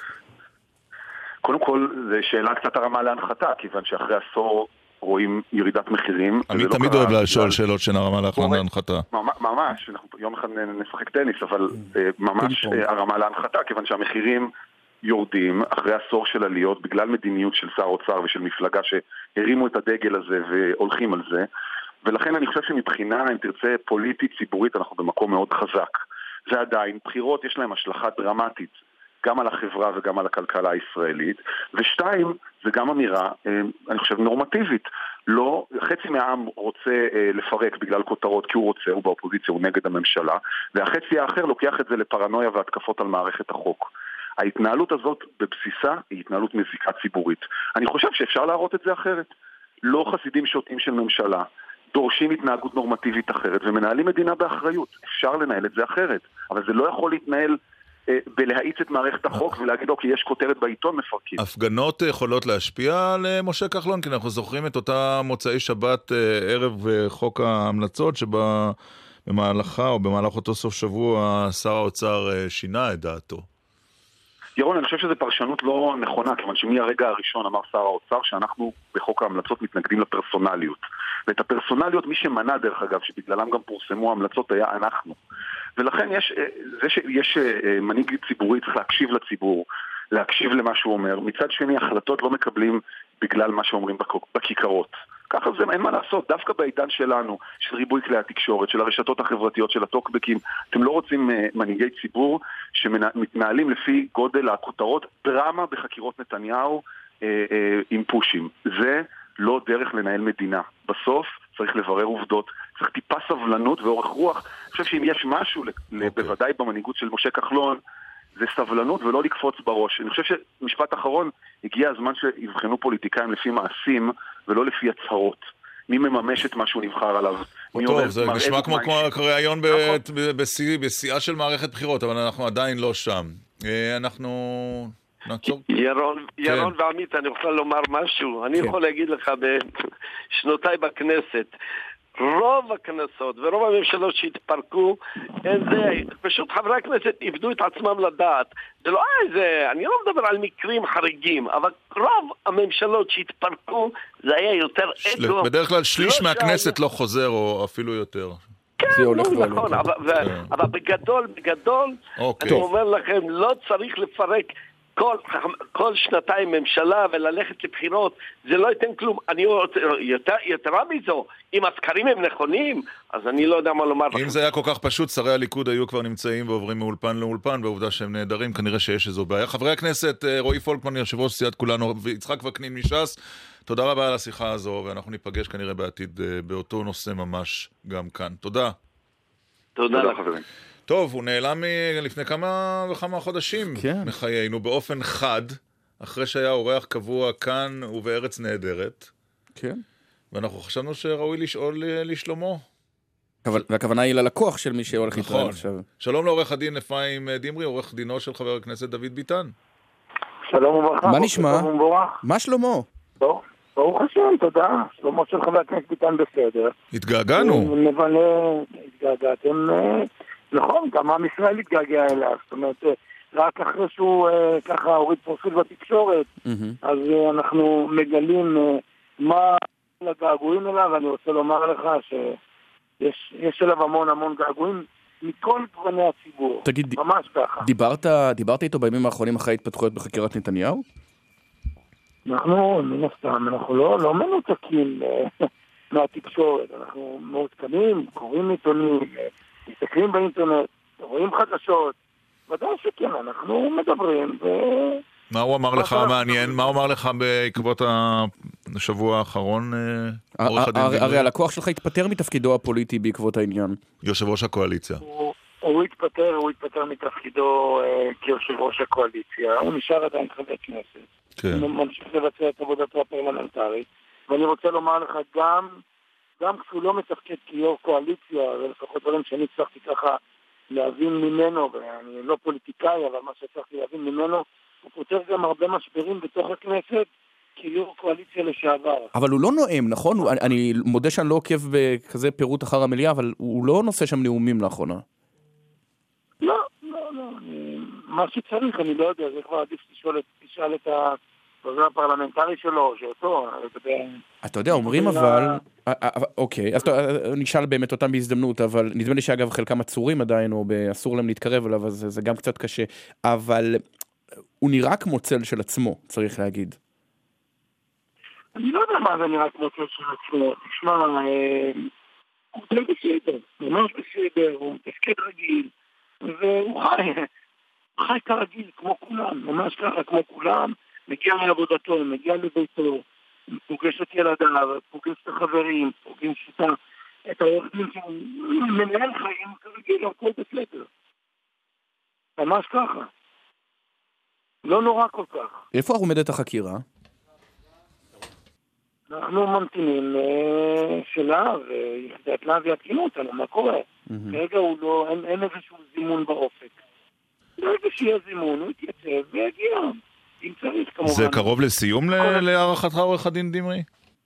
קודם כל, זו שאלה קצת הרמה להנחתה, כיוון שאחרי עשור רואים ירידת מחירים. אני תמיד אוהב לשאול שאלות של הרמה להנחתה. ממש, יום אחד נשחק טניס, אבל ממש הרמה להנחתה, כיוון שהמחירים יורדים אחרי עשור של עליות, בגלל מדיניות של שר אוצר ושל מפלגה שהרימו את הדגל הזה והולכים על זה, ולכן אני חושב שמבחינה, אם תרצה, פוליטית, ציבורית, אנחנו במקום מאוד חזק. ועדיין, בחירות יש להם השלכה דרמטית, גם על החברה וגם על הכלכלה הישראלית, ושתיים, זה גם אמירה, אני חושב, נורמטיבית. לא, חצי מהעם רוצה לפרק בגלל כותרות, כי הוא רוצה, הוא באופוזיציה, הוא נגד הממשלה, והחצי האחר לוקח את זה לפרנויה והתקפות על מערכת החוק. ההתנהלות הזאת בבסיסה היא התנהלות מזיקה ציבורית. אני חושב שאפשר להראות את זה אחרת. לא חסידים שוטים של ממשלה, דורשים התנהגות נורמטיבית אחרת, ומנהלים מדינה באחריות. אפשר לנהל את זה אחרת, אבל זה לא יכול להתנהל בלהאיץ את מערכת החוק ולהגיד לו כי יש כותרת בעיתון מפרקים. הפגנות יכולות להשפיע על משה כחלון? כי אנחנו זוכרים את אותה מוצאי שבת ערב חוק ההמלצות שבה במהלכה או במהלך אותו סוף שבוע שר האוצר שינה את דעתו. ירון, אני חושב שזו פרשנות לא נכונה, כיוון שמהרגע הראשון אמר שר האוצר שאנחנו בחוק ההמלצות מתנגדים לפרסונליות. ואת הפרסונליות, מי שמנע דרך אגב, שבגללם גם פורסמו ההמלצות, היה אנחנו. ולכן יש מנהיג ציבורי, צריך להקשיב לציבור, להקשיב למה שהוא אומר. מצד שני, החלטות לא מקבלים בגלל מה שאומרים בכיכרות. ככה זה, אין מה לעשות. דווקא בעידן שלנו, של ריבוי כלי התקשורת, של הרשתות החברתיות, של הטוקבקים, אתם לא רוצים מנהיגי ציבור שמתנהלים לפי גודל הכותרות, דרמה בחקירות נתניהו עם פושים. זה לא דרך לנהל מדינה. בסוף צריך לברר עובדות, צריך טיפה סבלנות ואורך רוח. אני חושב שאם יש משהו, בוודאי במנהיגות של משה כחלון, זה סבלנות ולא לקפוץ בראש. אני חושב שמשפט אחרון, הגיע הזמן שיבחנו פוליטיקאים לפי מעשים ולא לפי הצהרות. מי מממש את מה שהוא נבחר עליו. טוב, זה נשמע כמו ראיון בשיאה של מערכת בחירות, אבל אנחנו עדיין לא שם. אנחנו נעצור. ירון ועמית, אני יכול לומר משהו. אני יכול להגיד לך בשנותיי בכנסת, רוב הכנסות ורוב הממשלות שהתפרקו, פשוט חברי הכנסת איבדו את עצמם לדעת. זה לא איזה, אני לא מדבר על מקרים חריגים, אבל רוב הממשלות שהתפרקו, זה היה יותר אגו. בדרך כלל שליש מהכנסת לא חוזר, או אפילו יותר. כן, נכון, אבל בגדול, אני אומר לכם, לא צריך לפרק כל שנתיים ממשלה וללכת לבחירות, זה לא ייתן כלום. אני יתרה מזו, אם הסקרים הם נכונים, אז אני לא יודע מה לומר לכם. אם זה היה כל כך פשוט, שרי הליכוד היו כבר נמצאים ועוברים מאולפן לאולפן, בעובדה שהם נהדרים, כנראה שיש איזו בעיה. חברי הכנסת, רועי פולקמן, יושב ראש סיעת כולנו, ויצחק וקנין מש"ס, תודה רבה על השיחה הזו, ואנחנו ניפגש כנראה בעתיד באותו נושא ממש גם כאן. תודה. תודה לחברים. טוב, הוא נעלם לפני כמה וכמה חודשים מחיינו באופן חד, אחרי שהיה אורח קבוע כאן ובארץ נהדרת. כן. ואנחנו חשבנו שראוי לשאול לשלומו. והכוונה היא ללקוח של מי שהולך להתראיין עכשיו. שלום לעורך הדין אפרים דמרי, עורך דינו של חבר הכנסת דוד ביטן. שלום וברכה. מה נשמע? מה שלמה? טוב, ברוך השם, תודה. שלמה של חבר הכנסת ביטן בסדר. התגעגענו. התגעגעתם... נכון, גם עם ישראל התגעגע אליו, זאת אומרת, רק אחרי שהוא ככה הוריד פרופיל בתקשורת, אז אנחנו מגלים מה הגעגועים אליו, ואני רוצה לומר לך שיש אליו המון געגועים, מכל גווני הציבור. תגיד, ממש ככה. דיברת איתו בימים האחרונים אחרי התפתחויות בחקירת נתניהו? אנחנו, מן הסתם, אנחנו לא מנותקים מהתקשורת, אנחנו מעודכנים, קוראים עיתונים, מסתכלים באינטרנט, רואים חדשות, ודאי שכן, אנחנו מדברים מה הוא אמר לך מעניין? מה הוא אמר לך בעקבות השבוע האחרון? הרי הלקוח שלך התפטר מתפקידו הפוליטי בעקבות העניין. יושב ראש הקואליציה. הוא התפטר מתפקידו כיושב ראש הקואליציה, הוא נשאר עדיין חבר כנסת. הוא ממשיך לבצע את עבודתו הפרלמנטרית, ואני רוצה לומר לך גם כשהוא לא מתפקד כיו"ר קואליציה, ולפחות דברים שאני הצלחתי ככה להבין ממנו, ואני לא פוליטיקאי, אבל מה שהצלחתי להבין ממנו, הוא פותר גם הרבה משברים בתוך הכנסת כיו"ר קואליציה לשעבר. אבל הוא לא נואם, נכון? אני מודה שאני לא עוקב בכזה פירוט אחר המליאה, אבל הוא לא נושא שם נאומים לאחרונה. לא. מה שצריך, אני לא יודע, זה כבר עדיף תשאל את העוזר הפרלמנטרי שלו, שאותו, אתה יודע, אומרים אבל, אוקיי, אז נשאל באמת אותם בהזדמנות, אבל נדמה לי שאגב חלקם עצורים עדיין, או אסור להם להתקרב אליו, אז זה גם קצת קשה, אבל הוא נראה כמו צל של עצמו, צריך להגיד. אני לא יודע מה זה נראה כמו צל של עצמו, תשמע, הוא די בסדר, ממש בסדר, הוא מתפקד רגיל, והוא חי כרגיל, כמו כולם, ממש ככה, כמו כולם, מגיע לעבודתו, מגיע לביתו, פוגש את ילדיו, פוגש את החברים, פוגש את העורך דין שהוא מנהל חיים כרגיל, הכל בסדר. ממש ככה. לא נורא כל כך. איפה עומדת החקירה? אנחנו ממתינים שלה, ויחידת להב יעדכנו אותנו, מה קורה? כרגע הוא לא, אין איזשהו זימון באופק. ברגע שיהיה זימון, הוא יתייצב ויגיע. אם צריך, כמובן. זה קרוב לסיום להערכתך עורך הדין דמרי?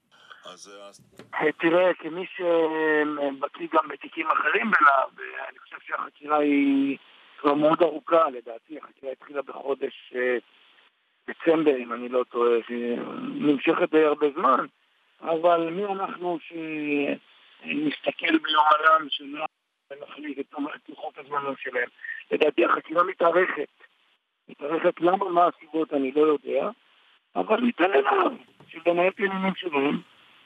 תראה, כמי שבקיא גם בתיקים אחרים בלהב, אני חושב שהחקירה היא כבר מאוד ארוכה, לדעתי. החקירה התחילה בחודש דצמבר, אם אני לא טועה, שנמשכת די הרבה זמן, אבל מי אנחנו שנסתכל ביום עולם שלא ונחליט את לוחות הזמנים שלהם. לדעתי החקירה מתארכת למה, מה הסיבות אני לא יודע, אבל ניתן אליו שבנהל עניינים שלהם.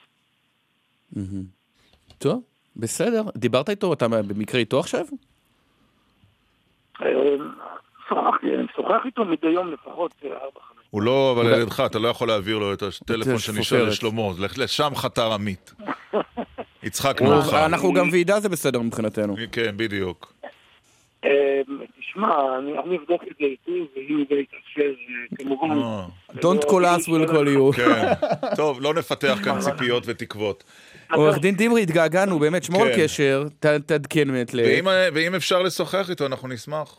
טוב, בסדר. דיברת איתו? אתה במקרה איתו עכשיו? שוחח איתו מדי יום לפחות 4-5. הוא לא, אבל לידך, אתה לא יכול להעביר לו את הטלפון שנשאר לשלמה, לשם חתר עמית. יצחק מאוחר. אנחנו גם ועידה זה בסדר מבחינתנו. כן, בדיוק. תשמע, אני אבדוק את זה איתי, ואם זה יתאפשר כמובן. Don't call us, we'll call you. כן, טוב, לא נפתח כאן ציפיות ותקוות. עורך דין דמרי, התגעגענו, באמת, שמור קשר, תעדכן מעת לעת. ואם אפשר לשוחח איתו, אנחנו נשמח.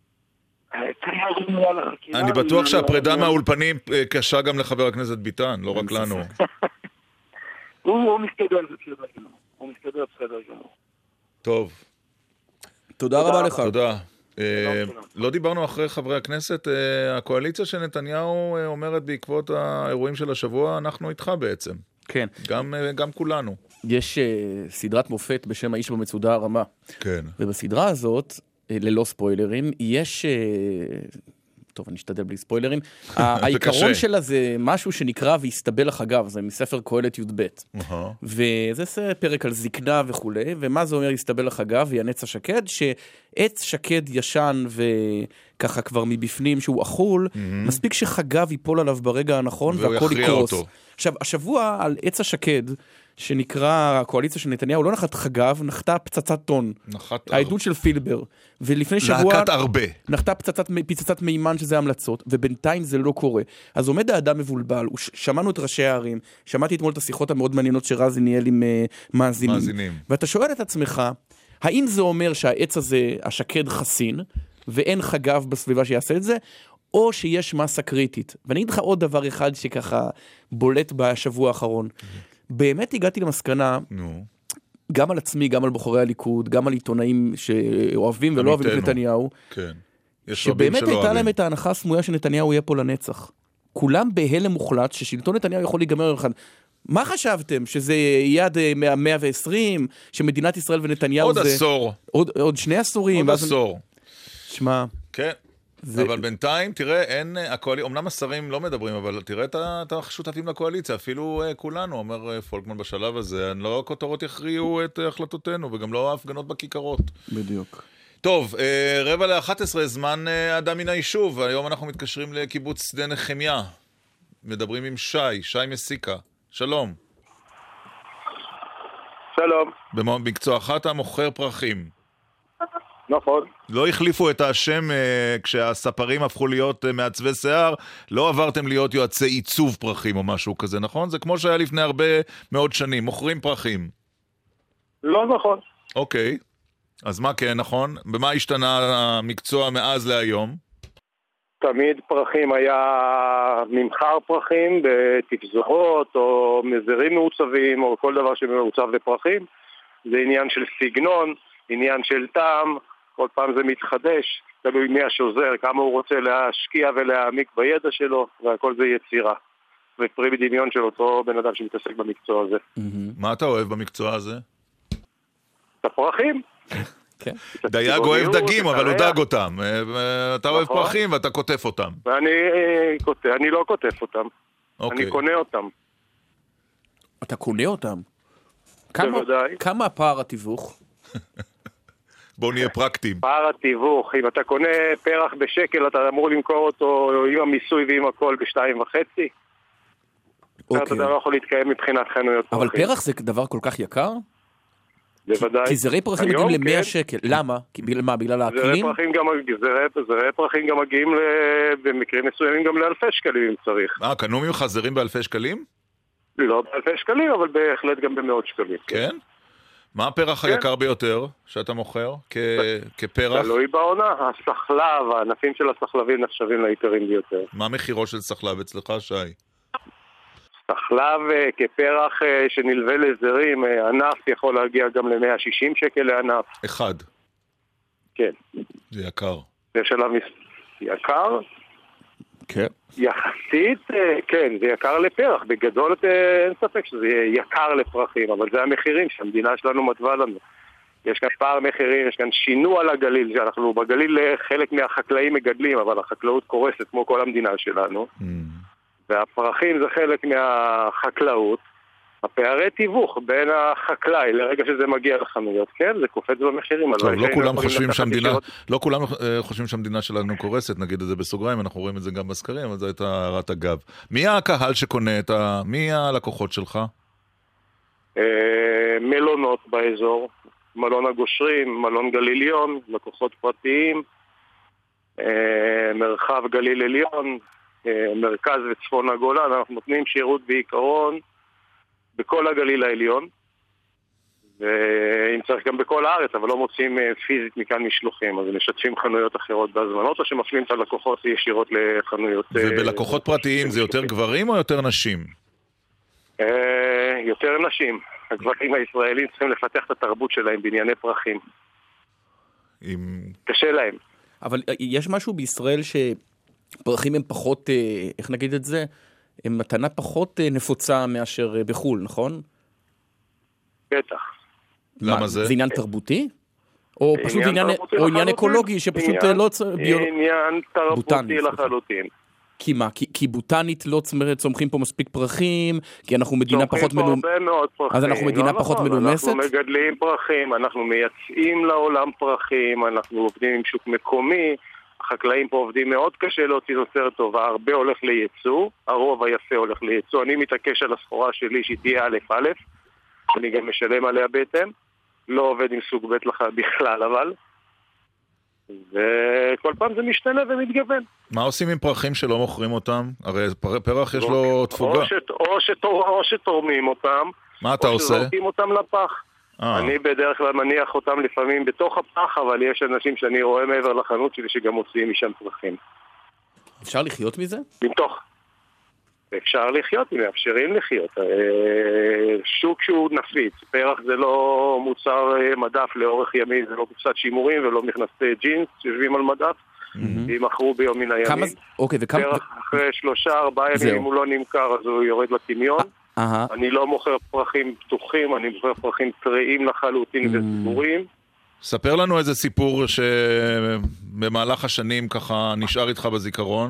אני בטוח שהפרידה מהאולפנים קשה גם לחבר הכנסת ביטן, לא רק לנו. הוא מסתדר בסדר גמור. טוב. תודה רבה לך. תודה. לא דיברנו אחרי חברי הכנסת, הקואליציה של נתניהו אומרת בעקבות האירועים של השבוע, אנחנו איתך בעצם. כן. גם כולנו. יש סדרת מופת בשם האיש במצודה הרמה. כן. ובסדרה הזאת, ללא ספוילרים, יש... טוב, אני אשתדל בלי ספוילרים. העיקרון שלה זה משהו שנקרא והסתבל לך אגב, זה מספר קהלת י"ב. וזה פרק על זקנה וכו', ומה זה אומר הסתבל לך אגב, היא הנץ השקד, שעץ שקד ישן וככה כבר מבפנים שהוא אכול, מספיק שחגב ייפול עליו ברגע הנכון והכל יקרוס. עכשיו, השבוע על עץ השקד, שנקרא הקואליציה של נתניהו, לא נחת חגב, נחתה פצצת טון. העדות של פילבר. ולפני שבוע... להקת הרבה. נחתה פצצת מימן שזה המלצות, ובינתיים זה לא קורה. אז עומד האדם מבולבל, שמענו את ראשי הערים, שמעתי אתמול את השיחות המאוד מעניינות שרזי ניהל עם מאזינים. ואתה שואל את עצמך, האם זה אומר שהעץ הזה, השקד חסין, ואין חגב בסביבה שיעשה את זה, או שיש מסה קריטית. ואני אגיד לך עוד דבר אחד שככה בולט בשבוע האחרון. באמת הגעתי למסקנה, גם על עצמי, גם על בוחרי הליכוד, גם על עיתונאים שאוהבים ולא אוהבים את נתניהו, שבאמת הייתה להם את ההנחה הסמויה שנתניהו יהיה פה לנצח. כולם בהלם מוחלט ששלטון נתניהו יכול להיגמר אחד. מה חשבתם? שזה יעד 120, שמדינת ישראל ונתניהו עוד זה... עשור. עוד 2 עשורים. עוד עשור. שמע... כן. אבל בינתיים, תראה, אין, אמנם השרים לא מדברים, אבל תראה את השותפים לקואליציה, אפילו כולנו, אומר פולקמן בשלב הזה, לא הכותרות יכריעו את החלטותינו, וגם לא ההפגנות בכיכרות. בדיוק. טוב, 10:45, זמן אדם מן היישוב, היום אנחנו מתקשרים לקיבוץ שדה נחמיה, מדברים עם שי מסיקה, שלום. שלום. במקצועך אתה מוכר פרחים. נכון. לא החליפו את השם כשהספרים הפכו להיות מעצבי שיער, לא עברתם להיות יועצי עיצוב פרחים או משהו כזה, נכון? זה כמו שהיה לפני הרבה מאוד שנים, מוכרים פרחים. לא נכון. אוקיי, אז מה כן נכון? במה השתנה המקצוע מאז להיום? תמיד פרחים היה ממחר פרחים בתפזורות או מזרים מעוצבים או כל דבר שמעוצב בפרחים. זה עניין של סגנון, עניין של טעם, כל פעם זה מתחדש, תלוי מי השוזר, כמה הוא רוצה להשקיע ולהעמיק בידע שלו, והכל זה יצירה. ופרי בדמיון של אותו בן אדם שמתעסק במקצוע הזה. מה אתה אוהב במקצוע הזה? את הפרחים. דייג אוהב דגים, אבל הוא דג אותם. אתה אוהב פרחים ואתה כותף אותם. אני לא כותף אותם. אני קונה אותם. אתה קונה אותם? בוודאי. כמה פער התיווך? בואו נהיה פרקטיים. פער התיווך, אם אתה קונה פרח בשקל, אתה אמור למכור אותו עם המיסוי ועם הכל ב2.5. אתה לא יכול להתקיים מבחינת חנויות פרחים. אבל פרח זה דבר כל כך יקר? בוודאי. כי זרי פרחים מגיעים ל100 שקל. למה? מה, בגלל האקלים? זרי פרחים גם מגיעים במקרים מסוימים גם לאלפי שקלים אם צריך. קנו ממך זרים באלפי שקלים? לא באלפי שקלים, אבל בהחלט גם במאות שקלים. כן? מה הפרח היקר ביותר שאתה מוכר כפרח? תלוי בעונה, הסחלב, הענפים של הסחלבים נחשבים ליקרים ביותר. מה מחירו של סחלב אצלך, שי? סחלב כפרח שנלווה לזרים, ענף יכול להגיע גם ל160 שקל לענף. אחד? כן. זה יקר. זה שלב יקר? כן. יחסית, כן, זה יקר לפרח. בגדול אין ספק שזה יקר לפרחים, אבל זה המחירים שהמדינה שלנו מתווה לנו. יש כאן פער מחירים, יש כאן שינוע לגליל, שאנחנו בגליל חלק מהחקלאים מגדלים, אבל החקלאות קורסת כמו כל המדינה שלנו. והפרחים זה חלק מהחקלאות. הפערי תיווך בין החקלאי לרגע שזה מגיע לחנויות, כן, זה קופץ במחירים. טוב, לא כולם חושבים שהמדינה שלנו קורסת, נגיד את זה בסוגריים, אנחנו רואים את זה גם בסקרים, אבל זו הייתה הערת אגב. מי הקהל שקונה מי הלקוחות שלך? מלונות באזור, מלון הגושרים, מלון גליליון, לקוחות פרטיים, מרחב גליל עליון, מרכז וצפון הגולן, אנחנו נותנים שירות בעיקרון בכל הגליל העליון, ואם צריך גם בכל הארץ, אבל לא מוצאים פיזית מכאן משלוחים, אז משתפים חנויות אחרות בהזמנות, או שמפנים את הלקוחות ישירות לחנויות... ובלקוחות פרטיים זה יותר גברים או יותר נשים? יותר נשים. הגברים הישראלים צריכים לפתח את התרבות שלהם בענייני פרחים. קשה להם. אבל יש משהו בישראל שפרחים הם פחות, איך נגיד את זה? הם מתנה פחות נפוצה מאשר בחול, נכון? בטח. למה זה? זה עניין תרבותי? או פשוט עניין אקולוגי שפשוט לא... עניין תרבותי לחלוטין. כי מה? כי בוטנית לא צומחים פה מספיק פרחים, כי אנחנו מדינה פחות מנומסת. צומחים פה הרבה מאוד פרחים. אז אנחנו מדינה פחות מנומסת? אנחנו מגדלים פרחים, אנחנו מייצאים לעולם פרחים, אנחנו עובדים עם שוק מקומי, החקלאים פה עובדים מאוד קשה להוציא תוצרת טובה, הרבה הולך לייצוא, הרוב היפה הולך לייצוא, אני מתעקש על הסחורה שלי שהיא תהיה א', אני גם משלם עליה בהתאם, לא עובד עם סוג ב' בכלל אבל, וכל פעם זה משתנה ומתגוון. מה עושים עם פרחים שלא מוכרים אותם? הרי פרח יש לו תפוגה. או שתורמים אותם, מה אתה עושה? או שזורקים אותם לפח. אני בדרך כלל מניח אותם לפעמים בתוך הפח, אבל יש אנשים שאני רואה מעבר לחנות שלי שגם מוציאים משם פרחים. אפשר לחיות מזה? מתוך. אפשר לחיות, מאפשרים לחיות. שוק שהוא נפיץ. פרח זה לא מוצר מדף לאורך ימים, זה לא קופסת שימורים ולא מכנסי ג'ינס שיושבים על מדף. וימכרו ביום מן הימים. פרח אחרי 3-4 ימים, אם הוא לא נמכר אז הוא יורד לטמיון. אני לא מוכר פרחים פתוחים, אני מוכר פרחים טריים לחלוטין וסגורים. ספר לנו איזה סיפור שבמהלך השנים ככה נשאר איתך בזיכרון.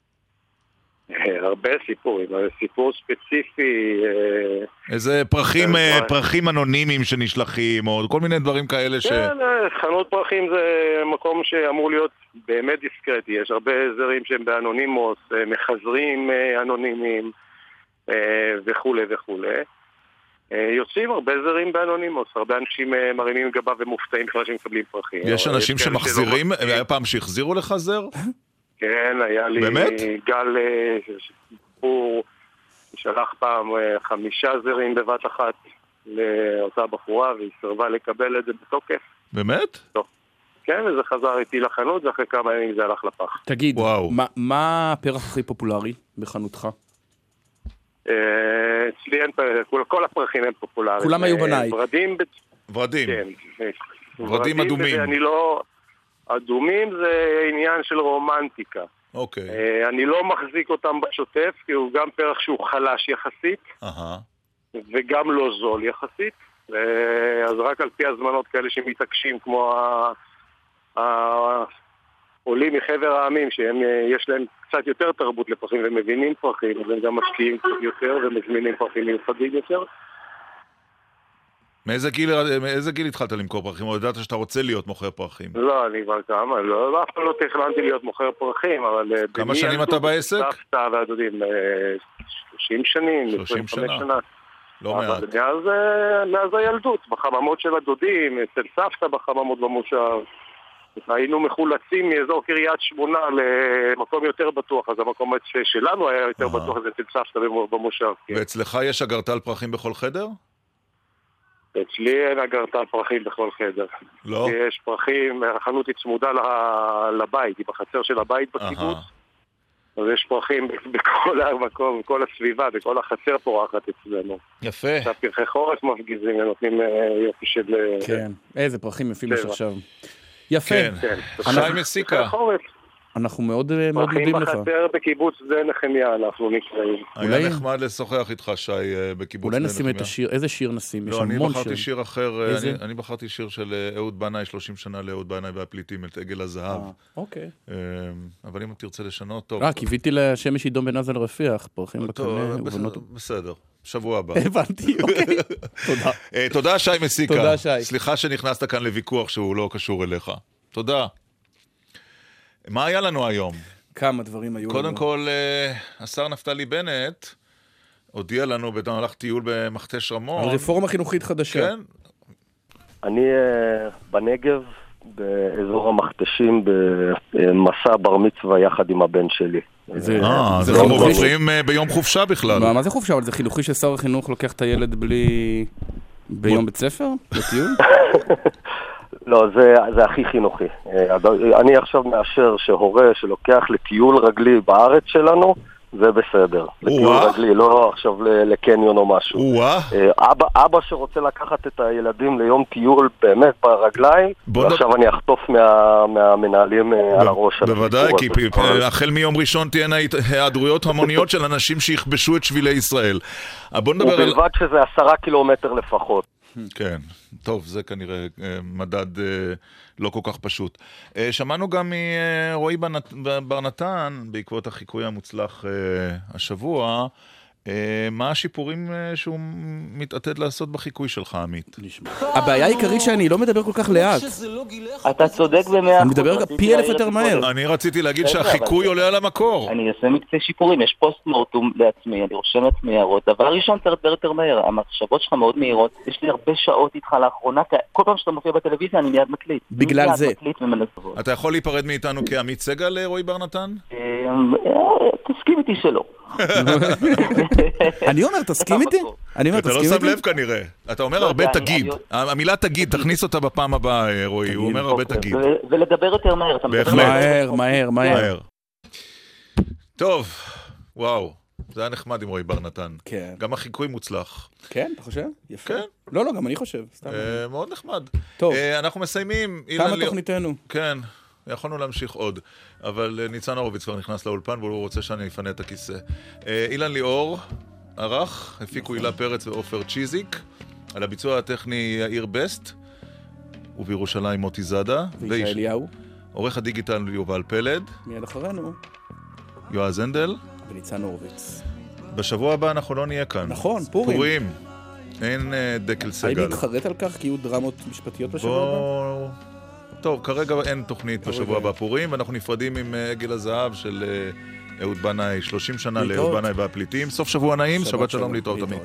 הרבה סיפורים, סיפור ספציפי. איזה פרחים אנונימיים שנשלחים, או כל מיני דברים כאלה ש... כן, חנות פרחים זה מקום שאמור להיות באמת דיסקרטי. יש הרבה זרים שהם באנונימוס, מחזרים אנונימיים וכו' וכו'. יוצאים הרבה זרים באנונימוס, הרבה אנשים מרימים גבה ומופתעים בכלל שמקבלים פרחים. יש אנשים שמחזירים, היה פעם שהחזירו לך זר? כן, היה לי גל סיפור, שלח פעם 5 זרים בבת אחת לאותה בחורה, והיא סרבה לקבל את זה בתוקף. באמת? טוב. כן, וזה חזר איתי לחנות, ואחרי כמה ימים זה הלך לפח. תגיד, מה הפרח הכי פופולרי בחנותך? אצלי אין פרח, כל הפרחים הם פופולריים. כולם היו בנייט. ורדים. כן. ורדים אדומים. אני לא... אדומים זה עניין של רומנטיקה. אוקיי. אני לא מחזיק אותם בשוטף, כי הוא גם פרח שהוא חלש יחסית, וגם לא זול יחסית. אז רק על פי הזמנות כאלה שמתעקשים, כמו העולים מחבר העמים, שיש להם קצת יותר תרבות לפרחים ומבינים פרחים, אז הם גם משקיעים קצת יותר ומזמינים פרחים מיוחדים יותר. מאיזה גיל התחלת למכור פרחים? או ידעת שאתה רוצה להיות מוכר פרחים? לא, אני כבר כמה, אף פעם לא תכננתי להיות מוכר פרחים, אבל... כמה שנים אתה בעסק? סבתא והדודים, 30 שנים, 25 שנה. לא מעט. מאז הילדות, בחממות של הדודים, אצל סבתא בחממות במושב. היינו מחולצים מאזור קריית שמונה למקום יותר בטוח, אז המקום שלנו היה יותר בטוח, זה אצל סבתא במושב. ואצלך יש אגרטל פרחים בכל חדר? אצלי אין אגרטל פרחים בכל חדר. לא? יש פרחים, החנות היא צמודה לבית, היא בחצר של הבית בקיבוץ. אז יש פרחים בכל המקום, בכל הסביבה, בכל החצר פורחת אצלנו. יפה. עכשיו פרחי חורף מפגיזים, נותנים יופי של... כן, איזה פרחים יפים יש עכשיו. יפה. כן. שי מסיקה. אנחנו מאוד מודים לך. פרחים בחצר בקיבוץ זה נחמיה, אנחנו נקראים. היה נחמד לשוחח איתך, שי, בקיבוץ זה נחמיה. אולי נשים את השיר, איזה שיר נשים? לא, אני בחרתי שיר אחר, אני בחרתי שיר של אהוד בנאי, 30 שנה לאהוד בנאי והפליטים, את עגל הזהב. אוקיי. אבל אם תרצה לשנות, טוב. קיוויתי לשמש עידום בן עזל רפיח, פרחים בקנה. בסדר. שבוע הבא. הבנתי, אוקיי. תודה. תודה, שי מסיקה. תודה, שי. סליחה שנכנסת כאן לוויכוח שהוא לא קשור אליך. תודה. מה היה לנו היום? כמה דברים היו לנו. קודם כל, השר נפתלי בנט הודיע לנו במהלך טיול במכתש רמון. על רפורמה חינוכית חדשה. כן. אני בנגב, באזור המכתשים, במסע בר מצווה יחד עם הבן שלי. זה לא מופיעים ביום חופשה בכלל. מה זה חופשה? אבל זה חינוכי ששר החינוך לוקח את הילד ביום בית ספר? בטיול? לא, זה הכי חינוכי. אני עכשיו מאשר שהורה שלוקח לטיול רגלי בארץ שלנו, זה בסדר. לטיול רגלי, לא עכשיו לקניון או משהו. אבא שרוצה לקחת את הילדים ליום טיול באמת ברגליים, ועכשיו אני אחטוף מהמנהלים על הראש. בוודאי, כי החל מיום ראשון תהיינה היעדרויות המוניות של אנשים שיכבשו את שבילי ישראל. ובלבד שזה 10 קילומטר לפחות. כן, טוב, זה כנראה מדד לא כל כך פשוט. שמענו גם מרועי בר נתן, בעקבות החיקוי המוצלח השבוע, מה השיפורים שהוא מתעתד לעשות בחיקוי שלך, עמית? הבעיה העיקרית שאני לא מדבר כל כך לאט. אתה צודק ב100%. אני מדבר פי 1000 יותר מהר. אני רציתי להגיד שהחיקוי עולה על המקור. אני אעשה מקצה שיפורים, יש פוסט מורטום לעצמי, אני רושם לעצמי הערות. דבר ראשון, צריך לדבר יותר מהר, המחשבות שלך מאוד מהירות, יש לי הרבה שעות איתך לאחרונה, כל פעם שאתה מופיע בטלוויזיה אני מיד מקליט. בגלל זה. אתה יכול להיפרד מאיתנו כעמית סגל, רועי בר נתן? תסכים איתי שלא. אני אומר, תסכים איתי? אתה לא שם לב כנראה. אתה אומר הרבה תגיד. המילה תגיד, תכניס אותה בפעם הבאה, רועי. הוא אומר הרבה תגיד. ולדבר יותר מהר. מהר. טוב, וואו. זה היה נחמד עם רועי בר נתן. כן. גם החיקוי מוצלח. כן, אתה חושב? יפה. כן. לא, גם אני חושב. מאוד נחמד. טוב. אנחנו מסיימים. כמה תוכניתנו? כן. יכולנו להמשיך עוד, אבל ניצן הורוביץ כבר נכנס לאולפן והוא רוצה שאני אפנה את הכיסא. אילן ליאור, ערך, הפיקו הילה פרץ ואופר צ'יזיק, על הביצוע הטכני יאיר בסט, ובירושלים מוטי זאדה, וישי אליהו, עורך הדיגיטל יובל פלד, מיד אחרינו יועז הנדל וניצן הורוביץ. בשבוע הבא אנחנו לא נהיה כאן. נכון, פורים. אין דקל סגל. האם להתחרט על כך כי יהיו דרמות משפטיות בשבוע הבא? טוב, כרגע אין תוכנית בשבוע הבא פורים, ואנחנו נפרדים עם עגל הזהב של אהוד בנאי, 30 שנה לאהוד בנאי והפליטים. סוף שבוע נעים, שבת שלום, להתראות תמיד.